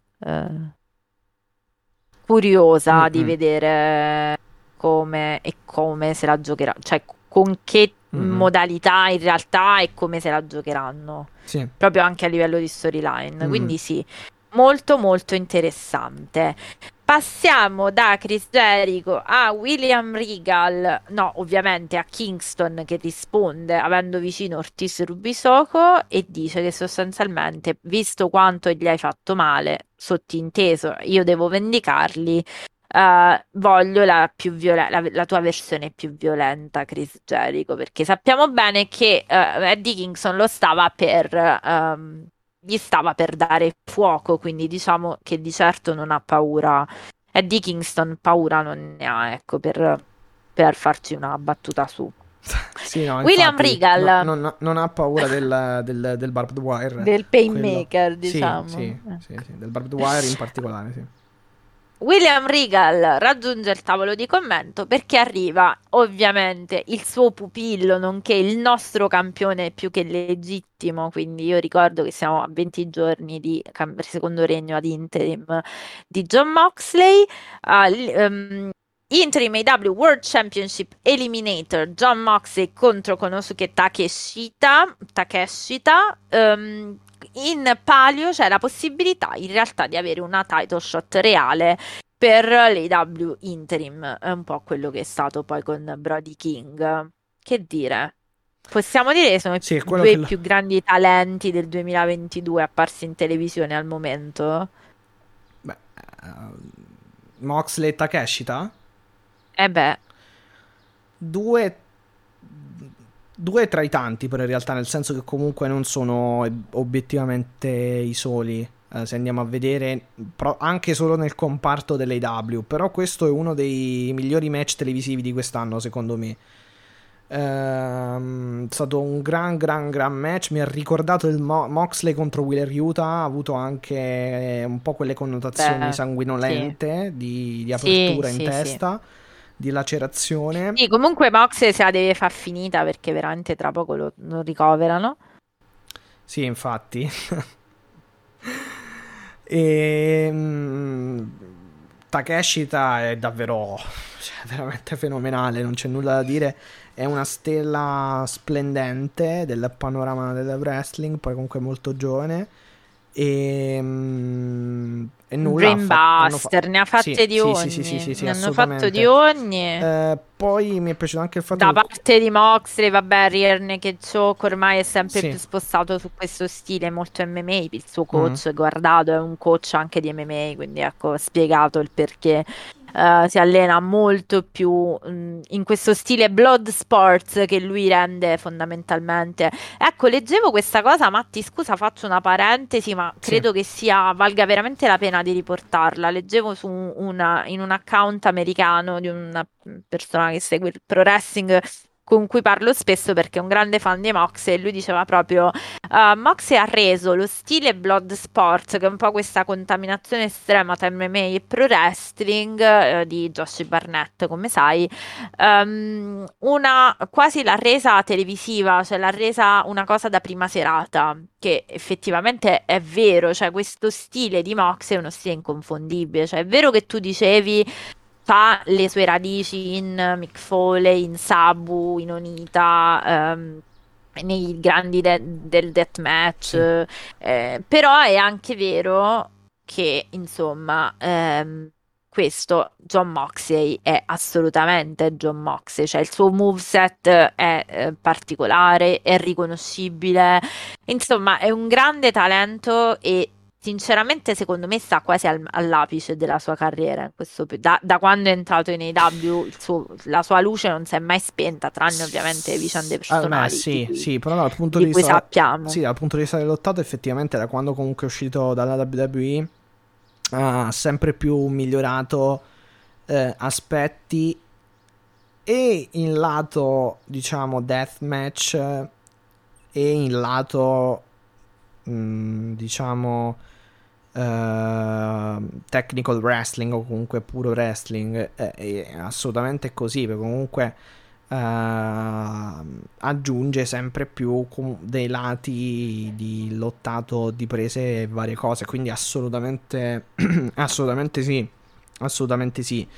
S2: curiosa di
S3: Mm-mm,
S2: vedere come se la giocherà, cioè con che
S3: mm-mm.
S2: modalità in realtà e come se la giocheranno,
S3: Sì.
S2: proprio anche a livello di storyline.
S3: Mm.
S2: Quindi sì, molto molto interessante. Passiamo da Chris Jericho a William Regal, no, ovviamente a Kingston che risponde avendo vicino Ortiz Rubisoco e dice che sostanzialmente, visto quanto gli hai fatto male, sottinteso, io devo vendicarli, voglio la tua versione più violenta, Chris Jericho, perché sappiamo bene che Eddie Kingston gli stava per dare fuoco, quindi diciamo che di certo non ha paura. Eddie Kingston paura non ne ha, ecco, per farci una battuta su.
S3: Sì, no,
S2: William
S3: infatti
S2: Regal,
S3: non ha paura del barbed wire,
S2: del
S3: quello.
S2: Painmaker,
S3: Sì,
S2: diciamo.
S3: sì, sì, sì, del barbed wire in particolare, sì.
S2: William Regal raggiunge il tavolo di commento perché arriva ovviamente il suo pupillo, nonché il nostro campione più che legittimo, quindi io ricordo che siamo a 20 giorni di secondo regno ad interim di Jon Moxley, interim AEW World Championship Eliminator Jon Moxley contro Konosuke Takeshita. In palio c'è la possibilità in realtà di avere una title shot reale per l'AEW Interim, è un po' quello che è stato poi con Brody King. Che dire? Possiamo dire che sono i
S3: Sì, è quello che
S2: due più grandi talenti del 2022 apparsi in televisione al momento.
S3: beh, Moxley e Takeshita?
S2: Eh beh,
S3: Due, due tra i tanti, però in realtà, nel senso che comunque non sono obiettivamente i soli. Se andiamo a vedere anche solo nel comparto dell'AW, però questo è uno dei migliori match televisivi di quest'anno, secondo me. È stato un gran match. Mi ha ricordato il Moxley contro Wheeler Yuta. Ha avuto anche un po' quelle connotazioni
S2: beh, sì.
S3: sanguinolente di
S2: Sì,
S3: apertura in
S2: sì, sì.
S3: testa, di lacerazione.
S2: Sì, comunque Mox se la deve far finita perché veramente tra poco lo ricoverano.
S3: Sì, infatti. E Takeshita è davvero, cioè, veramente fenomenale, non c'è nulla da dire. È una stella splendente del panorama del wrestling, poi comunque molto giovane. E nulla,
S2: Brainbuster, ne ha
S3: sì,
S2: fatte di
S3: sì, sì, sì, sì,
S2: ogni.
S3: sì, sì,
S2: Ne hanno fatto di
S3: assolutamente.
S2: ogni.
S3: Poi mi è piaciuto anche il fatto
S2: Da
S3: che...
S2: parte di Moxley, vabbè, Rear Naked Choke ormai è sempre
S3: Sì.
S2: più spostato su questo stile molto MMA. Il suo
S3: Mhm.
S2: coach, guardato, è un coach anche di MMA, quindi ecco, ho spiegato il perché si allena molto più in questo stile blood sports che lui rende fondamentalmente. Ecco, leggevo questa cosa, Matti, scusa, faccio una parentesi, ma
S3: Sì.
S2: credo che valga veramente la pena di riportarla. Leggevo in un account americano di una persona che segue il pro wrestling con cui parlo spesso perché è un grande fan di Mox e lui diceva proprio Moxley ha reso lo stile blood sport, che è un po' questa contaminazione estrema tra MMA e pro wrestling di Josh Barnett, come sai, quasi l'ha resa televisiva, cioè l'ha resa una cosa da prima serata, che effettivamente è vero, cioè questo stile di Moxley è uno stile inconfondibile, cioè è vero che tu dicevi fa le sue radici in Mick Foley, in Sabu, in Onita, nei grandi del deathmatch,
S3: Sì.
S2: però è anche vero che, insomma, questo Jon Moxley è assolutamente Jon Moxley, cioè il suo moveset è particolare, è riconoscibile, insomma, è un grande talento e sinceramente secondo me sta quasi all'apice della sua carriera, da quando è entrato in AEW la sua luce non si è mai spenta, tranne ovviamente vicende
S3: Beh,
S2: personali
S3: sì, sì, però
S2: di cui sappiamo.
S3: sì, dal punto di vista dell'ottato, effettivamente, da quando comunque è uscito dalla WWE, ha sempre più migliorato aspetti e in lato, diciamo, deathmatch e in lato, diciamo, technical wrestling o comunque puro wrestling. È assolutamente così, perché comunque aggiunge sempre più dei lati di lottato, di prese e varie cose, quindi assolutamente assolutamente sì, assolutamente sì.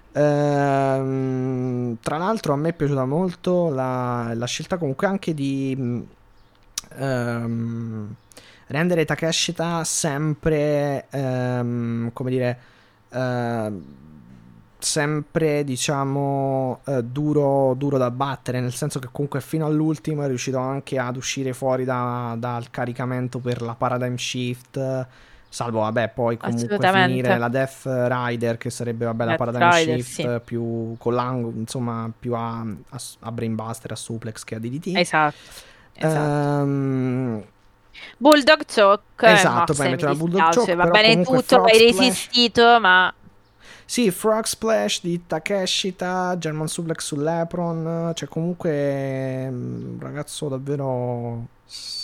S3: Tra l'altro a me è piaciuta molto la scelta comunque anche di ehm, rendere Takeshita sempre, come dire, ehm, sempre, diciamo, duro da battere, nel senso che comunque fino all'ultimo è riuscito anche ad uscire fuori dal caricamento per la Paradigm Shift, salvo, vabbè, poi comunque finire
S2: Assolutamente.
S3: la Death Rider, che sarebbe, vabbè, la
S2: Death
S3: Paradigm
S2: Rider, sì,
S3: Shift più con l'angolo, insomma, più a Brainbuster, a Suplex che a DDT.
S2: esatto, esatto.
S3: Ehm,
S2: Bulldog Choke,
S3: esatto, poi
S2: Moxley mi
S3: mettono la Bulldog
S2: dispiace,
S3: Choke,
S2: va
S3: però
S2: bene
S3: comunque
S2: tutto,
S3: Frog
S2: hai
S3: Splash.
S2: resistito, ma
S3: Sì, Frog Splash di Takeshita, German Suplex sull'Apron, cioè comunque un ragazzo davvero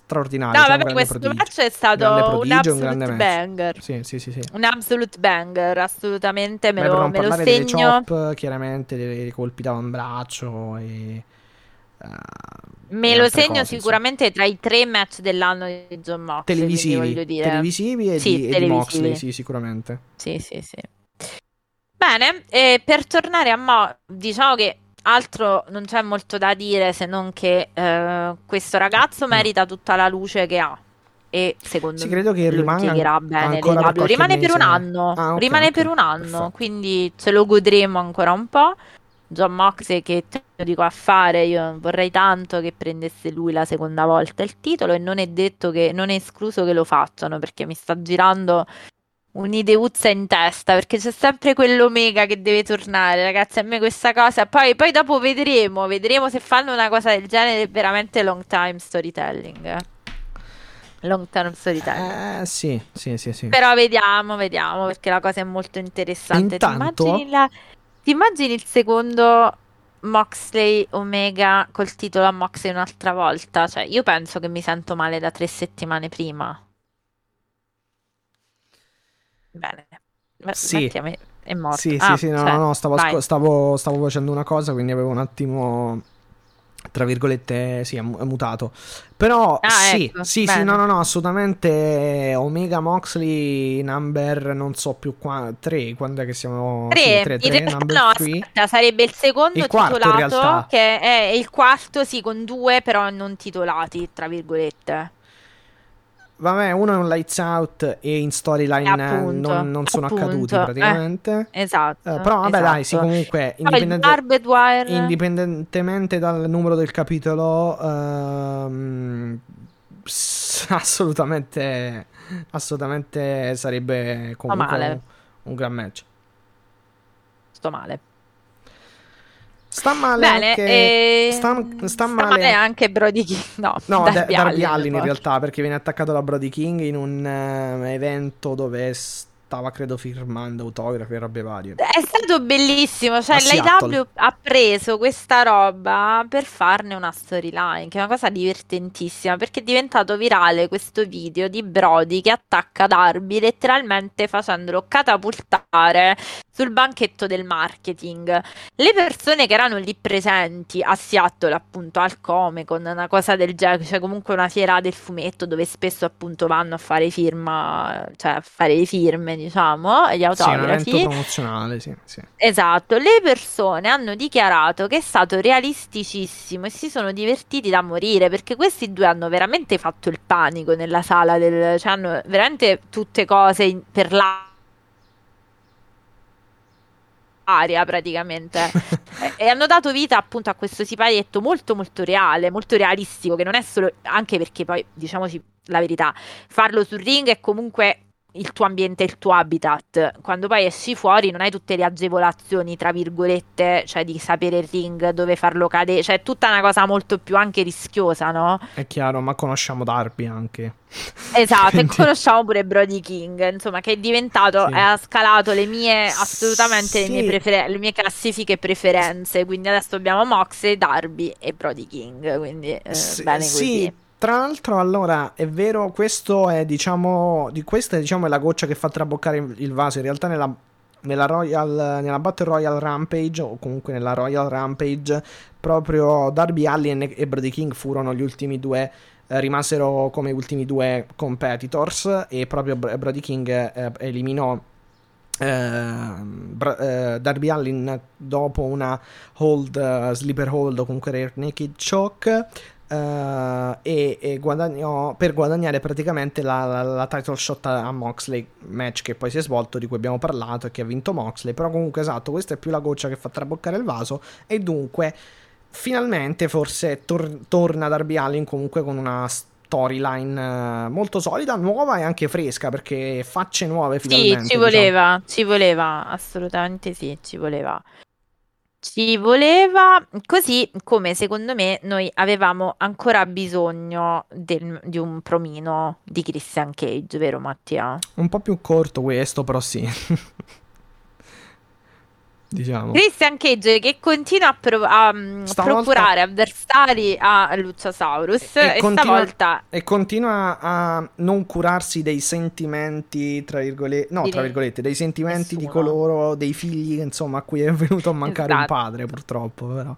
S3: straordinario,
S2: No,
S3: cioè un
S2: vabbè,
S3: grande
S2: questo
S3: prodigio.
S2: match è
S3: Un grande
S2: stato un
S3: prodigio e un grande
S2: absolute
S3: match.
S2: banger.
S3: Sì, sì, sì, sì.
S2: Un absolute banger, assolutamente,
S3: Ma per non
S2: me lo
S3: parlare delle
S2: segno.
S3: chop, chiaramente, dei colpi da un braccio eh,
S2: Me
S3: e
S2: lo
S3: altre
S2: segno
S3: cose, insomma.
S2: sicuramente tra i 3 match dell'anno di John Moxley, quindi voglio dire,
S3: Televisivi
S2: sì,
S3: e di Moxley,
S2: televisivi.
S3: sì, sicuramente.
S2: Sì, sì, sì. Bene, e per tornare a Mo, diciamo che altro non c'è molto da dire se non che questo ragazzo
S3: No.
S2: merita tutta la luce che ha e secondo
S3: Sì,
S2: me
S3: credo che
S2: lo
S3: rimanga
S2: impiegherà bene
S3: ancora per
S2: l'AEW.
S3: qualche
S2: Rimane per un
S3: mese.
S2: anno,
S3: Ah, ok,
S2: rimane per
S3: ok,
S2: un anno,
S3: perfetto.
S2: quindi ce lo godremo ancora un po'. John Moxley che te lo dico a fare, io vorrei tanto che prendesse lui la seconda volta il titolo e non è detto che, non è escluso che lo facciano perché mi sta girando un'ideuzza in testa perché c'è sempre quell'Omega che deve tornare, ragazzi. A me questa cosa, poi dopo vedremo se fanno una cosa del genere, è veramente long time storytelling. Long term storytelling.
S3: Sì, sì, sì, sì.
S2: Però vediamo perché la cosa è molto interessante.
S3: Intanto,
S2: Ti immagini il secondo Moxley Omega col titolo a Moxley un'altra volta? Cioè, io penso che mi sento male da 3 settimane prima. Bene,
S3: sì,
S2: mettiamo, è morto.
S3: sì, sì,
S2: Ah,
S3: sì, no, no,
S2: cioè,
S3: no,
S2: vai.
S3: stavo facendo una cosa, quindi avevo un attimo, tra virgolette, sì, è mutato. Però
S2: Ah,
S3: sì,
S2: ecco,
S3: sì, sì, no,
S2: bene.
S3: no, no, assolutamente Omega Moxley number, non so più qua, 3, quando è che siamo? Sì,
S2: 3,
S3: 3,
S2: in
S3: 3,
S2: realtà
S3: number
S2: no,
S3: 3.
S2: aspetta, sarebbe il
S3: Il
S2: secondo
S3: quarto in
S2: titolato,
S3: realtà.
S2: che è il quarto, sì, con 2 però non titolati, tra virgolette.
S3: Vabbè, uno è un Lights Out e in storyline non sono accaduti
S2: Appunto,
S3: praticamente.
S2: esatto,
S3: Però vabbè, dai, sì,
S2: esatto.
S3: comunque,
S2: Poi il Barbed Wire,
S3: indipendentemente dal numero del capitolo, assolutamente, assolutamente sarebbe
S2: sto
S3: comunque
S2: male,
S3: un gran match.
S2: sto male.
S3: Sta male
S2: Bene,
S3: anche. Sta
S2: sta
S3: male
S2: male
S3: anche.
S2: anche Brody King, no,
S3: No,
S2: Darby
S3: Darby
S2: Allin
S3: Allin in
S2: poi.
S3: realtà, perché viene attaccato da Brody King in un evento dove stava, credo, firmando autografi e robe varie.
S2: È stato bellissimo,
S3: A
S2: cioè
S3: Seattle.
S2: l'AEW ha preso questa roba per farne una storyline, che è una cosa divertentissima, perché è diventato virale questo video di Brody che attacca Darby letteralmente facendolo catapultare sul banchetto del marketing. Le persone che erano lì presenti a Seattle, appunto al Comic-Con, una cosa del genere, cioè comunque una fiera del fumetto dove spesso appunto vanno a fare firma, cioè a fare le firme, diciamo, gli
S3: Sì, un evento
S2: autografi.
S3: promozionale, sì, sì.
S2: Esatto, le persone hanno dichiarato che è stato realisticissimo e si sono divertiti da morire perché questi due hanno veramente fatto il panico nella sala cioè hanno veramente tutte cose per l'aria praticamente e hanno dato vita appunto a questo siparietto molto molto reale, molto realistico che non è solo, anche perché poi diciamoci la verità, farlo sul ring è comunque il tuo ambiente, il tuo habitat. Quando poi esci fuori non hai tutte le agevolazioni, tra virgolette, cioè di sapere il ring, dove farlo cadere, cioè è tutta una cosa molto più anche rischiosa, no?
S3: È chiaro, ma conosciamo Darby anche.
S2: Esatto, e
S3: Quindi,
S2: conosciamo pure Brody King, insomma, che è diventato,
S3: sì.
S2: ha scalato le mie, assolutamente
S3: Sì,
S2: le mie classifiche preferenze, quindi adesso abbiamo Moxley, Darby e Brody King, quindi bene
S3: sì,
S2: così.
S3: tra l'altro, allora è vero, questo è diciamo, questa diciamo è la goccia che fa traboccare il vaso. In realtà nella Battle Royale Rampage, o comunque nella Royal Rampage, proprio Darby Allin e Brody King furono gli ultimi due, rimasero come ultimi due competitors, e proprio Brody King eliminò Darby Allin dopo una sleeper hold o comunque rear naked choke, e guadagnò, per guadagnare praticamente la title shot a Moxley, match che poi si è svolto, di cui abbiamo parlato e che ha vinto Moxley. Però comunque esatto, questa è più la goccia che fa traboccare il vaso, e dunque finalmente forse torna Darby Allin comunque con una storyline molto solida, nuova e anche fresca, perché facce nuove
S2: Sì,
S3: finalmente, diciamo.
S2: ci voleva, assolutamente sì, ci voleva. Ci voleva, così come secondo me noi avevamo ancora bisogno di un promino di Christian Cage, vero Mattia?
S3: Un po' più corto questo, però sì. diciamo.
S2: Christian Cage che continua a
S3: Stavolta
S2: procurare avversari a Luciasaurus e stavolta
S3: e continua a non curarsi dei sentimenti, tra virgolette, no,
S2: di
S3: tra virgolette, dei sentimenti di
S2: nessuno.
S3: coloro, dei figli, insomma, a cui è venuto a mancare un
S2: Esatto.
S3: padre, purtroppo, però.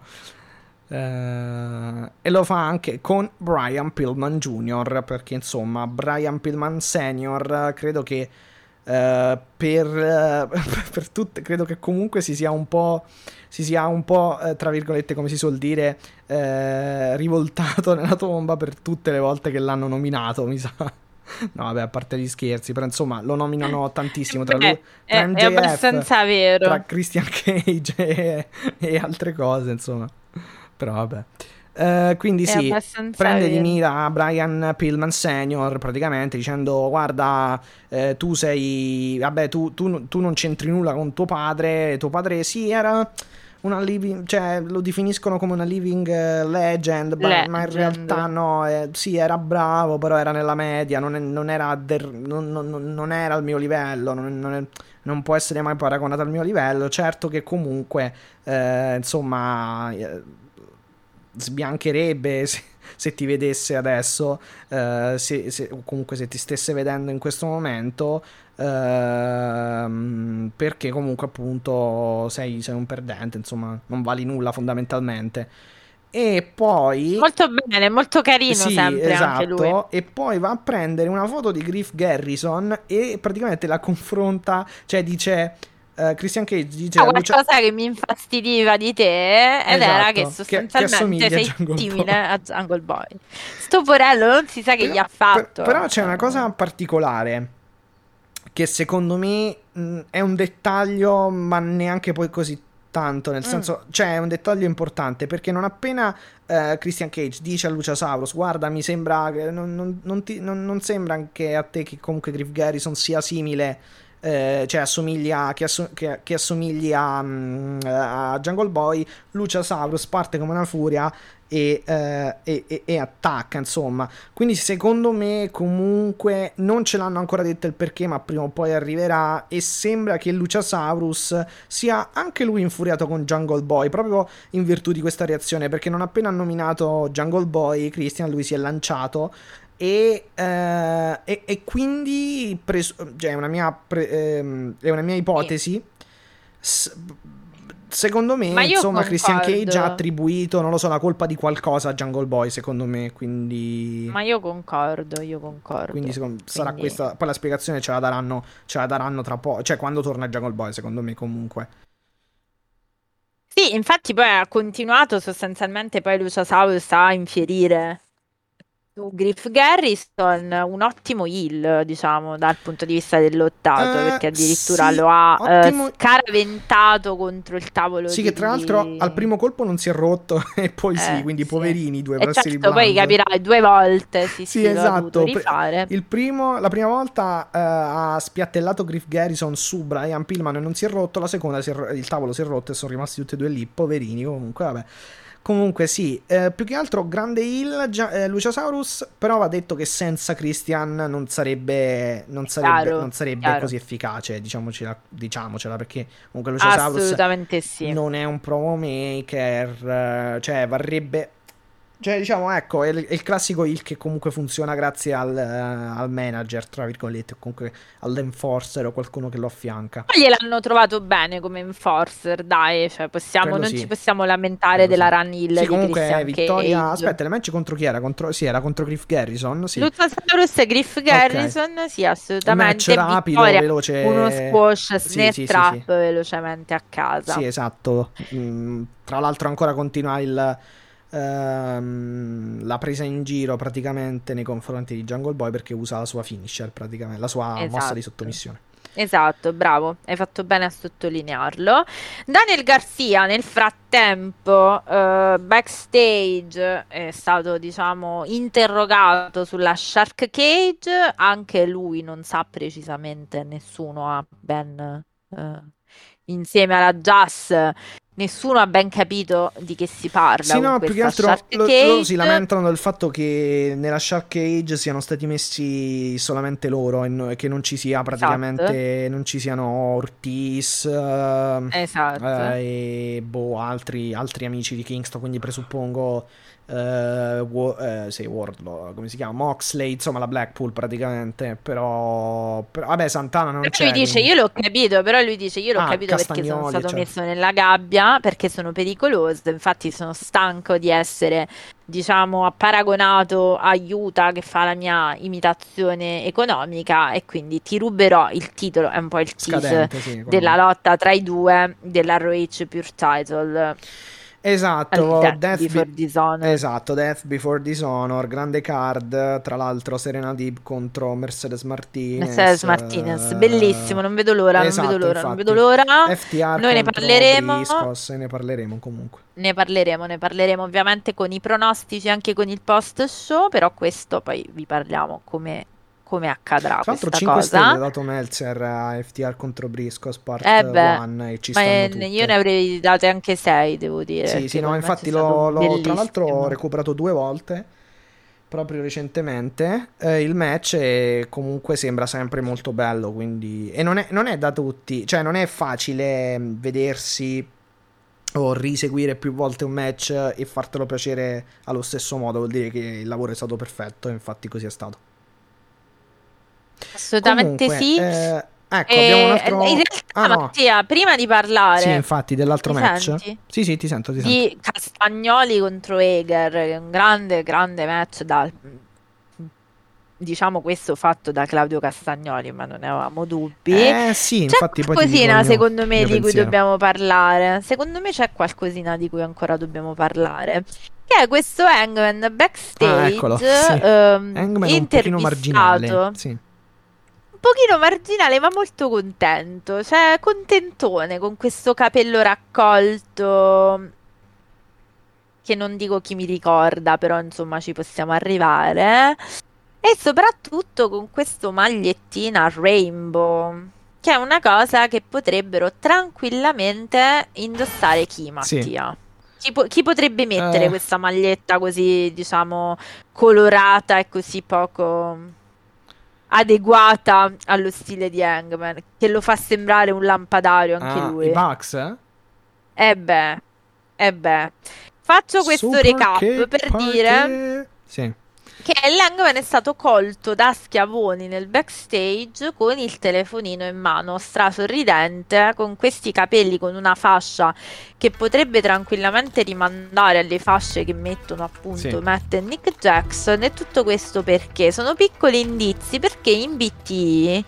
S3: E lo fa anche con Brian Pillman Jr., perché insomma Brian Pillman Senior credo che per tutte, credo che comunque si sia un po' tra virgolette, come si suol dire, rivoltato nella tomba per tutte le volte che l'hanno nominato, mi sa. No, vabbè, a parte gli scherzi, però insomma lo nominano tantissimo tra lui, tra
S2: È
S3: MJF,
S2: abbastanza vero.
S3: tra Christian Cage e altre cose, insomma. Però vabbè. Quindi
S2: È
S3: sì,
S2: abbastanza
S3: prende di
S2: vero.
S3: mira Brian Pillman Senior praticamente dicendo: guarda, tu sei, vabbè, tu non c'entri nulla con tuo padre sì, era una living, cioè lo definiscono come una living legend, ma in realtà no, sì, era bravo, però era nella media, non era non era al mio livello, non può essere mai paragonato al mio livello. Certo che comunque insomma sbiancherebbe se ti vedesse adesso, o comunque se ti stesse vedendo in questo momento, perché comunque appunto sei un perdente, insomma non vali nulla fondamentalmente. E poi
S2: Molto bene, molto carino
S3: sì,
S2: sempre anche lui.
S3: esatto, e poi va a prendere una foto di Griff Garrison e praticamente la confronta, cioè dice Christian Cage dice a Lucia,
S2: qualcosa che mi infastidiva di te ed era che
S3: esatto, che
S2: sostanzialmente
S3: assomiglia a
S2: sei
S3: Jungle
S2: simile
S3: Boy.
S2: a Jungle Boy. Sto porello non si sa che gli ha fatto.
S3: Però c'è una cosa particolare che secondo me è un dettaglio, ma neanche poi così tanto, nel senso, cioè è un dettaglio importante, perché non appena Christian Cage dice a Luciasaurus: guarda, mi sembra che non sembra anche a te che comunque Griff Garrison sia simile, cioè assomiglia, che assomigli a Jungle Boy. Luciasaurus parte come una furia e attacca, insomma. Quindi secondo me comunque non ce l'hanno ancora detto il perché, ma prima o poi arriverà, e sembra che Luciasaurus sia anche lui infuriato con Jungle Boy proprio in virtù di questa reazione, perché non appena ha nominato Jungle Boy Christian, lui si è lanciato e quindi cioè, è una mia ipotesi. Secondo me,
S2: Ma io
S3: insomma, Christian Cage ha
S2: concordo.
S3: attribuito, non lo so, la colpa di qualcosa a Jungle Boy, secondo me, quindi
S2: Ma io concordo, io concordo.
S3: sarà
S2: Quindi
S3: questa, poi la spiegazione ce la daranno tra poco, cioè quando torna Jungle Boy, secondo me, comunque.
S2: sì, infatti poi ha continuato sostanzialmente poi Luciasaurus a infierire su Griff Garrison, un ottimo heal, diciamo, dal punto di vista del lottato, perché addirittura
S3: Sì,
S2: lo ha
S3: ottimo.
S2: scaraventato contro il tavolo
S3: Sì, che tra l'altro al primo colpo non si è rotto e poi sì, quindi
S2: sì.
S3: poverini i due
S2: E
S3: wrestler
S2: certo, poi
S3: blonde.
S2: capirai, 2 volte
S3: Sì,
S2: lo ha dovuto
S3: esatto.
S2: rifare.
S3: La prima volta ha spiattellato Griff Garrison su Brian Pillman e non si è rotto. La seconda il tavolo si è rotto e sono rimasti tutti e due lì, poverini. Comunque, vabbè. Comunque sì, più che altro grande heal Luciasaurus, però va detto che senza Christian non sarebbe
S2: Chiaro.
S3: così efficace, diciamocela, perché comunque Luciasaurus
S2: Assolutamente sì.
S3: non è un promo maker, cioè varrebbe, cioè diciamo, ecco, è il classico heal che comunque funziona grazie al manager, tra virgolette, o comunque all'enforcer o qualcuno che lo affianca.
S2: Poi gliel'hanno trovato bene come enforcer, dai, cioè
S3: Quello
S2: non ci
S3: sì,
S2: possiamo lamentare
S3: quello
S2: della
S3: sì.
S2: run hill
S3: Sì,
S2: di
S3: comunque
S2: Christian
S3: vittoria.
S2: Cage.
S3: Aspetta, il match contro chi era? Sì, era contro Griff Garrison, sì.
S2: Luciasaurus e Griff
S3: Ok.
S2: Garrison, sì,
S3: Match
S2: assolutamente.
S3: rapido,
S2: Vittoria, uno
S3: veloce.
S2: squash
S3: Sì,
S2: snare
S3: sì, sì, sì.
S2: trap velocemente a
S3: Sì,
S2: casa.
S3: esatto. Tra l'altro ancora continua la presa in giro praticamente nei confronti di Jungle Boy, perché usa la sua finisher, praticamente, la sua mossa di
S2: Esatto.
S3: sottomissione.
S2: Esatto, bravo, hai fatto bene a sottolinearlo. Daniel Garcia nel frattempo backstage è stato, diciamo, interrogato sulla Shark Cage, anche lui non sa precisamente, nessuno ha ben insieme alla Jazz nessuno ha ben capito di che si parla
S3: Sì,
S2: con
S3: no, più che
S2: questa
S3: altro
S2: Shark
S3: loro si
S2: Cage.
S3: lamentano del fatto che nella Shark Cage siano stati messi solamente loro e che non ci sia
S2: Esatto,
S3: praticamente, non ci siano Ortiz
S2: esatto.
S3: e altri amici di Kingston, quindi presuppongo sì, Wardlow, come si chiama? Moxley, insomma la Blackpool praticamente, però vabbè, Santana non
S2: Però lui
S3: c'è,
S2: dice,
S3: quindi...
S2: io l'ho capito, però lui dice, io l'ho
S3: Ah,
S2: capito perché sono
S3: Castagnoli,
S2: stato
S3: eccetera.
S2: messo nella gabbia, perché sono pericoloso, infatti sono stanco di essere, diciamo, paragonato a Yuta che fa la mia imitazione economica e quindi ti ruberò il titolo, è un po' il tease
S3: Scadente, sì,
S2: della
S3: economico.
S2: lotta tra i due dell'ROH Pure Title al
S3: Esatto,
S2: Death Before Dishonor.
S3: esatto, Death Before Dishonor, grande card, tra l'altro Serena Deeb contro Mercedes
S2: Mercedes
S3: Martinez,
S2: Martinez, bellissimo, non vedo l'ora, non vedo
S3: esatto,
S2: l'ora, non vedo
S3: infatti,
S2: l'ora.
S3: FTR
S2: Noi ne
S3: contro
S2: parleremo.
S3: Briscoes, e ne parleremo comunque.
S2: Ne parleremo ovviamente con i pronostici e anche con il post show, però questo poi vi parliamo come accadrà
S3: Tra l'altro
S2: questa
S3: 5 stelle ha
S2: cosa.
S3: dato Meltzer a FTR contro Briscoes Part
S2: Beh,
S3: 1 e ci
S2: ma
S3: stanno
S2: io ne
S3: tutte.
S2: avrei date anche 6, devo dire,
S3: Sì, sì,
S2: perché
S3: no,
S2: quel match è
S3: infatti
S2: stato
S3: tra l'altro ho
S2: bellissimo.
S3: recuperato 2 volte proprio recentemente. Il match comunque sembra sempre molto bello, quindi... E non è da tutti, cioè non è facile vedersi o riseguire più volte un match e fartelo piacere allo stesso modo, vuol dire che il lavoro è stato perfetto, e infatti così è stato.
S2: Assolutamente
S3: Comunque,
S2: sì.
S3: ecco, abbiamo un
S2: In
S3: altro... Ah
S2: realtà,
S3: no,
S2: Mattia, prima di
S3: sì,
S2: parlare,
S3: infatti, dell'altro
S2: mi
S3: match.
S2: senti?
S3: Sì, sì, ti sento, ti sento.
S2: Di Castagnoli contro Eger, che è un grande, grande match diciamo questo fatto da Claudio Castagnoli, ma non ne avevamo dubbi.
S3: Sì,
S2: C'è
S3: infatti poi ti dico
S2: qualcosina, secondo
S3: il
S2: me,
S3: mio
S2: di cui
S3: pensiero.
S2: dobbiamo parlare. Secondo me c'è qualcosina di cui ancora dobbiamo parlare. Che è questo Hangman
S3: Ah, eccolo,
S2: backstage
S3: sì. Hangman è un pochino marginale,
S2: intervistato.
S3: sì.
S2: Un pochino marginale, ma molto contento. Cioè, contentone con questo capello raccolto. Che non dico chi mi ricorda, però insomma ci possiamo arrivare. E soprattutto con questo magliettina rainbow, che è una cosa che potrebbero tranquillamente indossare chi,
S3: Sì.
S2: Mattia? Chi potrebbe mettere
S3: Eh,
S2: questa maglietta così, diciamo, colorata e così poco adeguata allo stile di Hangman, che lo fa sembrare un lampadario anche
S3: I
S2: lui?
S3: Bucks, eh?
S2: E beh, e beh. Faccio questo
S3: Super
S2: recap
S3: Cake
S2: per dire
S3: Party. Sì.
S2: che Langman è stato colto da schiavoni nel backstage con il telefonino in mano, strasorridente, con questi capelli con una fascia che potrebbe tranquillamente rimandare alle fasce che mettono
S3: Sì.
S2: appunto Matt e Nick Jackson. E tutto questo perché sono piccoli indizi, perché in BT...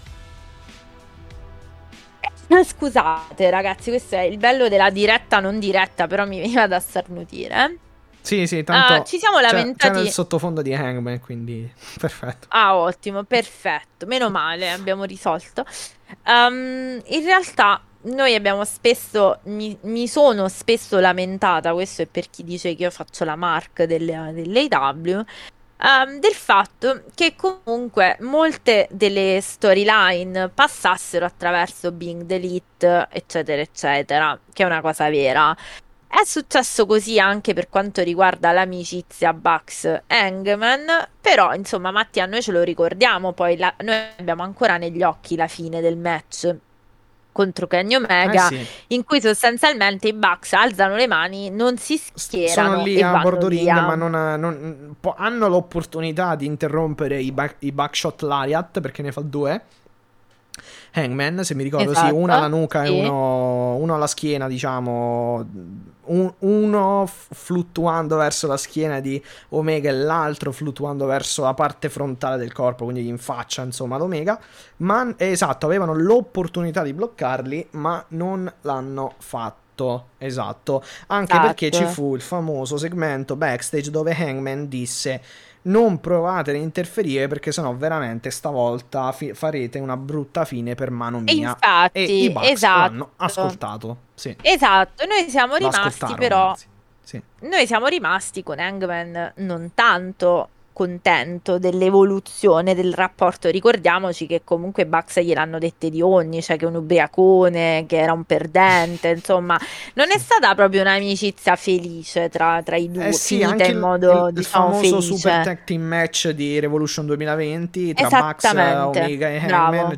S2: Scusate ragazzi, questo è il bello della diretta non diretta, però mi veniva da starnutire.
S3: Sì, tanto
S2: Ci siamo
S3: c'era il
S2: lamentati.
S3: sottofondo di Hangman, quindi perfetto.
S2: Ah, ottimo, perfetto, meno male, abbiamo risolto. In realtà noi abbiamo spesso, mi sono spesso lamentata, questo è per chi dice che io faccio la mark dell'AEW, del fatto che comunque molte delle storyline passassero attraverso Being the Elite, eccetera, eccetera, che è una cosa vera. È successo così anche per quanto riguarda l'amicizia Bucks-Hangman, però insomma Mattia noi ce lo ricordiamo, poi noi abbiamo ancora negli occhi la fine del match contro Kenny Omega,
S3: Sì.
S2: in cui sostanzialmente i Bucks alzano le mani, non si
S3: Sono
S2: schierano
S3: lì
S2: e
S3: a
S2: vanno
S3: bordo ring,
S2: via.
S3: ma hanno l'opportunità di interrompere i Buckshot Lariat, perché ne fa 2. Hangman, se mi ricordo, sì, una alla
S2: Esatto,
S3: nuca e
S2: sì.
S3: uno alla schiena, diciamo, uno fluttuando verso la schiena di Omega e l'altro fluttuando verso la parte frontale del corpo, quindi in faccia, insomma, l'Omega. Ma, esatto, avevano l'opportunità di bloccarli, ma non l'hanno fatto. Esatto, anche perché ci
S2: Esatto.
S3: fu il famoso segmento backstage dove Hangman disse: non provate ad interferire perché sennò veramente stavolta farete una brutta fine per mano
S2: E
S3: mia. E i
S2: infatti,
S3: Bucks l'hanno
S2: esatto.
S3: ascoltato. Sì,
S2: Esatto, noi siamo rimasti
S3: l'ascoltarono,
S2: però,
S3: anzi. Sì.
S2: noi siamo rimasti con Hangman non tanto contento dell'evoluzione del rapporto. Ricordiamoci che comunque Bucks gliel'hanno dette di ogni, cioè che è un ubriacone, che era un perdente, insomma, non è stata proprio un'amicizia felice tra i due,
S3: Sì,
S2: finita
S3: anche
S2: in modo,
S3: il
S2: diciamo,
S3: famoso Super
S2: felice.
S3: Tag Team Match di Revolution 2020 tra Bucks,
S2: Esattamente,
S3: Omega e Hangman
S2: bravo.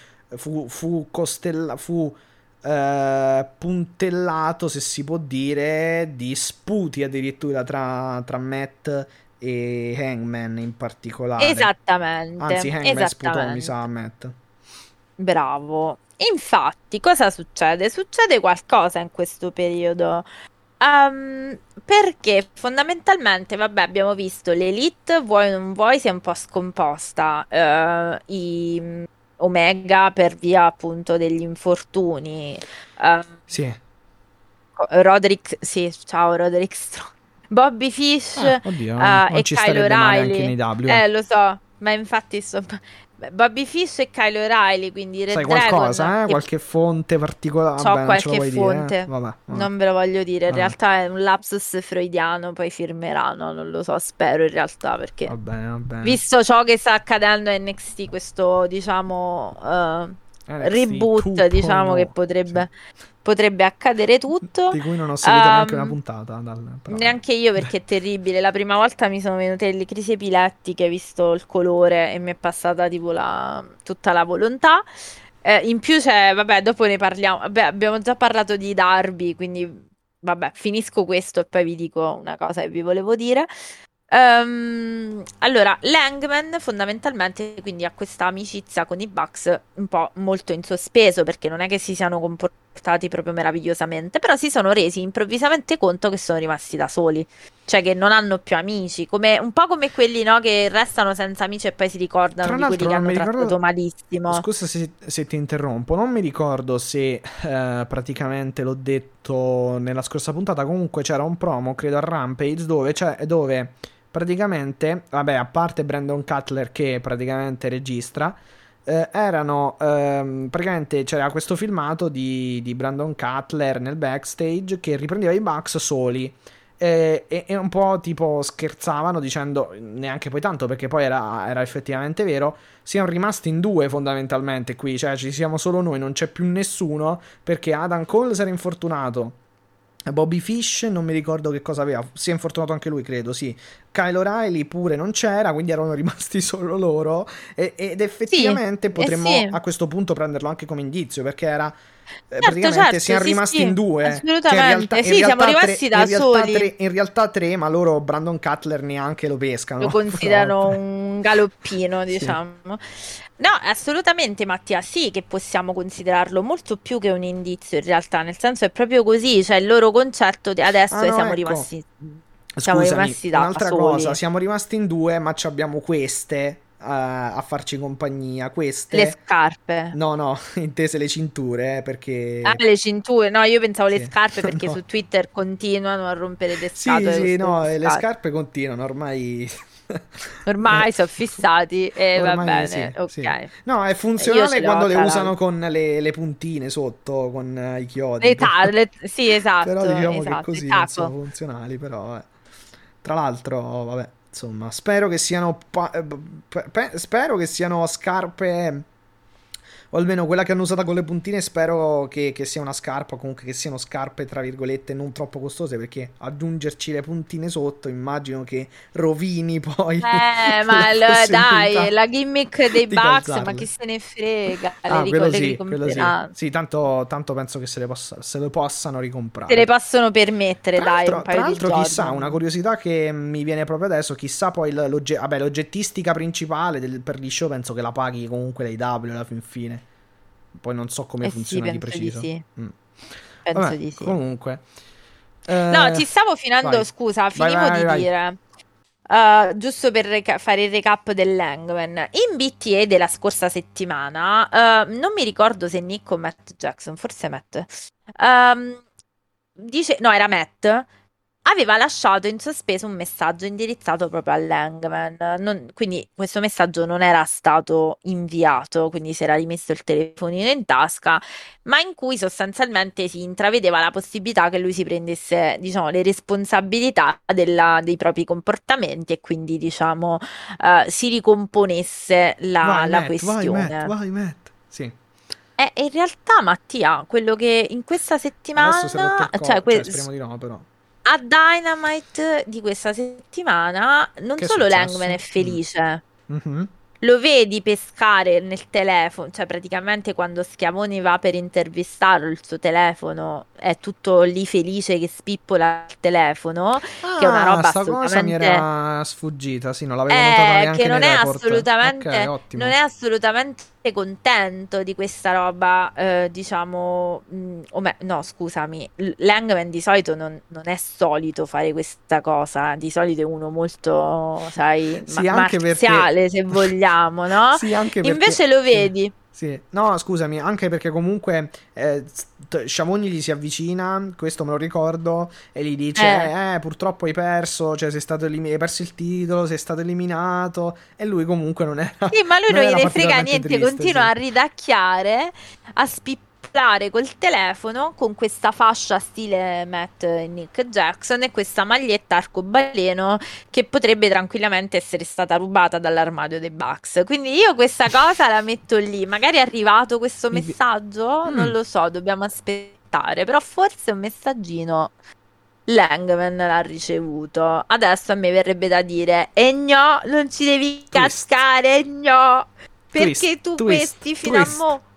S3: fu puntellato, se si può dire, di sputi addirittura tra Matt e Hangman in particolare. Anzi,
S2: Esattamente,
S3: Hangman sputò, mi sa, a
S2: esattamente.
S3: Matt.
S2: Bravo. Infatti, cosa succede? Succede qualcosa in questo periodo. Perché fondamentalmente, vabbè, abbiamo visto l'Elite, vuoi o non vuoi, si è un po' scomposta. Omega per via appunto degli infortuni.
S3: Sì.
S2: Roderick, sì, ciao Roderick Strong. Bobby Fish
S3: Oddio, non
S2: e
S3: ci
S2: Kyle
S3: starebbe male anche
S2: O'Reilly.
S3: nei W.
S2: Lo so, ma infatti Bobby Fish e Kyle O'Reilly, quindi
S3: Sai
S2: Red Dragon,
S3: qualcosa, eh?
S2: che
S3: Qualche fonte particolare?
S2: so
S3: Vabbè, non ce lo
S2: qualche
S3: vuoi dire, eh?
S2: fonte,
S3: Vabbè, vabbè,
S2: non ve lo voglio dire, in
S3: vabbè.
S2: realtà è un lapsus freudiano, poi firmeranno, non lo so, spero in realtà, perché
S3: Va bene, va bene.
S2: visto ciò che sta accadendo a NXT, questo diciamo
S3: NXT
S2: reboot, diciamo che
S3: 2.0, sì.
S2: potrebbe accadere tutto.
S3: Di cui non ho seguito neanche una
S2: Ehm,
S3: puntata, però vabbè.
S2: Neanche io perché è terribile. La prima volta mi sono venute le crisi epilettiche, visto il colore, e mi è passata tipo tutta la volontà. In più c'è, vabbè, dopo ne parliamo. Vabbè, abbiamo già parlato di Darby, quindi vabbè, finisco questo e poi vi dico una cosa che vi volevo dire. Allora, l'Hangman fondamentalmente quindi ha questa amicizia con i Bucks un po' molto in sospeso perché non è che si siano comportati proprio meravigliosamente, però si sono resi improvvisamente conto che sono rimasti da soli, cioè che non hanno più amici, un po' come quelli, no, che restano senza amici e poi si ricordano
S3: Tra
S2: di quelli
S3: l'altro
S2: che
S3: non
S2: hanno
S3: mi
S2: trattato
S3: ricordo,
S2: malissimo.
S3: scusa se ti interrompo, non mi ricordo se praticamente l'ho detto nella scorsa puntata, comunque c'era un promo, credo a Rampage, dove praticamente, vabbè, a parte Brandon Cutler che praticamente registra, praticamente c'era questo filmato di Brandon Cutler nel backstage che riprendeva i Bucks soli. E un po' tipo scherzavano dicendo, neanche poi tanto perché poi era effettivamente vero, siamo rimasti in due fondamentalmente qui, cioè ci siamo solo noi, non c'è più nessuno perché Adam Cole si era infortunato. Bobby Fish non mi ricordo che cosa aveva, si è infortunato anche lui credo, sì. Kyle O'Reilly pure non c'era, quindi erano rimasti solo loro ed
S2: Sì,
S3: effettivamente
S2: eh
S3: potremmo
S2: sì.
S3: a questo punto prenderlo anche come indizio perché era
S2: Certo,
S3: praticamente
S2: certo,
S3: siamo
S2: sì,
S3: rimasti in
S2: sì,
S3: due, che
S2: assolutamente. Sì, siamo rimasti da soli.
S3: in realtà tre, ma loro Brandon Cutler neanche lo
S2: Lo
S3: pescano, però
S2: considerano
S3: vabbè.
S2: un galoppino,
S3: Sì.
S2: diciamo. No, assolutamente, Mattia, sì che possiamo considerarlo molto più che un indizio in realtà, nel senso è proprio così, cioè il loro concetto di
S3: Ah
S2: adesso è
S3: no, ecco.
S2: siamo
S3: Scusami,
S2: rimasti da
S3: un'altra cosa,
S2: soli.
S3: siamo rimasti in due, ma ci abbiamo queste a farci compagnia,
S2: Le
S3: queste.
S2: scarpe.
S3: No, no, intese le cinture,
S2: Ah,
S3: perché
S2: le cinture. No, io pensavo le
S3: sì.
S2: scarpe perché
S3: No.
S2: su Twitter continuano a rompere le
S3: Sì,
S2: scatole con
S3: sì,
S2: queste
S3: no, le
S2: scarpe.
S3: scarpe continuano, ormai
S2: Ormai sono fissati e va
S3: ormai sì,
S2: bene,
S3: sì.
S2: ok.
S3: No, è
S2: Io ce
S3: funzionale
S2: le ho
S3: quando le
S2: tra
S3: usano
S2: l'altro.
S3: con le puntine sotto, con i chiodi, però,
S2: Sì,
S3: però
S2: esatto,
S3: diciamo che
S2: esatto, il
S3: così non sono
S2: taco.
S3: funzionali, però. Tra l'altro, vabbè, insomma, spero che siano spero che siano scarpe o almeno quella che hanno usato con le puntine spero che sia una scarpa, comunque che siano scarpe tra virgolette non troppo costose perché aggiungerci le puntine sotto immagino che rovini poi la
S2: Dai,
S3: possibilità
S2: la gimmick dei
S3: di
S2: Bucks, ma chi
S3: calzarle.
S2: se ne frega,
S3: Ah,
S2: le
S3: quello sì.
S2: ricompreranno.
S3: Sì, tanto penso che se le possano
S2: Se le
S3: ricomprare.
S2: possono permettere, dai, un
S3: Tra
S2: paio di
S3: l'altro, chissà, una
S2: Jordan.
S3: curiosità che mi viene proprio adesso, chissà poi vabbè, l'oggettistica principale per gli show penso che la paghi comunque dai W alla fin fine. Poi non so come
S2: Eh sì,
S3: funziona di
S2: penso di
S3: preciso.
S2: sì,
S3: Mm.
S2: penso
S3: Vabbè,
S2: di sì.
S3: comunque.
S2: No, ti stavo finendo,
S3: Vai.
S2: scusa,
S3: Vai,
S2: finivo
S3: vai,
S2: di
S3: vai.
S2: dire, giusto per fare il recap dell'Hangman. In BTA della scorsa settimana, non mi ricordo se Nick o Matt Jackson, forse Matt, ehm, dice, no, era Matt, aveva lasciato in sospeso un messaggio indirizzato proprio all'Hangman. Quindi questo messaggio non era stato inviato, quindi si era rimesso il telefonino in tasca, ma in cui sostanzialmente si intravedeva la possibilità che lui si prendesse, diciamo, le responsabilità dei propri comportamenti e quindi, diciamo, si ricomponesse la questione.
S3: Vai, Matt. Sì.
S2: E in realtà, Mattia, quello che in questa
S3: Adesso si è rotto
S2: settimana,
S3: il
S2: cioè,
S3: cioè, speriamo di no, però.
S2: a Dynamite di questa settimana, non
S3: Che è
S2: solo l'Hangman è
S3: successo?
S2: felice,
S3: Mhm.
S2: lo vedi pescare nel telefono, cioè praticamente quando Schiavone va per intervistarlo, il suo telefono è tutto lì felice che spippola il telefono, che è una
S3: Ah,
S2: roba
S3: sta cosa mi
S2: assolutamente.
S3: era sfuggita, sì, non l'avevo notata neanche
S2: Che
S3: nei report. Ok,
S2: non
S3: ottimo.
S2: è assolutamente contento di questa roba, diciamo, no, scusami, l'Hangman di solito non è solito fare questa cosa, di solito è uno molto, sai,
S3: Sì, anche perché...
S2: marziale, se vogliamo, no?
S3: Sì, anche perché...
S2: Invece lo
S3: Sì,
S2: vedi.
S3: sì. No, scusami, anche perché comunque Sciavogni gli si avvicina, questo me lo ricordo, e gli dice, purtroppo hai perso, cioè hai perso il titolo, sei stato eliminato, e lui comunque non era,
S2: Sì, ma lui
S3: non
S2: non
S3: era
S2: gliene frega
S3: particolarmente
S2: niente,
S3: triste,
S2: continua
S3: sì.
S2: a ridacchiare, a spippolare col telefono con questa fascia stile Matt e Nick Jackson e questa maglietta arcobaleno che potrebbe tranquillamente essere stata rubata dall'armadio dei Bucks. Quindi io questa cosa la metto lì. Magari è arrivato questo
S3: Mi pi-
S2: messaggio? Non
S3: Mm,
S2: lo so, dobbiamo aspettare. Però forse un messaggino l'Hangman l'ha ricevuto. Adesso a me verrebbe da dire: e no, non ci devi
S3: twist,
S2: cascare, e no,
S3: twist,
S2: perché tu
S3: twist,
S2: questi fino a
S3: twist.
S2: mo'.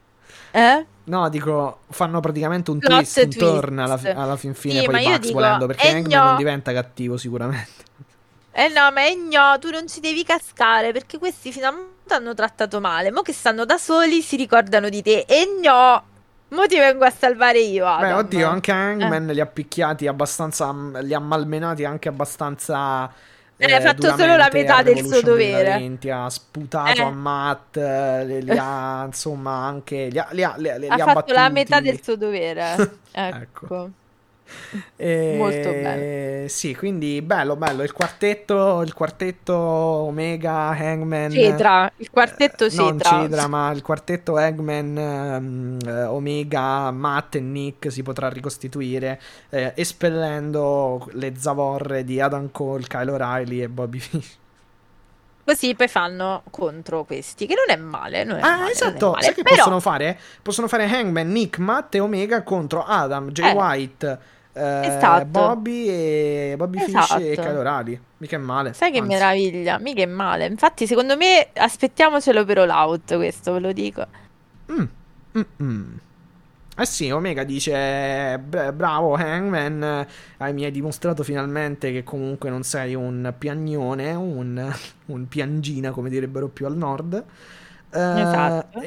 S2: Eh?
S3: No, dico, fanno praticamente un twist,
S2: Plot
S3: un turn
S2: twist.
S3: alla fin fine
S2: Sì,
S3: per
S2: ma
S3: i
S2: io
S3: Bucks
S2: dico:
S3: volendo, perché
S2: e
S3: Hangman non
S2: no.
S3: diventa cattivo sicuramente.
S2: Eh no, ma no, tu non ci devi cascare perché questi fino a mo' ti hanno trattato male. Mo' che stanno da soli si ricordano di te. E no, mo' ti vengo a salvare io,
S3: Beh, oddio,
S2: Adam.
S3: anche Hangman li ha picchiati abbastanza, li ha malmenati anche abbastanza
S2: Hai fatto solo la
S3: duramente a
S2: metà del suo
S3: Revolution
S2: dovere.
S3: 2020, ha sputato a
S2: Eh.
S3: Matt, li ha, insomma, anche, li
S2: Ha
S3: ha
S2: fatto la metà del
S3: battuti.
S2: suo dovere.
S3: Ecco.
S2: Ecco. Molto bene.
S3: Sì, quindi bello, bello, il quartetto Omega, Hangman,
S2: Cedra, il quartetto
S3: non
S2: Cedra.
S3: Cedra, ma il quartetto Hangman, Omega, Matt e Nick si potrà ricostituire, espellendo le zavorre di Adam Cole, Kyle O'Reilly e Bobby Fish.
S2: Così poi fanno contro questi, che non è male, non è
S3: Ah,
S2: male, non è
S3: esatto, sai
S2: male.
S3: che
S2: Però,
S3: possono fare? Possono fare Hangman, Nick, Matt e Omega contro Adam, Jay
S2: eh,
S3: White,
S2: esatto,
S3: Bobby Fish e Kyle
S2: esatto.
S3: O'Reilly. Mica è male,
S2: Sai che
S3: anzi.
S2: meraviglia, mica è male. Infatti, secondo me, aspettiamocelo per All Out, questo ve lo dico.
S3: Mm, mm. Eh sì, Omega dice: Bravo Hangman, mi hai dimostrato finalmente che comunque non sei un piagnone, un piangina, come direbbero più al nord.
S2: Esatto.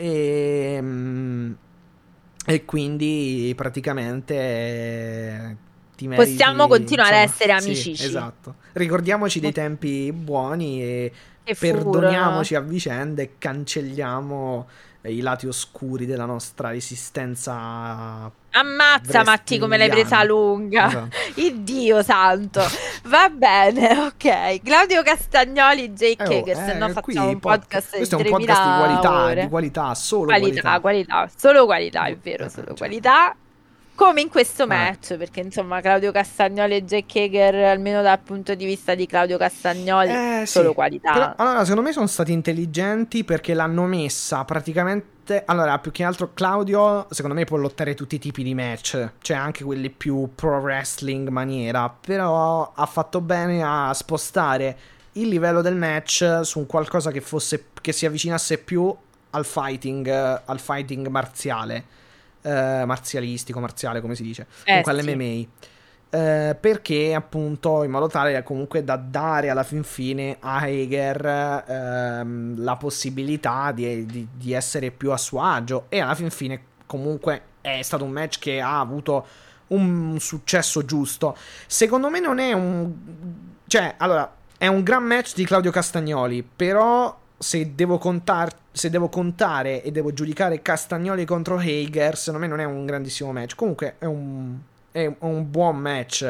S3: E quindi praticamente ti
S2: Possiamo
S3: meriti,
S2: continuare a
S3: insomma,
S2: essere
S3: sì,
S2: amici.
S3: esatto. Ricordiamoci dei tempi buoni e
S2: Che furono.
S3: perdoniamoci a vicenda e cancelliamo i lati oscuri della nostra esistenza
S2: Ammazza Matti come l'hai presa
S3: wrestlingiana.
S2: lunga.
S3: Esatto.
S2: Iddio santo. Va bene, ok. Claudio Castagnoli, Jake Hager, se no facciamo
S3: Qui
S2: un podcast di
S3: questo è un podcast di
S2: 3000 ore.
S3: qualità, solo
S2: Qualità,
S3: qualità.
S2: qualità, solo qualità, è vero, solo
S3: Cioè,
S2: qualità. Come in questo
S3: vabbè.
S2: match, perché insomma Claudio Castagnoli e Jake Hager, almeno dal punto di vista di Claudio Castagnoli,
S3: Sì,
S2: solo
S3: però
S2: qualità.
S3: allora secondo me sono stati intelligenti perché l'hanno messa praticamente. Allora, più che altro Claudio, secondo me può lottare tutti i tipi di match, cioè anche quelli più pro wrestling maniera, però ha fatto bene a spostare il livello del match su un qualcosa che si avvicinasse più al fighting marziale, marzialistico, marziale come si dice, comunque
S2: Sì.
S3: all'MMA. Perché appunto in modo tale comunque da dare alla fin fine a Hager la possibilità di essere più a suo agio, e alla fin fine comunque è stato un match che ha avuto un successo giusto. Secondo me non è cioè, allora, è un gran match di Claudio Castagnoli, però se devo contare e devo giudicare Castagnoli contro Hager, secondo me non è un grandissimo match. Comunque è un buon match.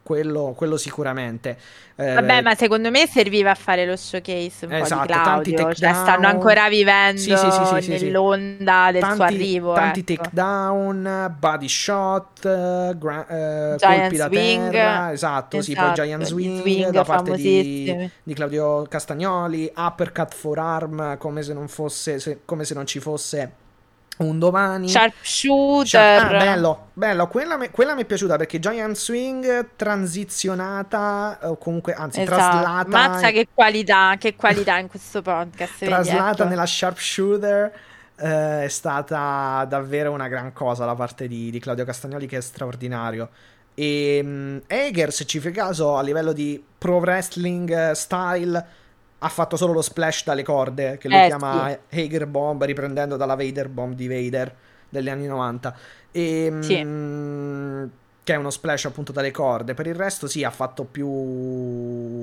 S3: quello sicuramente.
S2: Vabbè, ma secondo me serviva a fare lo showcase un po'
S3: Esatto,
S2: di
S3: tanti
S2: Claudio, cioè stanno
S3: takedown.
S2: ancora vivendo
S3: Sì.
S2: nell'onda del suo arrivo,
S3: Tanti
S2: ecco.
S3: takedown, body shot, colpi
S2: Giant
S3: da
S2: swing,
S3: terra, esatto, sì, poi giant
S2: esatto, gli
S3: swing da parte
S2: famosissimi.
S3: di Claudio Castagnoli, uppercut forearm come se non ci fosse un domani.
S2: Sharpshooter.
S3: Bello, quella mi è piaciuta perché Giant Swing transizionata, o comunque, anzi,
S2: Esatto.
S3: traslata
S2: Mazza che qualità in questo podcast, vedi,
S3: traslata
S2: ecco.
S3: nella sharpshooter. È stata davvero una gran cosa da parte di Claudio Castagnoli, che è straordinario. E Hager, se ci fai caso, a livello di pro wrestling style, ha fatto solo lo splash dalle corde, che lui chiama Hager Bomb, riprendendo dalla Vader Bomb di Vader degli anni 90. Che è uno splash appunto dalle corde. Per il resto sì, ha fatto più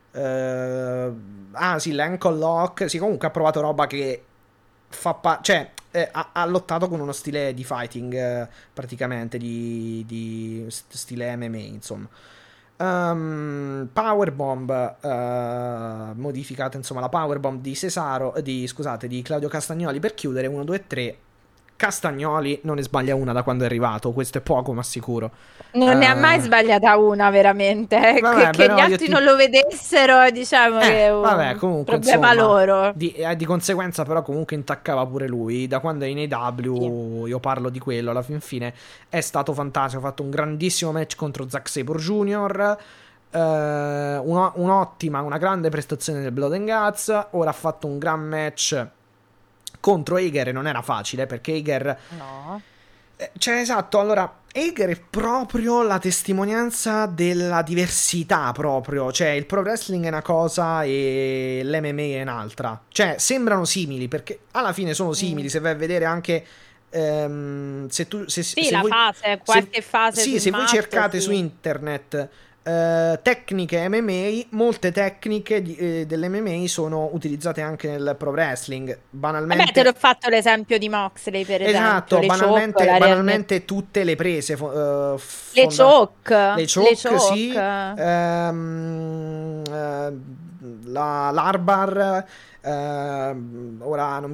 S3: l'ankle lock. Sì, comunque ha provato roba che ha lottato con uno stile di fighting, praticamente di stile MMA, insomma. Powerbomb modificata, insomma, la powerbomb di di Claudio Castagnoli per chiudere. 1, 2, 3. Castagnoli non ne sbaglia una da quando è arrivato, questo è poco ma sicuro.
S2: Non ne ha mai sbagliata una, veramente.
S3: Vabbè,
S2: che gli altri non lo vedessero, diciamo che è un
S3: comunque,
S2: problema loro.
S3: Di conseguenza, però, comunque intaccava pure lui. Da quando è in AEW, io parlo di quello, alla fin fine è stato fantastico. Ha fatto un grandissimo match contro Zack Sabre Jr., una grande prestazione nel Blood and Guts. Ora ha fatto un gran match contro Hager e non era facile, perché Hager...
S2: No.
S3: Esatto, allora Hager è proprio la testimonianza della diversità, proprio. Cioè, il pro wrestling è una cosa e l'MMA è un'altra. Cioè, sembrano simili, perché alla fine sono simili, se vai a vedere anche... se voi cercate su internet tecniche MMA, molte tecniche dell'MMA sono utilizzate anche nel pro wrestling. Banalmente,
S2: vabbè, te l'ho fatto l'esempio di Moxley, per esempio.
S3: Banalmente tutte le prese,
S2: le choke,
S3: sì, l'arbar. Ora non mi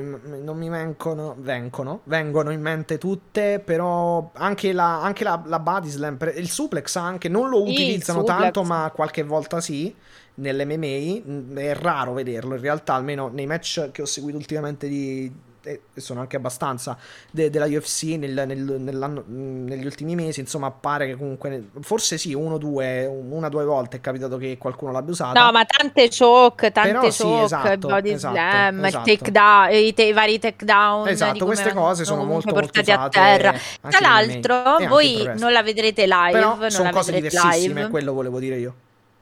S3: vengono in mente tutte, però anche la body slam, il suplex anche non lo utilizzano tanto, ma qualche volta sì. Nell'MMA è raro vederlo in realtà, almeno nei match che ho seguito ultimamente sono anche abbastanza della UFC negli ultimi mesi, insomma, pare che comunque forse sì, una o due volte è capitato che qualcuno l'abbia usata.
S2: No, ma tante choke,
S3: sì, esatto,
S2: body slam,
S3: esatto.
S2: i vari takedown.
S3: Esatto, queste cose sono molto
S2: portate
S3: usate
S2: a terra. Tra l'altro, voi non la vedrete live,
S3: però sono cose diversissime, quello volevo dire io.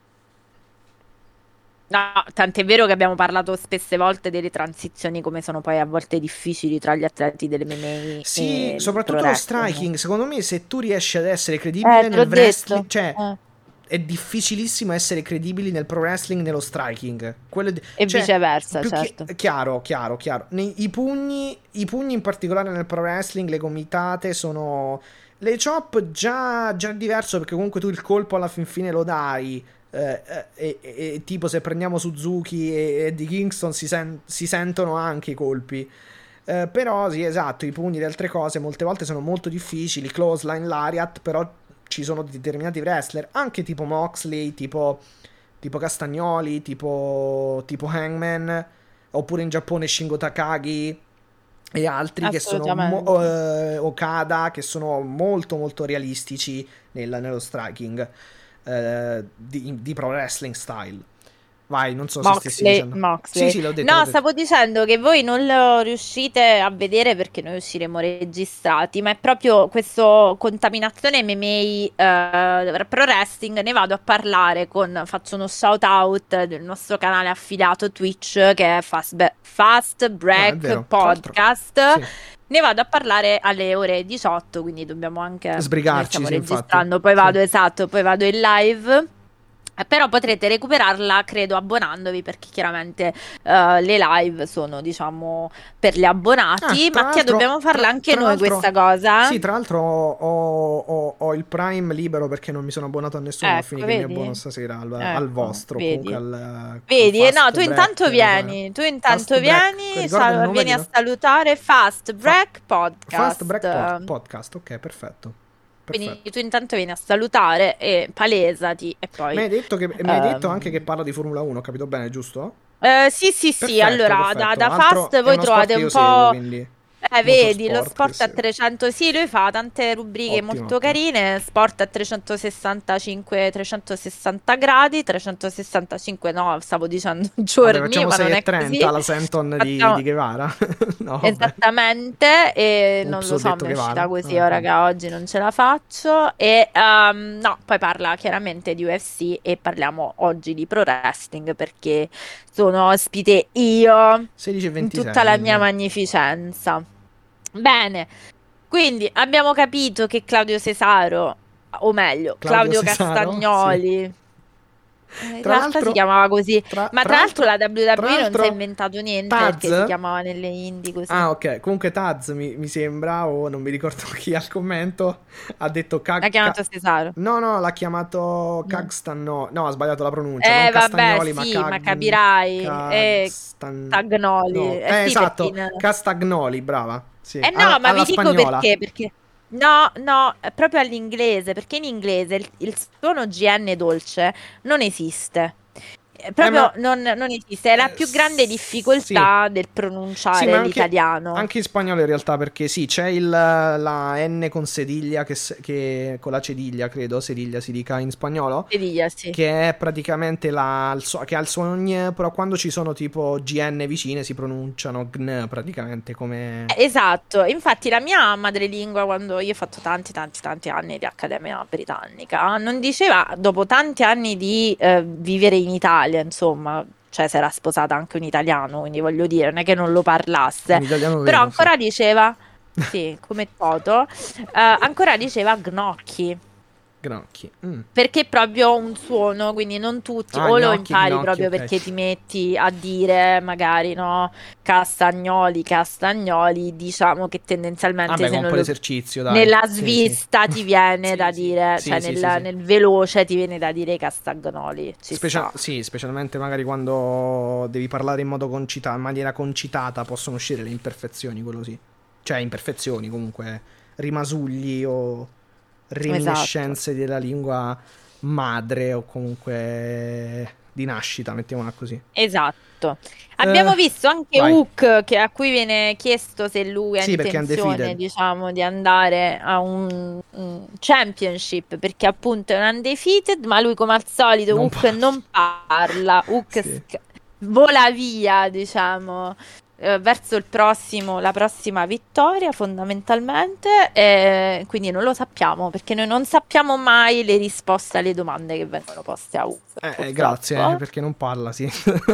S2: No, tant'è vero che abbiamo parlato spesse volte delle transizioni, come sono poi a volte difficili tra gli atleti dell'MMA.
S3: Sì, soprattutto lo striking. Secondo me, se tu riesci ad essere credibile nel wrestling, è difficilissimo essere credibili nel pro wrestling nello striking.
S2: E viceversa, certo.
S3: Chiaro. I pugni in particolare nel pro wrestling, le gomitate sono... Le chop già diverso, perché comunque tu il colpo alla fin fine lo dai. Tipo, se prendiamo Suzuki e Eddie Kingston si sentono anche i colpi, però sì, esatto, i pugni e altre cose molte volte sono molto difficili. Clothesline, lariat, però ci sono determinati wrestler, anche tipo Moxley, tipo Castagnoli, tipo Hangman, oppure in Giappone Shingo Takagi e altri, che sono Okada, che sono molto molto realistici nello striking di pro wrestling style. Vai, non so se stessi dicendo.
S2: Moxley.
S3: Sì, l'ho detto.
S2: No, stavo dicendo che voi non lo riuscite a vedere perché noi usciremo registrati, ma è proprio questa contaminazione MMA pro wrestling. Ne vado a parlare faccio uno shout out del nostro canale affiliato Twitch, che è Fast Break Podcast. Sì. Ne vado a parlare alle ore 18, quindi dobbiamo anche
S3: sbrigarci.
S2: Stiamo registrando, poi vado in live. Però potrete recuperarla, credo, abbonandovi, perché chiaramente le live sono, diciamo, per gli abbonati.
S3: Tra
S2: Mattia,
S3: l'altro,
S2: dobbiamo farla anche
S3: tra
S2: noi
S3: l'altro,
S2: questa cosa?
S3: sì, tra l'altro ho il Prime libero perché non mi sono abbonato a nessuno, ma
S2: Ecco,
S3: finì che mi abbono
S2: vedi?
S3: stasera al
S2: Ecco,
S3: vostro, comunque
S2: vedi?
S3: al
S2: Vedi? No,
S3: Fast
S2: tu intanto
S3: Break,
S2: vieni,
S3: Fast Break, ricorda il nome
S2: vieni
S3: di
S2: a salutare Fast Break
S3: Fast Break
S2: Podcast.
S3: Podcast, ok, perfetto,
S2: Quindi
S3: perfetto.
S2: tu intanto vieni a salutare e palesati e
S3: Mi
S2: poi...
S3: hai detto mi hai detto anche che
S2: ehm,
S3: parla di Formula 1, ho capito bene, giusto?
S2: sì, sì, sì,
S3: Perfetto,
S2: allora
S3: perfetto.
S2: da Fast
S3: Altro è
S2: voi
S3: uno sport
S2: trovate
S3: che
S2: un
S3: io seguo,
S2: po'...
S3: quindi
S2: Vedi, lo
S3: motorsport che
S2: sport a
S3: seguo.
S2: 300, sì, lui fa tante rubriche
S3: Ottimo,
S2: molto
S3: ottimo.
S2: carine, sport a 365, 360 gradi, 365 no, stavo dicendo
S3: Vabbè,
S2: giorni,
S3: facciamo
S2: ma non è
S3: 6:30
S2: così.
S3: alla Senton di
S2: Facciamo
S3: Guevara. No, vabbè.
S2: esattamente, e non
S3: Ups,
S2: lo
S3: ho
S2: so,
S3: detto
S2: mi è uscita
S3: Guevara.
S2: così,
S3: Vabbè,
S2: ora
S3: vabbè.
S2: che oggi non ce la faccio. E no, poi parla chiaramente di UFC e parliamo oggi di pro wrestling perché sono ospite io in tutta
S3: 16:26,
S2: la mia
S3: quindi.
S2: magnificenza. Bene, quindi abbiamo capito che Claudio Cesaro, o meglio,
S3: Claudio
S2: Claudio
S3: Cesaro? Sì.
S2: Castagnoli, in
S3: Tra
S2: realtà si
S3: l'altro,
S2: chiamava così, ma
S3: tra
S2: tra l'altro la
S3: l'altro, tra
S2: WWE non si è
S3: l'altro,
S2: inventato niente perché si
S3: Taz.
S2: chiamava nelle indie così.
S3: Ah, ok. Comunque Taz mi sembra, o non mi ricordo chi al commento, ha detto
S2: L'ha chiamato Cesaro.
S3: No, no, l'ha chiamato
S2: No.
S3: Cagstan, no. No, ha sbagliato la pronuncia. Non
S2: Vabbè,
S3: Castagnoli, ma
S2: sì, ma capirai.
S3: Cagstan...
S2: Tagnoli.
S3: No,
S2: Sì, perché
S3: esatto, Castagnoli, brava. Sì,
S2: no, ma
S3: alla
S2: vi dico
S3: spagnola.
S2: perché... No, no, è proprio all'inglese, perché in inglese il suono GN dolce non esiste.
S3: Ma...
S2: Proprio non esiste, è la più grande
S3: Sì.
S2: difficoltà del
S3: Sì,
S2: pronunciare
S3: ma
S2: l'italiano.
S3: anche in spagnolo in realtà, perché sì, c'è la N con sediglia, con la cediglia, credo, sediglia si dica in spagnolo,
S2: Seviglia, sì.
S3: che è praticamente che ha il suono gne, però quando ci sono tipo GN vicine si pronunciano gn praticamente come...
S2: Esatto, infatti la mia madrelingua, quando io ho fatto tanti tanti tanti anni di Accademia Britannica, non diceva, dopo tanti anni di vivere in Italia, insomma, cioè si era sposata anche un italiano, quindi voglio dire, non è che non lo parlasse,
S3: Un italiano
S2: però
S3: vero, sì.
S2: ancora diceva, sì, come Toto, ancora diceva gnocchi.
S3: Gnocchi. Mm.
S2: Perché è proprio un suono, quindi non tutti,
S3: Ah,
S2: o lo
S3: gnocchi,
S2: impari
S3: gnocchi,
S2: proprio
S3: ok.
S2: perché ti metti a dire magari no, castagnoli, castagnoli, diciamo che tendenzialmente
S3: Vabbè,
S2: se
S3: con un
S2: non
S3: po'
S2: lo...
S3: d'esercizio, dai.
S2: Nella
S3: Sì, sì.
S2: svista ti viene da
S3: Sì, sì.
S2: dire,
S3: Sì,
S2: cioè
S3: sì, sì, sì.
S2: nel veloce ti viene da dire castagnoli, ci sta.
S3: Sì, specialmente magari quando devi parlare in maniera concitata possono uscire le imperfezioni, quello sì. Cioè, imperfezioni comunque, rimasugli o
S2: Esatto.
S3: reminiscenze della lingua madre o comunque di nascita, mettiamola così.
S2: Esatto.
S3: Eh,
S2: Abbiamo visto anche
S3: vai.
S2: Hook, a cui viene chiesto se lui ha
S3: Sì, perché è
S2: intenzione,
S3: undefeated.
S2: diciamo, di andare a un championship, perché appunto è un undefeated, ma lui come al solito
S3: Non
S2: Hook
S3: parli.
S2: non parla,
S3: Sì.
S2: vola via, diciamo, verso la prossima vittoria fondamentalmente, quindi non lo sappiamo, perché noi non sappiamo mai le risposte alle domande che vengono poste a Hook,
S3: Grazie,
S2: purtroppo.
S3: perché non parla, sì.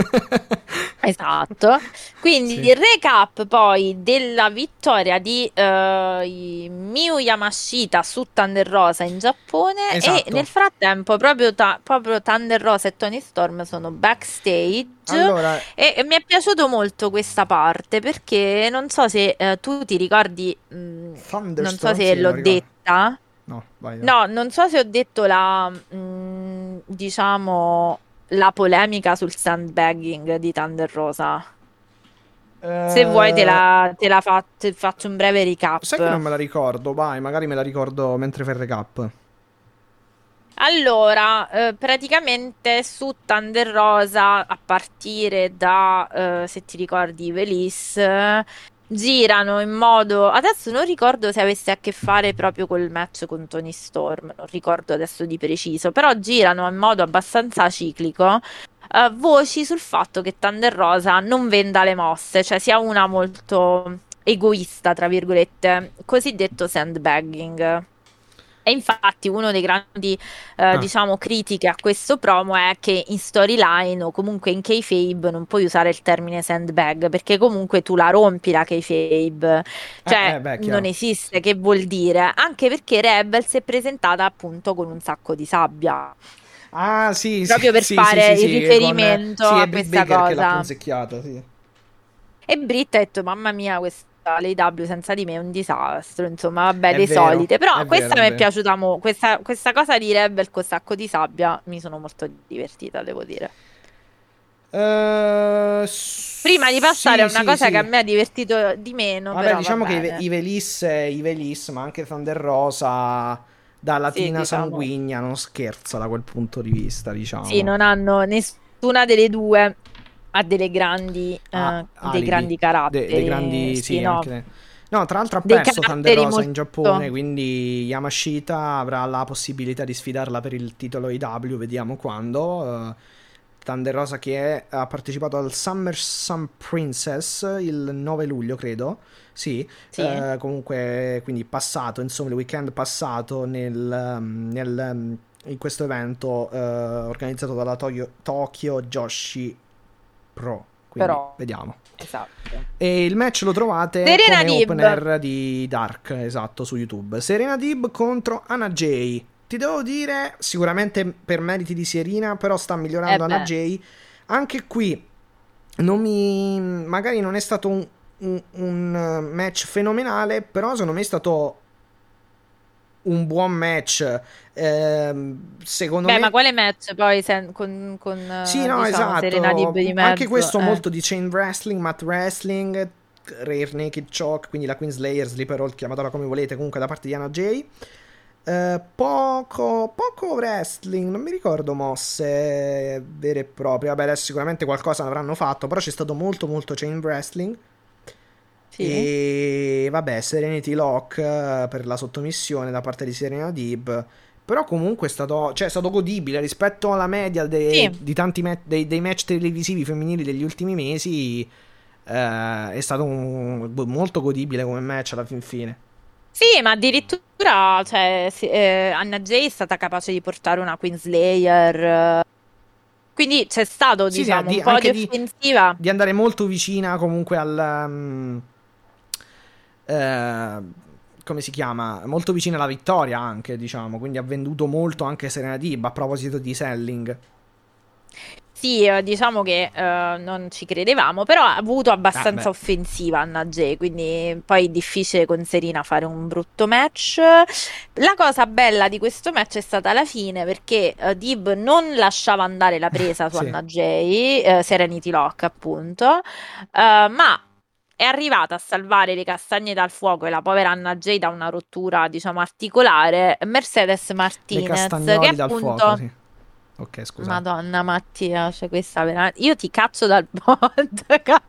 S2: Esatto, quindi
S3: Sì.
S2: il recap poi della vittoria di Miyu Yamashita su Thunder Rosa in Giappone, e nel
S3: Esatto.
S2: frattempo proprio Thunder Rosa e Tony Storm sono backstage,
S3: Allora,
S2: e mi è piaciuto molto questa parte perché non so se tu ti ricordi, non so
S3: Thunderstorm,
S2: se
S3: sì, me lo
S2: l'ho
S3: ricordo.
S2: detta,
S3: No, vai, vai.
S2: no, non so se ho detto diciamo la polemica sul sandbagging di Thunder Rosa. Se vuoi
S3: Eh,
S2: te faccio un breve
S3: Sai che non
S2: recap.
S3: me la ricordo, vai, magari me la ricordo mentre fai il recap.
S2: Allora, praticamente su Thunder Rosa, a partire da, se ti ricordi, Velis, girano in modo... Adesso non ricordo se avesse a che fare proprio col match con Tony Storm, non ricordo adesso di preciso, però girano in modo abbastanza ciclico, voci sul fatto che Thunder Rosa non venda le mosse, cioè sia una molto egoista, tra virgolette, cosiddetto sandbagging. E infatti uno dei grandi,
S3: Ah,
S2: diciamo, critiche a questo promo è che in storyline o comunque in kayfabe non puoi usare il termine sandbag, perché comunque tu la rompi la kayfabe, cioè
S3: beh,
S2: non
S3: chiaro.
S2: esiste, che vuol dire? Anche perché Rebel si è presentata appunto con un sacco di sabbia.
S3: Ah, sì,
S2: proprio per
S3: sì,
S2: fare
S3: sì,
S2: il riferimento
S3: sì,
S2: a
S3: è Britt
S2: questa
S3: Baker che l'ha
S2: cosa.
S3: punzecchiato, sì.
S2: E Britta ha detto, mamma mia, questa Lei W senza di me è un disastro, insomma, vabbè,
S3: È
S2: le
S3: vero,
S2: solite. Però
S3: è vero,
S2: questa
S3: è
S2: mi è
S3: vero.
S2: piaciuta questa cosa di Rebel con sacco di sabbia, mi sono molto divertita, devo dire. Prima di passare a
S3: Sì,
S2: una
S3: sì,
S2: cosa che a
S3: sì.
S2: me ha divertito di meno,
S3: Vabbè,
S2: però va
S3: diciamo che
S2: bene.
S3: i Velis, ma anche Thunder Rosa, da
S2: Sì,
S3: latina
S2: diciamo.
S3: sanguigna, non scherza da quel punto di vista,
S2: Sì,
S3: diciamo.
S2: non hanno nessuna delle due ha dei
S3: Alibi,
S2: grandi
S3: dei
S2: caratteri.
S3: grandi,
S2: Sì,
S3: sì,
S2: no,
S3: anche. No, tra l'altro ha
S2: dei
S3: perso Thunder
S2: caratteri
S3: Rosa in
S2: molto.
S3: Giappone, quindi Yamashita avrà la possibilità di sfidarla per il titolo IW, vediamo quando. Thunder Rosa ha partecipato al Summer Sun Princess il 9 luglio, credo. Sì,
S2: Sì,
S3: comunque, quindi passato, insomma, il weekend passato in questo evento organizzato dalla Tokyo Joshi Pro. Quindi,
S2: però,
S3: vediamo.
S2: esatto.
S3: E il match lo trovate
S2: Serena
S3: come
S2: Dib.
S3: opener di Dark, esatto, su YouTube. Serena Dib contro Anna Jay. Ti devo dire, sicuramente per meriti di Serena, però sta
S2: Eh
S3: migliorando Anna
S2: beh,
S3: Jay. Anche qui magari non è stato un match fenomenale, però secondo me è stato un buon match. Secondo
S2: beh, ma
S3: me
S2: quale match poi
S3: sì, no,
S2: diciamo, Serena Dib
S3: esatto.
S2: di
S3: Anche
S2: mezzo?
S3: questo molto di chain wrestling, mat wrestling, rare naked choke, quindi la Queen Slayer, Sleeper Hold, chiamatela come volete, comunque da parte di Anna Jay. Poco wrestling, non mi ricordo mosse vere e proprie. Vabbè, adesso sicuramente qualcosa avranno fatto, però c'è stato molto chain wrestling.
S2: Sì.
S3: E vabbè, Serenity Lock per la sottomissione da parte di Serena Deeb. Però comunque è stato godibile rispetto alla media
S2: Sì.
S3: di tanti dei match televisivi femminili degli ultimi mesi. È stato molto godibile come match alla fin fine.
S2: Sì, ma addirittura, cioè, Anna Jay è stata capace di portare una Queen Slayer. Quindi c'è stato,
S3: Sì,
S2: diciamo, un po'
S3: anche
S2: di offensiva.
S3: di andare molto vicina comunque eh, come si chiama? Molto vicina alla vittoria anche, diciamo. Quindi ha venduto molto anche Serena Deeb a proposito di selling.
S2: Sì, diciamo che non ci credevamo, però ha avuto
S3: Ah, beh.
S2: abbastanza offensiva Anna Jay, quindi poi è difficile con Serena fare un brutto match. La cosa bella di questo match è stata la fine perché Dib non lasciava andare la presa su
S3: Sì.
S2: Anna Jay, Serenity Lock appunto, ma è arrivata a salvare le castagne dal fuoco e la povera Anna Jay da una rottura, diciamo, articolare, Mercedes
S3: Le
S2: Martinez, che
S3: castagnoli dal fuoco,
S2: appunto...
S3: sì. Ok, scusate.
S2: Madonna Mattia, cioè questa veramente... Io ti caccio dal podcast.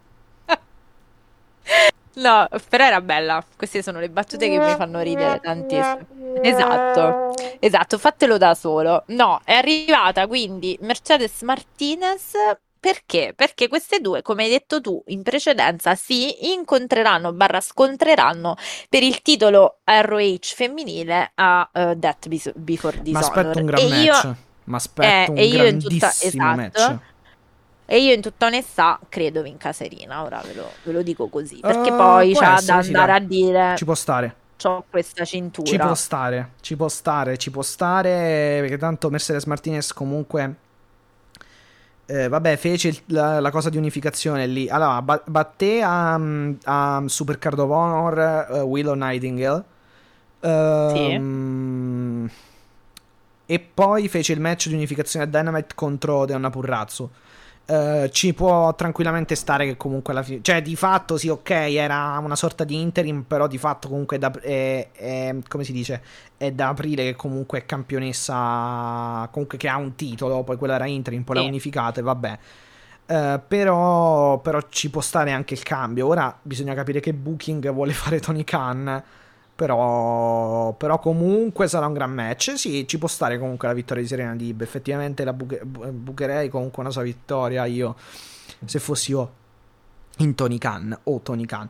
S2: No, però era bella. Queste sono le battute che mi fanno ridere tantissimo. Esatto, esatto, fatelo da solo. No, è arrivata quindi Mercedes Martinez. Perché? Perché queste due, come hai detto tu in precedenza, si incontreranno, barra scontreranno per il titolo ROH femminile a Before
S3: Ma aspetto un
S2: Dishonor.
S3: gran match. Ma aspetto
S2: E
S3: un
S2: io in tutta,
S3: grandissimo match.
S2: esatto, e io in tutta onestà credo vinca Serena, ora ve lo dico così, perché poi
S3: Può
S2: c'ha da
S3: essere, sì, dai.
S2: andare a dire,
S3: Ci può stare.
S2: c'ho questa
S3: Ci può
S2: cintura.
S3: stare. Ci può stare. Ci può stare. Perché tanto Mercedes Martinez comunque. Vabbè, fece la cosa di unificazione lì. Allora, batté a Super Card of Honor Willow Nightingale.
S2: Sì,
S3: Ehm, e poi fece il match di unificazione a Dynamite contro Deonna Purrazzo. Ci può tranquillamente stare che comunque alla fine, cioè di fatto sì, ok, era una sorta di interim, però di fatto comunque come si dice, è da aprile che comunque è campionessa, comunque che ha un titolo, poi quella era interim, poi l'ha
S2: sì.
S3: unificata e vabbè. Però ci può stare anche il cambio. Ora bisogna capire che booking vuole fare Tony Khan. Però comunque sarà un gran match. Sì, ci può stare comunque la vittoria di Serena Dib. Effettivamente la bucherei comunque una sua vittoria io, se fossi io in Tony Khan o Tony Khan.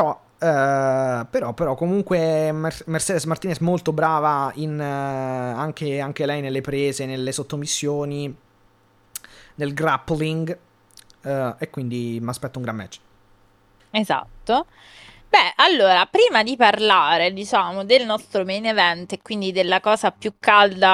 S3: Però comunque Mercedes Martinez molto brava anche lei nelle prese, nelle sottomissioni, nel grappling. E quindi mi aspetto un gran match.
S2: Esatto. Beh, allora, prima di parlare, diciamo, del nostro main event e quindi della cosa più calda,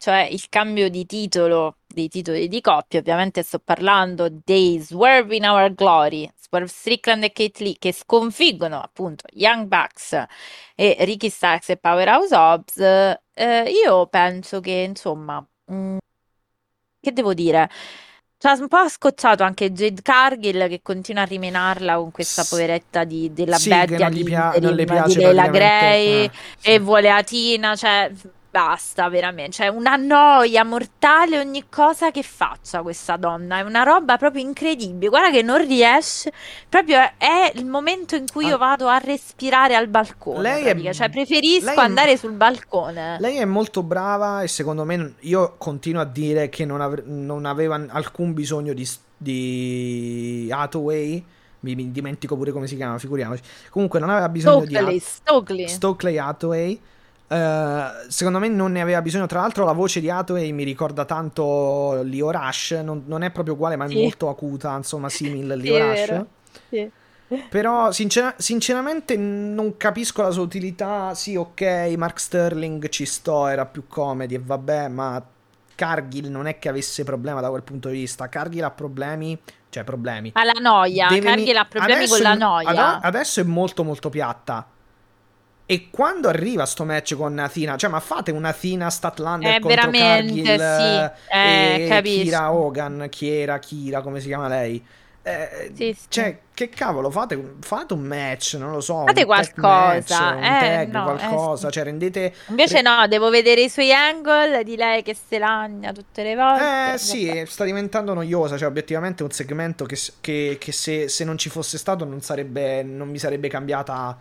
S2: cioè il cambio di titolo, dei titoli di coppia. Ovviamente sto parlando dei Swerve in Our Glory, Swerve Strickland e Kate Lee, che sconfiggono appunto Young Bucks e Ricky Starks e Powerhouse Hobbs. Io penso che, insomma, che devo dire? Ci ha un po' scocciato anche Jade Cargill, che continua a rimenarla con questa
S3: S-
S2: poveretta della
S3: sì, che
S2: Betty
S3: non non le
S2: all'interim di
S3: piace
S2: Leila
S3: praticamente.
S2: Grey e
S3: Sì.
S2: vuole Atina, cioè basta veramente, cioè una noia mortale ogni cosa che faccia questa donna, è una roba proprio incredibile, guarda che non riesce, proprio è il momento in cui io
S3: Ah,
S2: vado a respirare al balcone,
S3: lei è,
S2: pratica, cioè preferisco
S3: lei è,
S2: andare sul balcone.
S3: lei è molto brava e secondo me io continuo a dire che non aveva alcun bisogno di Hathaway. Mi dimentico pure come si chiama, figuriamoci. Comunque non aveva bisogno di
S2: Stokely.
S3: Stokely Hathaway. Secondo me non ne aveva bisogno. Tra l'altro la voce di Hathaway mi ricorda tanto Leo Rush. Non è proprio uguale, ma è
S2: Sì,
S3: molto acuta, insomma, simile a
S2: sì,
S3: Leo
S2: è
S3: Rush.
S2: vero. Sì.
S3: Però sinceramente non capisco la sua utilità. Sì, ok, Mark Sterling ci sto, era più comedy e vabbè, ma Cargill non è che avesse problema da quel punto di vista. Cargill ha problemi, cioè problemi.
S2: Ma la noia, Cargill ha problemi con
S3: Adesso,
S2: la noia.
S3: adesso è molto molto piatta. E quando arriva sto match con Athena, cioè ma fate una Athena Statlander contro
S2: Veramente,
S3: Cargill
S2: sì,
S3: e Kira
S2: capisco.
S3: Hogan, Kira, come si chiama lei?
S2: Sì, sì.
S3: Cioè, che cavolo, fate un match, non lo so,
S2: Fate
S3: un tag match,
S2: qualcosa.
S3: un tag,
S2: No,
S3: qualcosa,
S2: sì.
S3: cioè rendete...
S2: Invece no, devo vedere i suoi angle di lei che se lagna tutte le volte. Vabbè.
S3: Sì, sta diventando noiosa, cioè obiettivamente è un segmento che se non ci fosse stato non mi sarebbe cambiata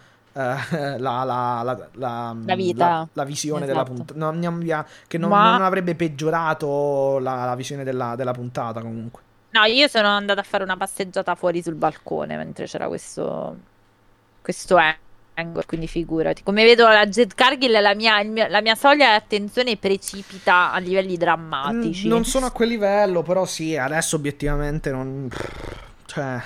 S2: La vita.
S3: la visione della
S2: Esatto.
S3: puntata, che non
S2: Ma
S3: avrebbe peggiorato la visione della puntata comunque.
S2: no, io sono andata a fare una passeggiata fuori sul balcone mentre c'era questo angle, quindi figurati. Come vedo la Jade Cargill, la mia soglia di attenzione precipita a livelli drammatici.
S3: Non sono a quel livello, però sì, adesso obiettivamente non... Cioè...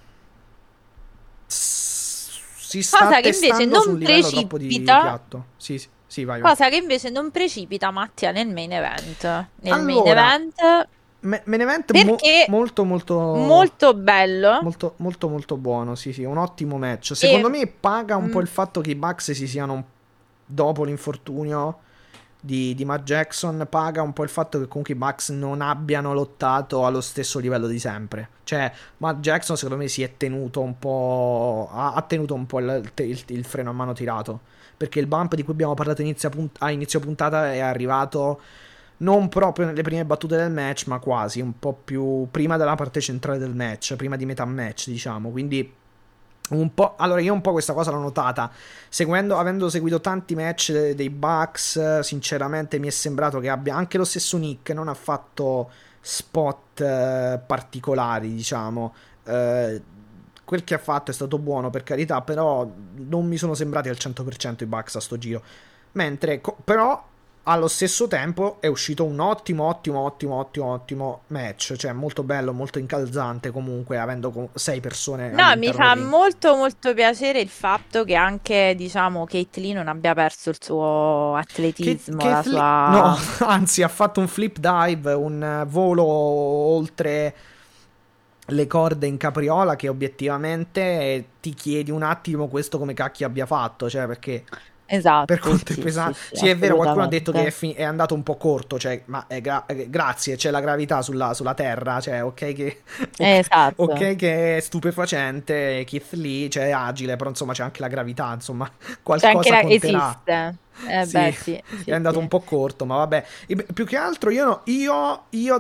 S3: Si sta
S2: Cosa che invece
S3: attestando su un
S2: non
S3: livello troppo di
S2: precipita,
S3: piatto. Sì, sì, sì, vai, vai.
S2: cosa che invece non precipita Mattia nel main event. Nel main
S3: Allora,
S2: event
S3: me ne event
S2: perché
S3: molto, molto,
S2: molto bello
S3: molto, molto, molto buono. Sì, sì, un ottimo match. Secondo
S2: e
S3: me paga un po'
S2: mm,
S3: il fatto che i Bucks si siano, dopo l'infortunio di Matt Jackson, paga un po' il fatto che comunque i Bucks non abbiano lottato allo stesso livello di sempre. Cioè, Matt Jackson secondo me si è tenuto un po', ha tenuto un po' il freno a mano tirato. Perché il bump di cui abbiamo parlato a inizio puntata è arrivato non proprio nelle prime battute del match, ma quasi, un po' più prima della parte centrale del match, prima di metà match, diciamo. Quindi un po', allora io un po' questa cosa l'ho notata avendo seguito tanti match dei Bucks. Sinceramente mi è sembrato che abbia anche lo stesso Nick non ha fatto spot particolari, diciamo. Quel che ha fatto è stato buono, per carità, però non mi sono sembrati al 100% i Bucks a sto giro. Mentre però allo stesso tempo è uscito un ottimo match, cioè molto bello, molto incalzante comunque, avendo 6 persone
S2: no, mi
S3: all'interno del
S2: fa
S3: ring.
S2: molto molto piacere il fatto che anche, diciamo, Kate Lee non abbia perso il suo atletismo, la
S3: No,
S2: sua...
S3: anzi ha fatto un flip dive, un volo oltre le corde in capriola che obiettivamente ti chiedi un attimo questo come cacchio abbia fatto, cioè perché per
S2: Esatto,
S3: quanto è
S2: sì, sì,
S3: pesante.
S2: sì,
S3: Sì, è vero, qualcuno ha detto che
S2: assolutamente.
S3: è andato un po' corto, cioè, ma grazie, c'è la gravità sulla Terra, cioè,
S2: Esatto.
S3: ok che è stupefacente, Keith Lee, cioè, è agile, però insomma c'è anche la gravità, insomma,
S2: C'è anche
S3: qualcosa conterà.
S2: esiste.
S3: Sì,
S2: Beh, sì,
S3: è
S2: sì,
S3: andato un
S2: sì.
S3: po' corto, ma vabbè. Più che altro io, no, io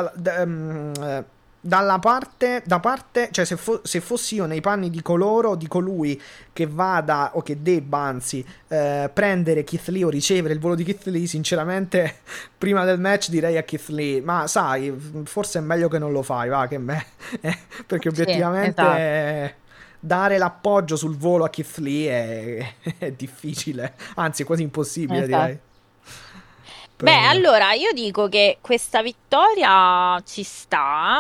S3: dalla parte, cioè se fossi io nei panni di coloro, di colui che vada o che debba, anzi, prendere Keith Lee o ricevere il volo di Keith Lee, sinceramente, prima del match direi a Keith Lee, ma sai, forse è meglio che non lo fai, va, che me, perché
S2: Sì,
S3: obiettivamente
S2: esatto.
S3: dare l'appoggio sul volo a Keith Lee è difficile, anzi è quasi impossibile,
S2: Esatto.
S3: direi.
S2: Beh,
S3: Però vabbè.
S2: allora io dico che questa vittoria ci sta,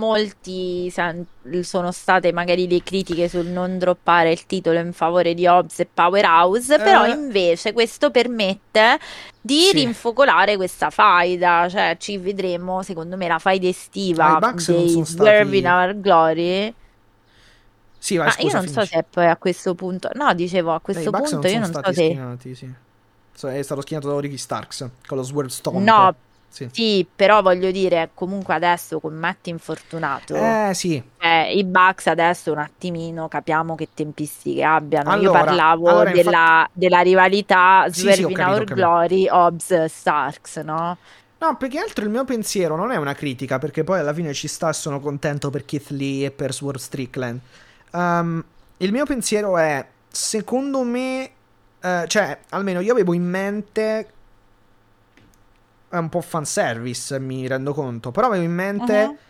S2: sono state magari le critiche sul non droppare il titolo in favore di Hobbs e Powerhouse, però
S3: Eh,
S2: invece questo permette di
S3: sì.
S2: rinfocolare questa faida, cioè ci vedremo, secondo me, la faida
S3: I
S2: estiva
S3: Bucks non
S2: dei
S3: sono
S2: Swerve in
S3: stati...
S2: Our Glory.
S3: Sì, vai,
S2: Ma io
S3: scusa,
S2: non so
S3: finisci.
S2: se è poi a questo punto, no, dicevo a
S3: I
S2: questo
S3: Bucks non
S2: punto io
S3: sono
S2: non so
S3: stati
S2: se...
S3: schienati, sì. È stato schienato da Ricky Starks con lo Swerve Stomp.
S2: No,
S3: Sì.
S2: sì, però voglio dire, comunque adesso con Matt infortunato,
S3: Sì.
S2: i Bucks adesso un attimino capiamo che tempistiche abbiano. Io
S3: Allora,
S2: parlavo
S3: infatti...
S2: della rivalità
S3: Sì, sì, ho
S2: Swerve in
S3: capito, ho
S2: Our
S3: capito.
S2: Glory, Hobbs Starks, no?
S3: No, più che altro il mio pensiero non è una critica, perché poi alla fine ci sta e sono contento per Keith Lee e per Swerve Strickland. Um, il mio pensiero è, secondo me, cioè, almeno io avevo in mente, è un po' fanservice, mi rendo conto, però avevo in mente
S2: Mhm.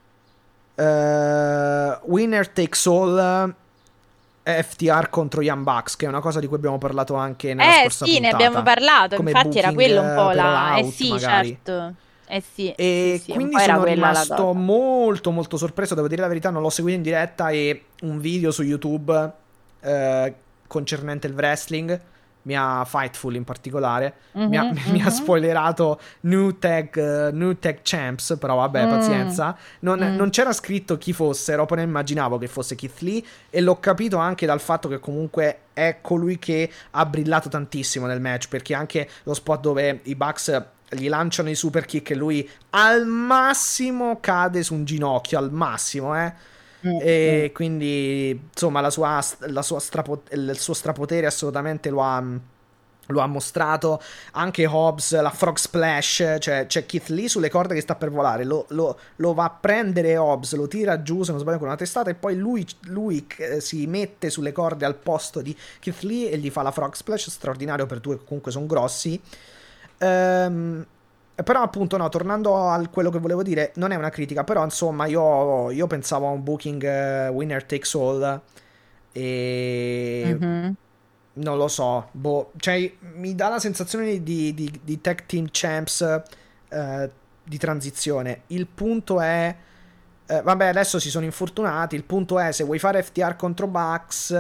S3: Winner Takes All FTR contro Young Bucks, che è una cosa di cui abbiamo parlato anche nella scorsa
S2: Sì, ne abbiamo
S3: puntata,
S2: parlato,
S3: come
S2: infatti era
S3: booking
S2: quello un po'
S3: per All
S2: la... Eh
S3: Out
S2: sì,
S3: magari.
S2: certo. Sì, sì,
S3: E
S2: sì, un po'
S3: quindi
S2: era
S3: sono
S2: quella la
S3: rimasto
S2: cosa.
S3: molto molto sorpreso, devo dire la verità, non l'ho seguito in diretta e un video su YouTube concernente il wrestling, Fightful in particolare,
S2: Mhm,
S3: mi ha
S2: mhm.
S3: spoilerato New Tag Champs, però vabbè,
S2: Mm,
S3: pazienza. Non
S2: mm.
S3: c'era scritto chi fossero, poi ne immaginavo che fosse Keith Lee e l'ho capito anche dal fatto che comunque è colui che ha brillato tantissimo nel match, perché anche lo spot dove i Bucks gli lanciano i super kick e lui al massimo cade su un ginocchio, al massimo, eh.
S2: Mm, mm.
S3: E quindi, insomma, il suo strapotere assolutamente lo ha mostrato. Anche Hobbs, la Frog Splash, cioè c'è Keith Lee sulle corde che sta per volare, lo va a prendere Hobbs, lo tira giù, se non sbaglio, con una testata e poi lui si mette sulle corde al posto di Keith Lee e gli fa la Frog Splash, straordinario per due che comunque sono grossi. Però appunto no, tornando a quello che volevo dire, non è una critica, però insomma io pensavo a un booking winner takes all e
S2: Mhm.
S3: non lo so, boh, cioè mi dà la sensazione di tag team champs di transizione. Il punto è, vabbè adesso si sono infortunati, il punto è se vuoi fare FTR contro Bucks,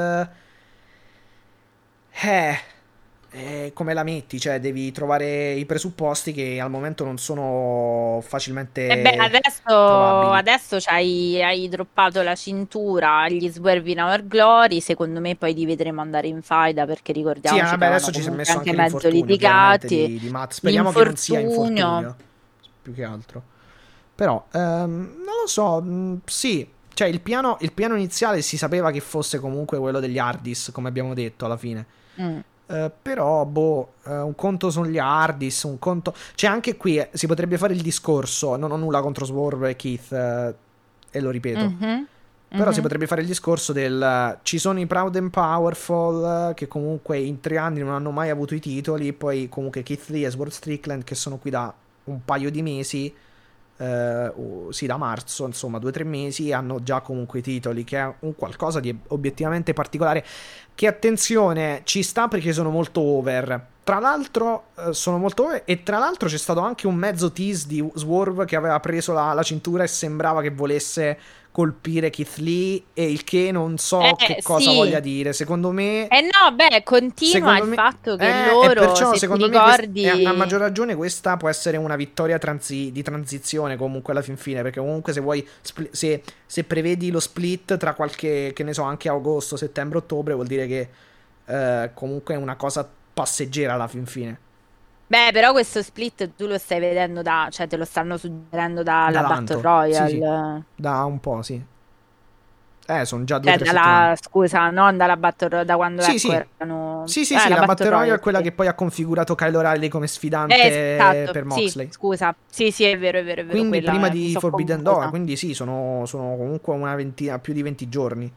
S3: eh, come la metti? Cioè, devi trovare i presupposti che al momento non sono
S2: E beh,
S3: facilmente
S2: adesso,
S3: trovabili.
S2: adesso hai droppato la cintura agli Swerve in Our Glory. Secondo me poi li vedremo andare in faida perché
S3: Sì,
S2: ricordiamoci che
S3: vabbè,
S2: avevano
S3: adesso ci si è
S2: comunque
S3: messo
S2: anche
S3: anche
S2: mezzo
S3: l'infortunio, chiaramente,
S2: litigati.
S3: di Matt. Speriamo che non sia
S2: L'infortunio.
S3: infortunio, più che altro. Però, non lo so, sì. Cioè, il piano iniziale si sapeva che fosse comunque quello degli Hardys, come abbiamo detto alla fine.
S2: Mm,
S3: Però, boh, un conto sono gli Hardys, un conto... Cioè, anche qui si potrebbe fare il discorso, non ho nulla contro Swerve e Keith, e lo ripeto.
S2: mhm,
S3: Però si
S2: mhm.
S3: potrebbe fare il discorso del... ci sono i Proud and Powerful, che comunque in 3 anni non hanno mai avuto i titoli, poi comunque Keith Lee e Swerve Strickland che sono qui da un paio di mesi, sì, da marzo, insomma, 2 o 3 mesi, hanno già comunque i titoli, che è un qualcosa di obiettivamente particolare. Che attenzione, ci sta perché sono molto over. Tra l'altro, sono molto over. E tra l'altro c'è stato anche un mezzo tease di Swerve che aveva preso la cintura e sembrava che volesse colpire KeithLee. E il che non so che cosa
S2: Sì.
S3: voglia dire. Secondo me.
S2: Eh no, beh, continua il
S3: Secondo me,
S2: fatto che
S3: e
S2: loro,
S3: perciò
S2: se ti
S3: secondo me a
S2: ricordi,
S3: maggior ragione questa può essere una vittoria di transizione comunque alla fin fine, perché comunque se vuoi, se prevedi lo split tra qualche, che ne so, anche agosto, settembre, ottobre, vuol dire che comunque è una cosa passeggera alla fin fine.
S2: beh, però questo split tu lo stai vedendo cioè te lo stanno suggerendo
S3: Da
S2: dalla Battle
S3: tanto, sì sì,
S2: Royale.
S3: da un po' sì. Sono già due o
S2: Cioè
S3: tre settimane.
S2: scusa, non dalla Battle Royale, da quando
S3: Sì,
S2: ecco
S3: sì.
S2: erano...
S3: Sì, sì, sì,
S2: La
S3: la
S2: Battle
S3: Battle Royale è
S2: Royale,
S3: quella
S2: sì.
S3: che poi ha configurato Kyle O'Reilly come sfidante
S2: Esatto,
S3: per
S2: sì,
S3: Moxley.
S2: scusa. Sì, sì, è vero,
S3: Quindi prima
S2: quella, mi
S3: di
S2: sono
S3: Forbidden Door,
S2: confusa.
S3: quindi sì, sono comunque una ventina, più di 20 giorni.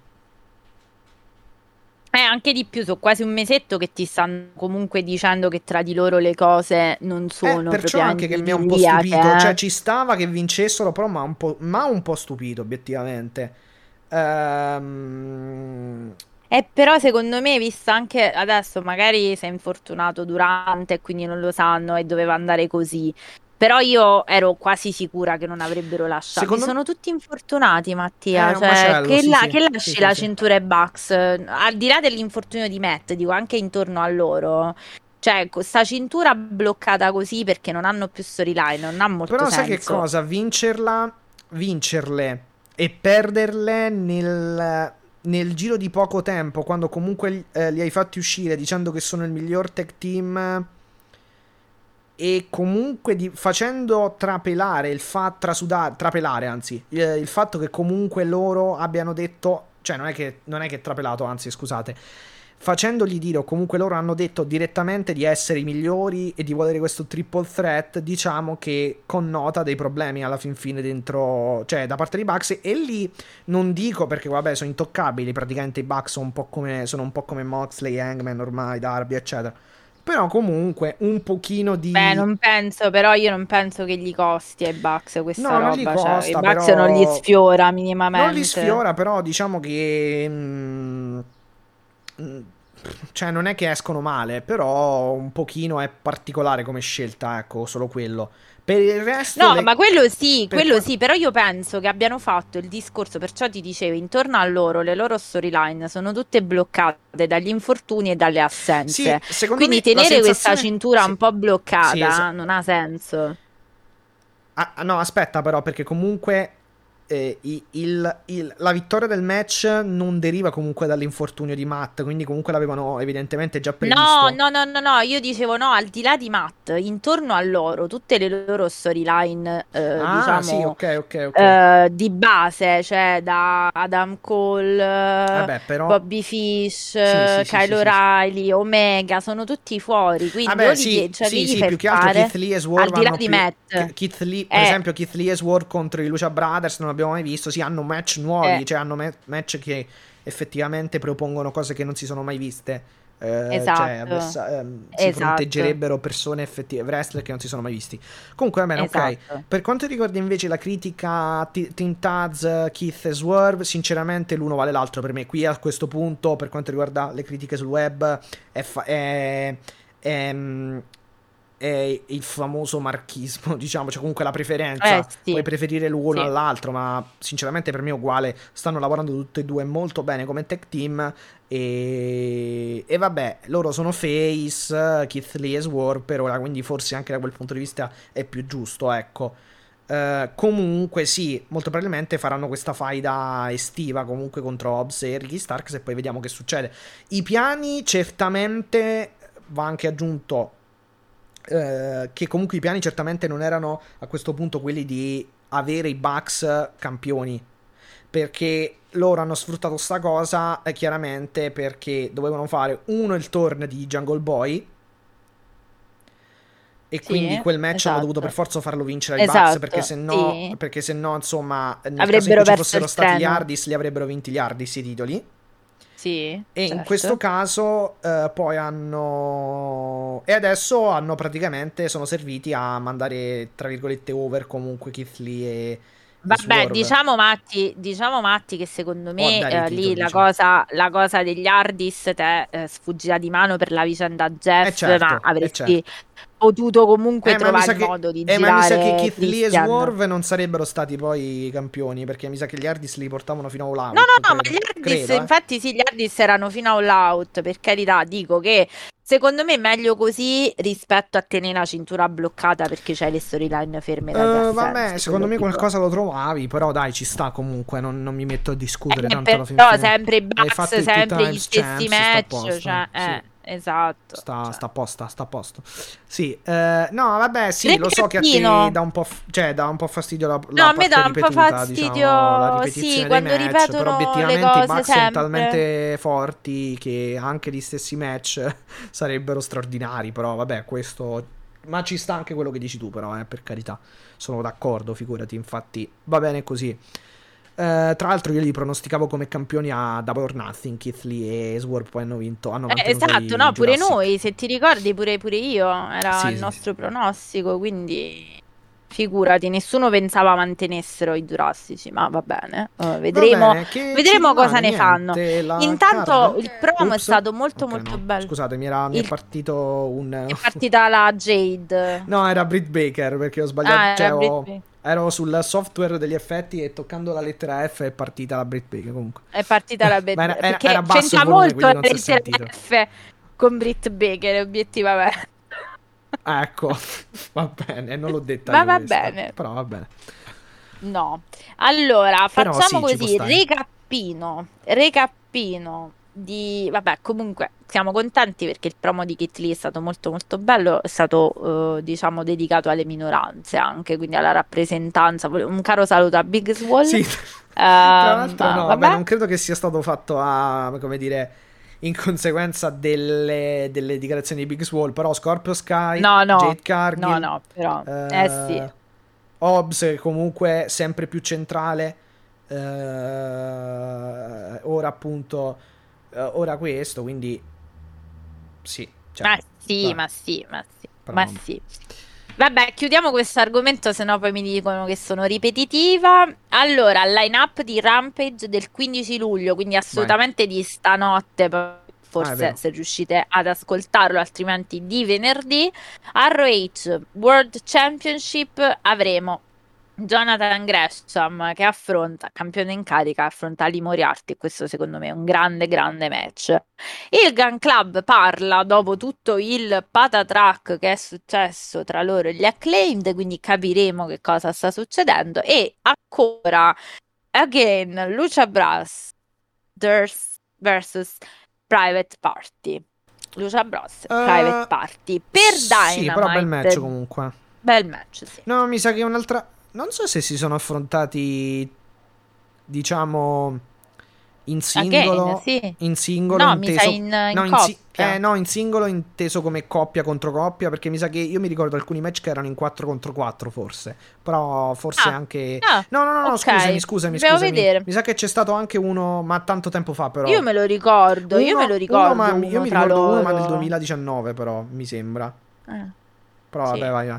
S2: Anche di più, so quasi un mesetto che ti stanno comunque dicendo che tra di loro le cose non sono
S3: Perciò anche
S2: propriamente
S3: che mi ha un po'
S2: idilliache,
S3: stupito, cioè
S2: eh.
S3: ci stava che vincessero, però m'ha un po' stupito, obiettivamente. Ehm...
S2: Però secondo me, visto anche adesso, magari si è infortunato durante e quindi non lo sanno e doveva andare così. Però io ero quasi sicura che non avrebbero lasciato.
S3: Secondo me
S2: Sono tutti infortunati,
S3: è
S2: Mattia.
S3: un
S2: Cioè,
S3: macello, sì, sì,
S2: che
S3: sì,
S2: lasci
S3: sì,
S2: la
S3: sì.
S2: cintura ai Bucks, al di là dell'infortunio di Matt, dico anche intorno a loro. Cioè, questa cintura bloccata così perché non hanno più storyline, non ha molto
S3: Però sai che
S2: senso.
S3: cosa? Vincerle e perderle nel giro di poco tempo, quando comunque li hai fatti uscire dicendo che sono il miglior tag team e comunque facendo trapelare trapelare anzi, il fatto che comunque loro abbiano detto, cioè non è che trapelato, anzi scusate, facendogli dire o comunque loro hanno detto direttamente di essere i migliori e di volere questo triple threat, diciamo che connota dei problemi alla fin fine dentro, cioè da parte dei Bucks. E lì non dico, perché vabbè sono intoccabili, praticamente i Bucks sono un po' come Moxley, Hangman ormai, Darby eccetera, però comunque un pochino
S2: Beh,
S3: di...
S2: non penso, però io non penso che gli costi ai Bucks questa
S3: No, non gli
S2: roba. Cioè, i
S3: costa,
S2: Bucks non li
S3: però...
S2: sfiora
S3: Non li
S2: minimamente.
S3: sfiora, però diciamo che... mm, cioè, non è che escono male, però un pochino è particolare come scelta, ecco, solo quello. Per il resto,
S2: No, ma
S3: per
S2: quello
S3: qua-
S2: sì, però io penso che abbiano fatto il discorso, perciò ti dicevo, intorno a loro, le loro storyline sono tutte bloccate dagli infortuni e dalle assenze.
S3: Sì, secondo
S2: Quindi
S3: me la
S2: tenere questa
S3: sensazione...
S2: cintura
S3: Sì,
S2: un po'
S3: sì,
S2: bloccata non ha senso.
S3: No, aspetta però, perché comunque la vittoria del match non deriva comunque dall'infortunio di Matt, quindi comunque l'avevano evidentemente già
S2: No,
S3: previsto.
S2: no, no, no, no, io dicevo no, al di là di Matt, intorno a loro, tutte le loro storyline,
S3: Ah, sì,
S2: diciamo,
S3: ok, ok, ok.
S2: di base, cioè da Adam Cole,
S3: Vabbè, però...
S2: Bobby Fish,
S3: Sì, sì, sì, sì,
S2: Kyle
S3: sì, sì.
S2: O'Reilly, Omega, sono tutti fuori, quindi o
S3: Vabbè,
S2: li,
S3: sì,
S2: cioè, che
S3: sì,
S2: gli
S3: sì,
S2: fai
S3: più che altro
S2: fare?
S3: Keith Lee e
S2: Al
S3: Swerve
S2: di là
S3: hanno
S2: di
S3: più...
S2: Matt,
S3: Keith Lee, per
S2: eh,
S3: esempio, Keith Lee e Swerve contro i Lucha Brothers non abbiamo mai visto. Sì, hanno match
S2: eh,
S3: nuovi, cioè hanno match che effettivamente propongono cose che non si sono mai viste. Cioè,
S2: esatto,
S3: si
S2: esatto,
S3: fronteggerebbero persone wrestler che non si sono mai visti. Comunque, va bene, ok.
S2: esatto.
S3: Per quanto riguarda invece la critica a Team Taz, Keith e Swerve, sinceramente l'uno vale l'altro per me. Qui a questo punto, per quanto riguarda le critiche sul web, è, è il famoso marchismo, diciamo, cioè comunque la preferenza. Puoi
S2: Sì,
S3: preferire l'uno
S2: sì.
S3: all'altro, ma sinceramente per me è uguale. Stanno lavorando tutte e due molto bene come tech team. E vabbè, loro sono face, Keith Lee e Swerve per ora, quindi forse anche da quel punto di vista è più giusto, ecco. Comunque sì, molto probabilmente faranno questa faida estiva comunque contro Hobbs e Ricky Starks e poi vediamo che succede. I piani certamente va anche aggiunto che comunque i piani certamente non erano a questo punto quelli di avere i Bucks campioni, perché loro hanno sfruttato sta cosa chiaramente perché dovevano fare uno il turn di Jungle Boy e quindi
S2: Sì,
S3: quel match hanno dovuto per
S2: esatto,
S3: forza farlo vincere ai Bucks
S2: esatto, sì.
S3: perché se no insomma nel caso in
S2: Avrebbero
S3: cui ci
S2: perso
S3: fossero
S2: il
S3: stati gli
S2: treno.
S3: Hardys li avrebbero vinti gli Hardys i titoli.
S2: Sì,
S3: E in questo
S2: certo.
S3: caso poi hanno... E adesso hanno praticamente... Sono serviti a mandare, tra virgolette, over comunque Keith Lee e
S2: Vabbè,
S3: Swerve.
S2: diciamo Matti che secondo
S3: O a
S2: me
S3: dare i
S2: lì
S3: titoli, diciamo.
S2: la cosa degli Hardys te sfuggita di mano per la vicenda Jeff, ma
S3: È
S2: avresti
S3: certo.
S2: potuto comunque
S3: Ma mi
S2: trovare
S3: sa
S2: il modo di
S3: ma mi sa che
S2: girare
S3: Keith Lee e
S2: Christian.
S3: Swerve non sarebbero stati poi i campioni, perché mi sa che gli Hardys li portavano fino a All
S2: No,
S3: Out,
S2: no, ma
S3: credo.
S2: gli Hardys,
S3: Credo, eh.
S2: infatti sì, gli Hardys erano fino a All Out, per carità, dico che secondo me è meglio così rispetto a tenere la cintura bloccata perché c'hai le storyline ferme dalle
S3: Vabbè,
S2: assenze,
S3: secondo
S2: quello
S3: me
S2: dico.
S3: qualcosa lo trovavi, però dai, ci sta comunque, non mi metto a discutere, tanto alla fin
S2: Però
S3: fine
S2: sempre i
S3: hai
S2: Bucks,
S3: fatto il two
S2: sempre gli
S3: times
S2: stessi
S3: champs, sta a
S2: match,
S3: posto,
S2: cioè,
S3: sì.
S2: esatto, cioè.
S3: Sta a posto, sta a posto. Sì, no, vabbè, sì, lo so che a te
S2: Recappino.
S3: dà un po', cioè, dà un po' fastidio
S2: No,
S3: la
S2: a me
S3: parte
S2: dà un po'
S3: ripetuta, diciamo, la
S2: fastidio, sì,
S3: ripetizione dei
S2: quando
S3: match, però
S2: ripetono le
S3: obiettivamente i
S2: cose
S3: Bucks sono
S2: sempre.
S3: talmente forti che anche gli stessi match sarebbero straordinari, però vabbè, questo... Ma ci sta anche quello che dici tu, però, per carità. Sono d'accordo, figurati, infatti va bene così. Tra l'altro io li pronosticavo come campioni a Double or Nothing, Keith Lee e Swerve poi hanno mantenuto
S2: Esatto,
S3: i
S2: no, pure
S3: Jurassic.
S2: noi, se ti ricordi, pure io, era
S3: Sì,
S2: il
S3: sì, sì.
S2: nostro pronostico, quindi figurati, nessuno pensava mantenessero i giurassici, ma va bene.
S3: Va
S2: Vedremo,
S3: bene, che ci
S2: vedremo cosa
S3: rimane?
S2: ne fanno.
S3: Niente, la
S2: Intanto
S3: card?
S2: il promo è
S3: Ups.
S2: stato molto
S3: Ok,
S2: molto
S3: no.
S2: bello.
S3: Scusate, mi è
S2: Il-
S3: partito un...
S2: È partita la Jade.
S3: No, era Britt Baker perché ho sbagliato.
S2: Ah,
S3: Cioè,
S2: era Britt Baker.
S3: ero sul software degli effetti e toccando la lettera F è partita la Britt Baker comunque.
S2: È partita la Britt
S3: Ma
S2: Baker.
S3: era
S2: Perché
S3: basso il
S2: c'entra
S3: volume,
S2: molto
S3: quindi
S2: la
S3: non si è
S2: lettera
S3: sentito.
S2: F con Britt Baker, obiettivamente.
S3: Ecco, va bene, non l'ho detta
S2: Ma
S3: io
S2: va
S3: questa,
S2: bene.
S3: però va bene.
S2: No. Allora,
S3: Però
S2: facciamo
S3: sì, ci può
S2: così,
S3: stare.
S2: recappino di... Vabbè, comunque siamo contenti perché il promo di Kit Lee è stato molto molto bello, è stato diciamo dedicato alle minoranze anche, quindi alla rappresentanza. Un caro saluto a Big Swole.
S3: Sì, tra l'altro no, vabbè,
S2: vabbè.
S3: non credo che sia stato fatto a, come dire, in conseguenza delle dichiarazioni di Big Swole, però Scorpio Sky,
S2: No,
S3: Jade Cargill,
S2: no, però... sì.
S3: Hobbs comunque sempre più centrale, ora appunto, ora questo, quindi sì, cioè,
S2: Ma sì,
S3: vabbè,
S2: ma sì, ma sì,
S3: però
S2: ma
S3: vabbè.
S2: sì. Vabbè, chiudiamo questo argomento, se no poi mi dicono che sono ripetitiva. Allora, line-up di Rampage del 15 luglio, quindi
S3: Vai.
S2: assolutamente di stanotte, poi
S3: è
S2: forse
S3: vero.
S2: se riuscite ad ascoltarlo, altrimenti di venerdì. ROH World Championship avremo Jonathan Gresham che affronta, campione in carica, affronta Lee Moriarty, e questo secondo me è un grande, grande match. Il Gun Club parla dopo tutto il patatrack che è successo tra loro e gli Acclaimed, quindi capiremo che cosa sta succedendo. E ancora, again, Lucha Bros versus Private Party. Lucha Bros, Private Party. Per
S3: Sì, però bel match
S2: Dynamite,
S3: comunque.
S2: bel match, sì.
S3: No, mi sa che un'altra... Non so se si sono affrontati, diciamo, in singolo.
S2: Again, sì.
S3: In singolo
S2: No, mi sa
S3: inteso...
S2: in
S3: No,
S2: coppia.
S3: no, in singolo inteso come coppia contro coppia, perché mi sa che io mi ricordo alcuni match che erano in 4 contro 4 forse. Però forse
S2: Ah,
S3: anche...
S2: ah,
S3: No,
S2: ok.
S3: scusami.
S2: Dobbiamo vedere.
S3: Mi sa che c'è stato anche uno, ma tanto tempo fa però.
S2: Io me lo ricordo, io me lo
S3: Ma
S2: ricordo
S3: io
S2: uno
S3: mi
S2: tra
S3: ricordo uno, ma nel
S2: loro.
S3: 2019 però, mi sembra. Però vabbè,
S2: Sì.
S3: vai.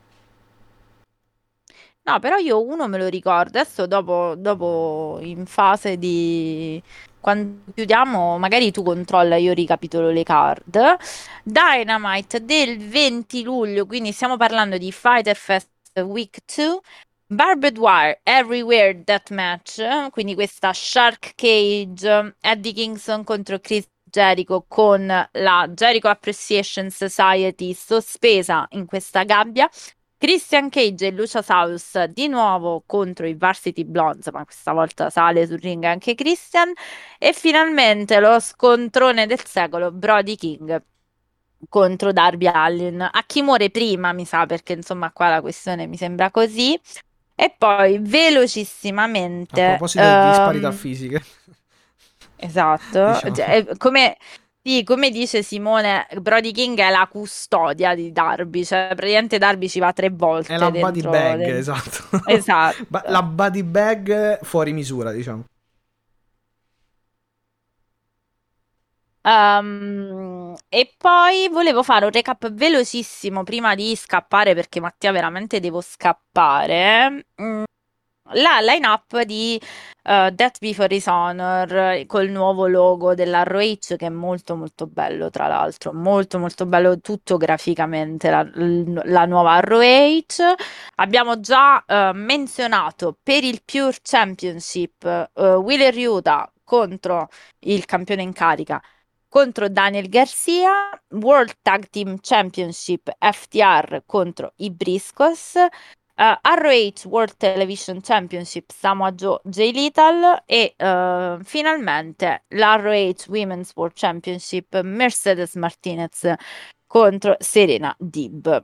S2: No, però io uno me lo ricordo. Adesso dopo in fase di... Quando chiudiamo, magari tu controlla, io ricapitolo le card. Dynamite del 20 luglio, quindi stiamo parlando di Fighter Fest Week 2. Barbed Wire Everywhere Deathmatch, quindi questa Shark Cage, Eddie Kingston contro Chris Jericho con la Jericho Appreciation Society sospesa in questa gabbia. Christian Cage e Luchasaurus di nuovo contro i Varsity Blondes, ma questa volta sale sul ring anche Christian. E finalmente lo scontrone del secolo, Brody King contro Darby Allin. A chi muore prima, mi sa, perché insomma qua la questione mi sembra così. E poi
S3: A
S2: velocissimamente,
S3: proposito di disparità fisiche.
S2: esatto,
S3: Diciamo.
S2: sì, come dice Simone, Brody King è la custodia di Darby, cioè praticamente Darby ci va 3 volte
S3: È la body
S2: dentro.
S3: bag, esatto.
S2: Esatto.
S3: La body bag fuori misura, diciamo.
S2: E poi volevo fare un recap velocissimo prima di scappare perché Mattia veramente devo scappare. La line-up di Death Before Dishonor col nuovo logo della ROH che è molto molto bello tra l'altro, molto molto bello tutto graficamente la nuova ROH. Abbiamo già menzionato per il Pure Championship Wheeler Yuta contro il campione in carica contro Daniel Garcia, World Tag Team Championship FTR contro i Briscoes, ROH World Television Championship Samoa Joe Jay Lethal e finalmente l'ROH Women's World Championship Mercedes Martinez contro Serena Deeb.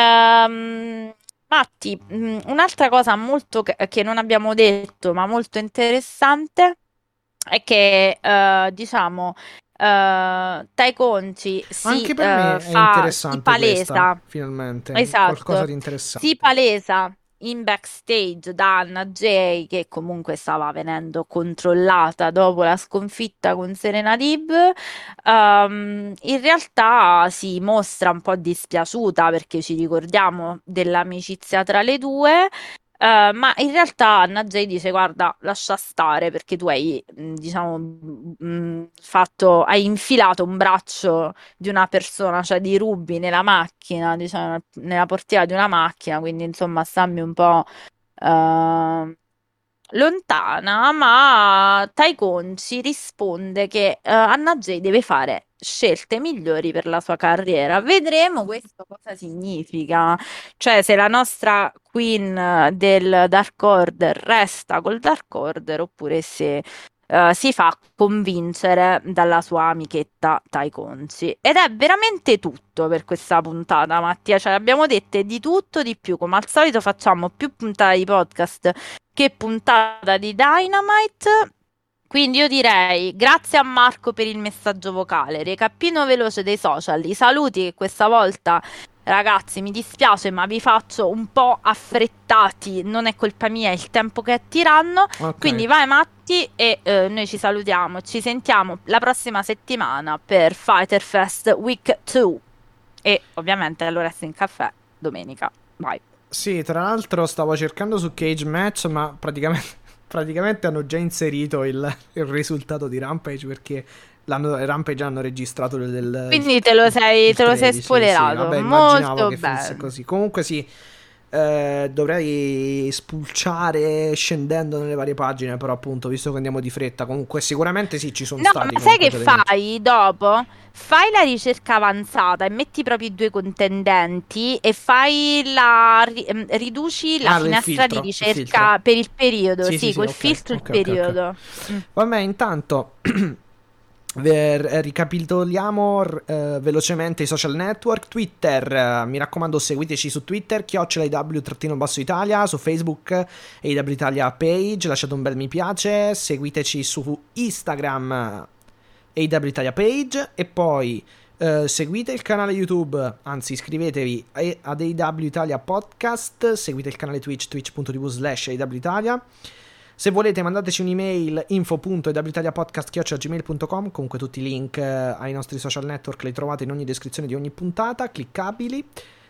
S2: Matti, un'altra cosa molto che non abbiamo detto ma molto interessante è che diciamo Tai Conci
S3: Anche per me è
S2: si
S3: interessante questa,
S2: palesa,
S3: finalmente. Qualcosa
S2: esatto,
S3: di
S2: si
S3: interessante.
S2: palesa in backstage da Anna Jay, che comunque stava venendo controllata dopo la sconfitta con Serena Deeb. In realtà si mostra un po' dispiaciuta perché ci ricordiamo dell'amicizia tra le due. Ma in realtà Anna Jay dice: Guarda, lascia stare perché tu hai, diciamo, hai infilato un braccio di una persona, cioè di Ruby, nella macchina, diciamo, nella portiera di una macchina, quindi insomma stammi un po' lontana, ma Tai Conci risponde che Anna Jay deve fare scelte migliori per la sua carriera. Vedremo questo cosa significa, cioè se la nostra Queen del Dark Order resta col Dark Order oppure se si fa convincere dalla sua amichetta Tai Conci. Ed è veramente tutto per questa puntata, Mattia. Cioè, abbiamo dette di tutto, di più. Come al solito facciamo più puntate di podcast che puntata di Dynamite. Quindi io direi grazie a Marco per il messaggio vocale, recapino veloce dei social, i saluti che questa volta, ragazzi, mi dispiace ma vi faccio un po' affrettati, non è colpa mia, è il tempo che è tiranno.
S3: Ok.
S2: Quindi vai Matti e noi ci salutiamo, ci sentiamo la prossima settimana per Fighter Fest Week 2 e ovviamente all'Wrestling Caffè domenica. Vai.
S3: Sì, tra l'altro stavo cercando su Cage Match, ma praticamente hanno già inserito il risultato di Rampage perché Rampage hanno registrato
S2: Quindi te lo sei
S3: 13,
S2: spoilerato.
S3: sì. Vabbè, immaginavo
S2: Molto
S3: che fosse
S2: bene.
S3: così. Comunque sì, dovrei spulciare scendendo nelle varie pagine, però appunto, visto che andiamo di fretta, comunque sicuramente sì, ci sono
S2: No,
S3: stati.
S2: ma sai
S3: comunque
S2: che
S3: già dei match.
S2: fai dopo? Fai la ricerca avanzata e metti proprio i due contendenti e riduci la
S3: Ah, il
S2: finestra di
S3: filtro, il
S2: ricerca
S3: filtro.
S2: per il periodo.
S3: Sì,
S2: Sì,
S3: sì, sì,
S2: col
S3: ok,
S2: filtro il
S3: ok, ok, ok.
S2: periodo. Mm.
S3: Vabbè, intanto ricapitoliamo velocemente i social network. Twitter, mi raccomando, seguiteci su Twitter, @AW_Italia, su Facebook AW Italia page, lasciate un bel mi piace, seguiteci su Instagram AW Italia page e poi seguite il canale YouTube, anzi iscrivetevi ad AW Italia Podcast, seguite il canale Twitch, twitch.tv/AW Italia. Se volete mandateci un'email info.ewitaliapodcast@gmail.com. Comunque tutti i link ai nostri social network li trovate in ogni descrizione di ogni puntata, cliccabili,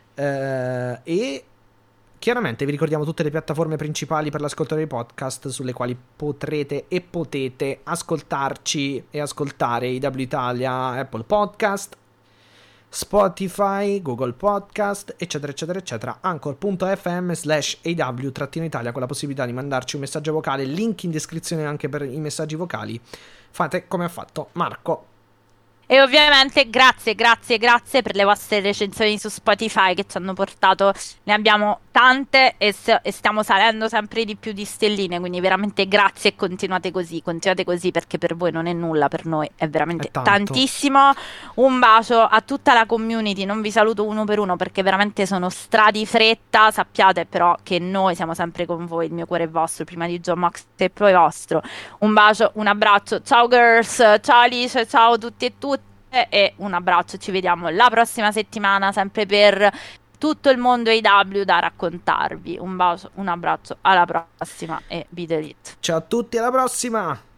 S3: e chiaramente vi ricordiamo tutte le piattaforme principali per l'ascolto dei podcast sulle quali potrete e potete ascoltarci e ascoltare IW Italia, Apple Podcast, Spotify, Google Podcast, eccetera eccetera eccetera, anchor.fm/AW-Italia, con la possibilità di mandarci un messaggio vocale, link in descrizione anche per i messaggi vocali. Fate come ha fatto Marco.
S2: E ovviamente grazie per le vostre recensioni su Spotify che ci hanno portato, ne abbiamo tante e stiamo salendo sempre di più di stelline, quindi veramente grazie e continuate così perché per voi non è nulla, per noi è veramente
S3: È tanto.
S2: tantissimo. Un bacio a tutta la community, non vi saluto uno per uno perché veramente sono di fretta, sappiate però che noi siamo sempre con voi, il mio cuore è vostro, prima di John Max e poi vostro. Un bacio, un abbraccio, ciao girls, ciao Alice, ciao tutti e tutte e un abbraccio, ci vediamo la prossima settimana sempre per tutto il mondo AEW da raccontarvi. Un bacio, un abbraccio, alla prossima e Beat Elite.
S3: Ciao a tutti, alla prossima!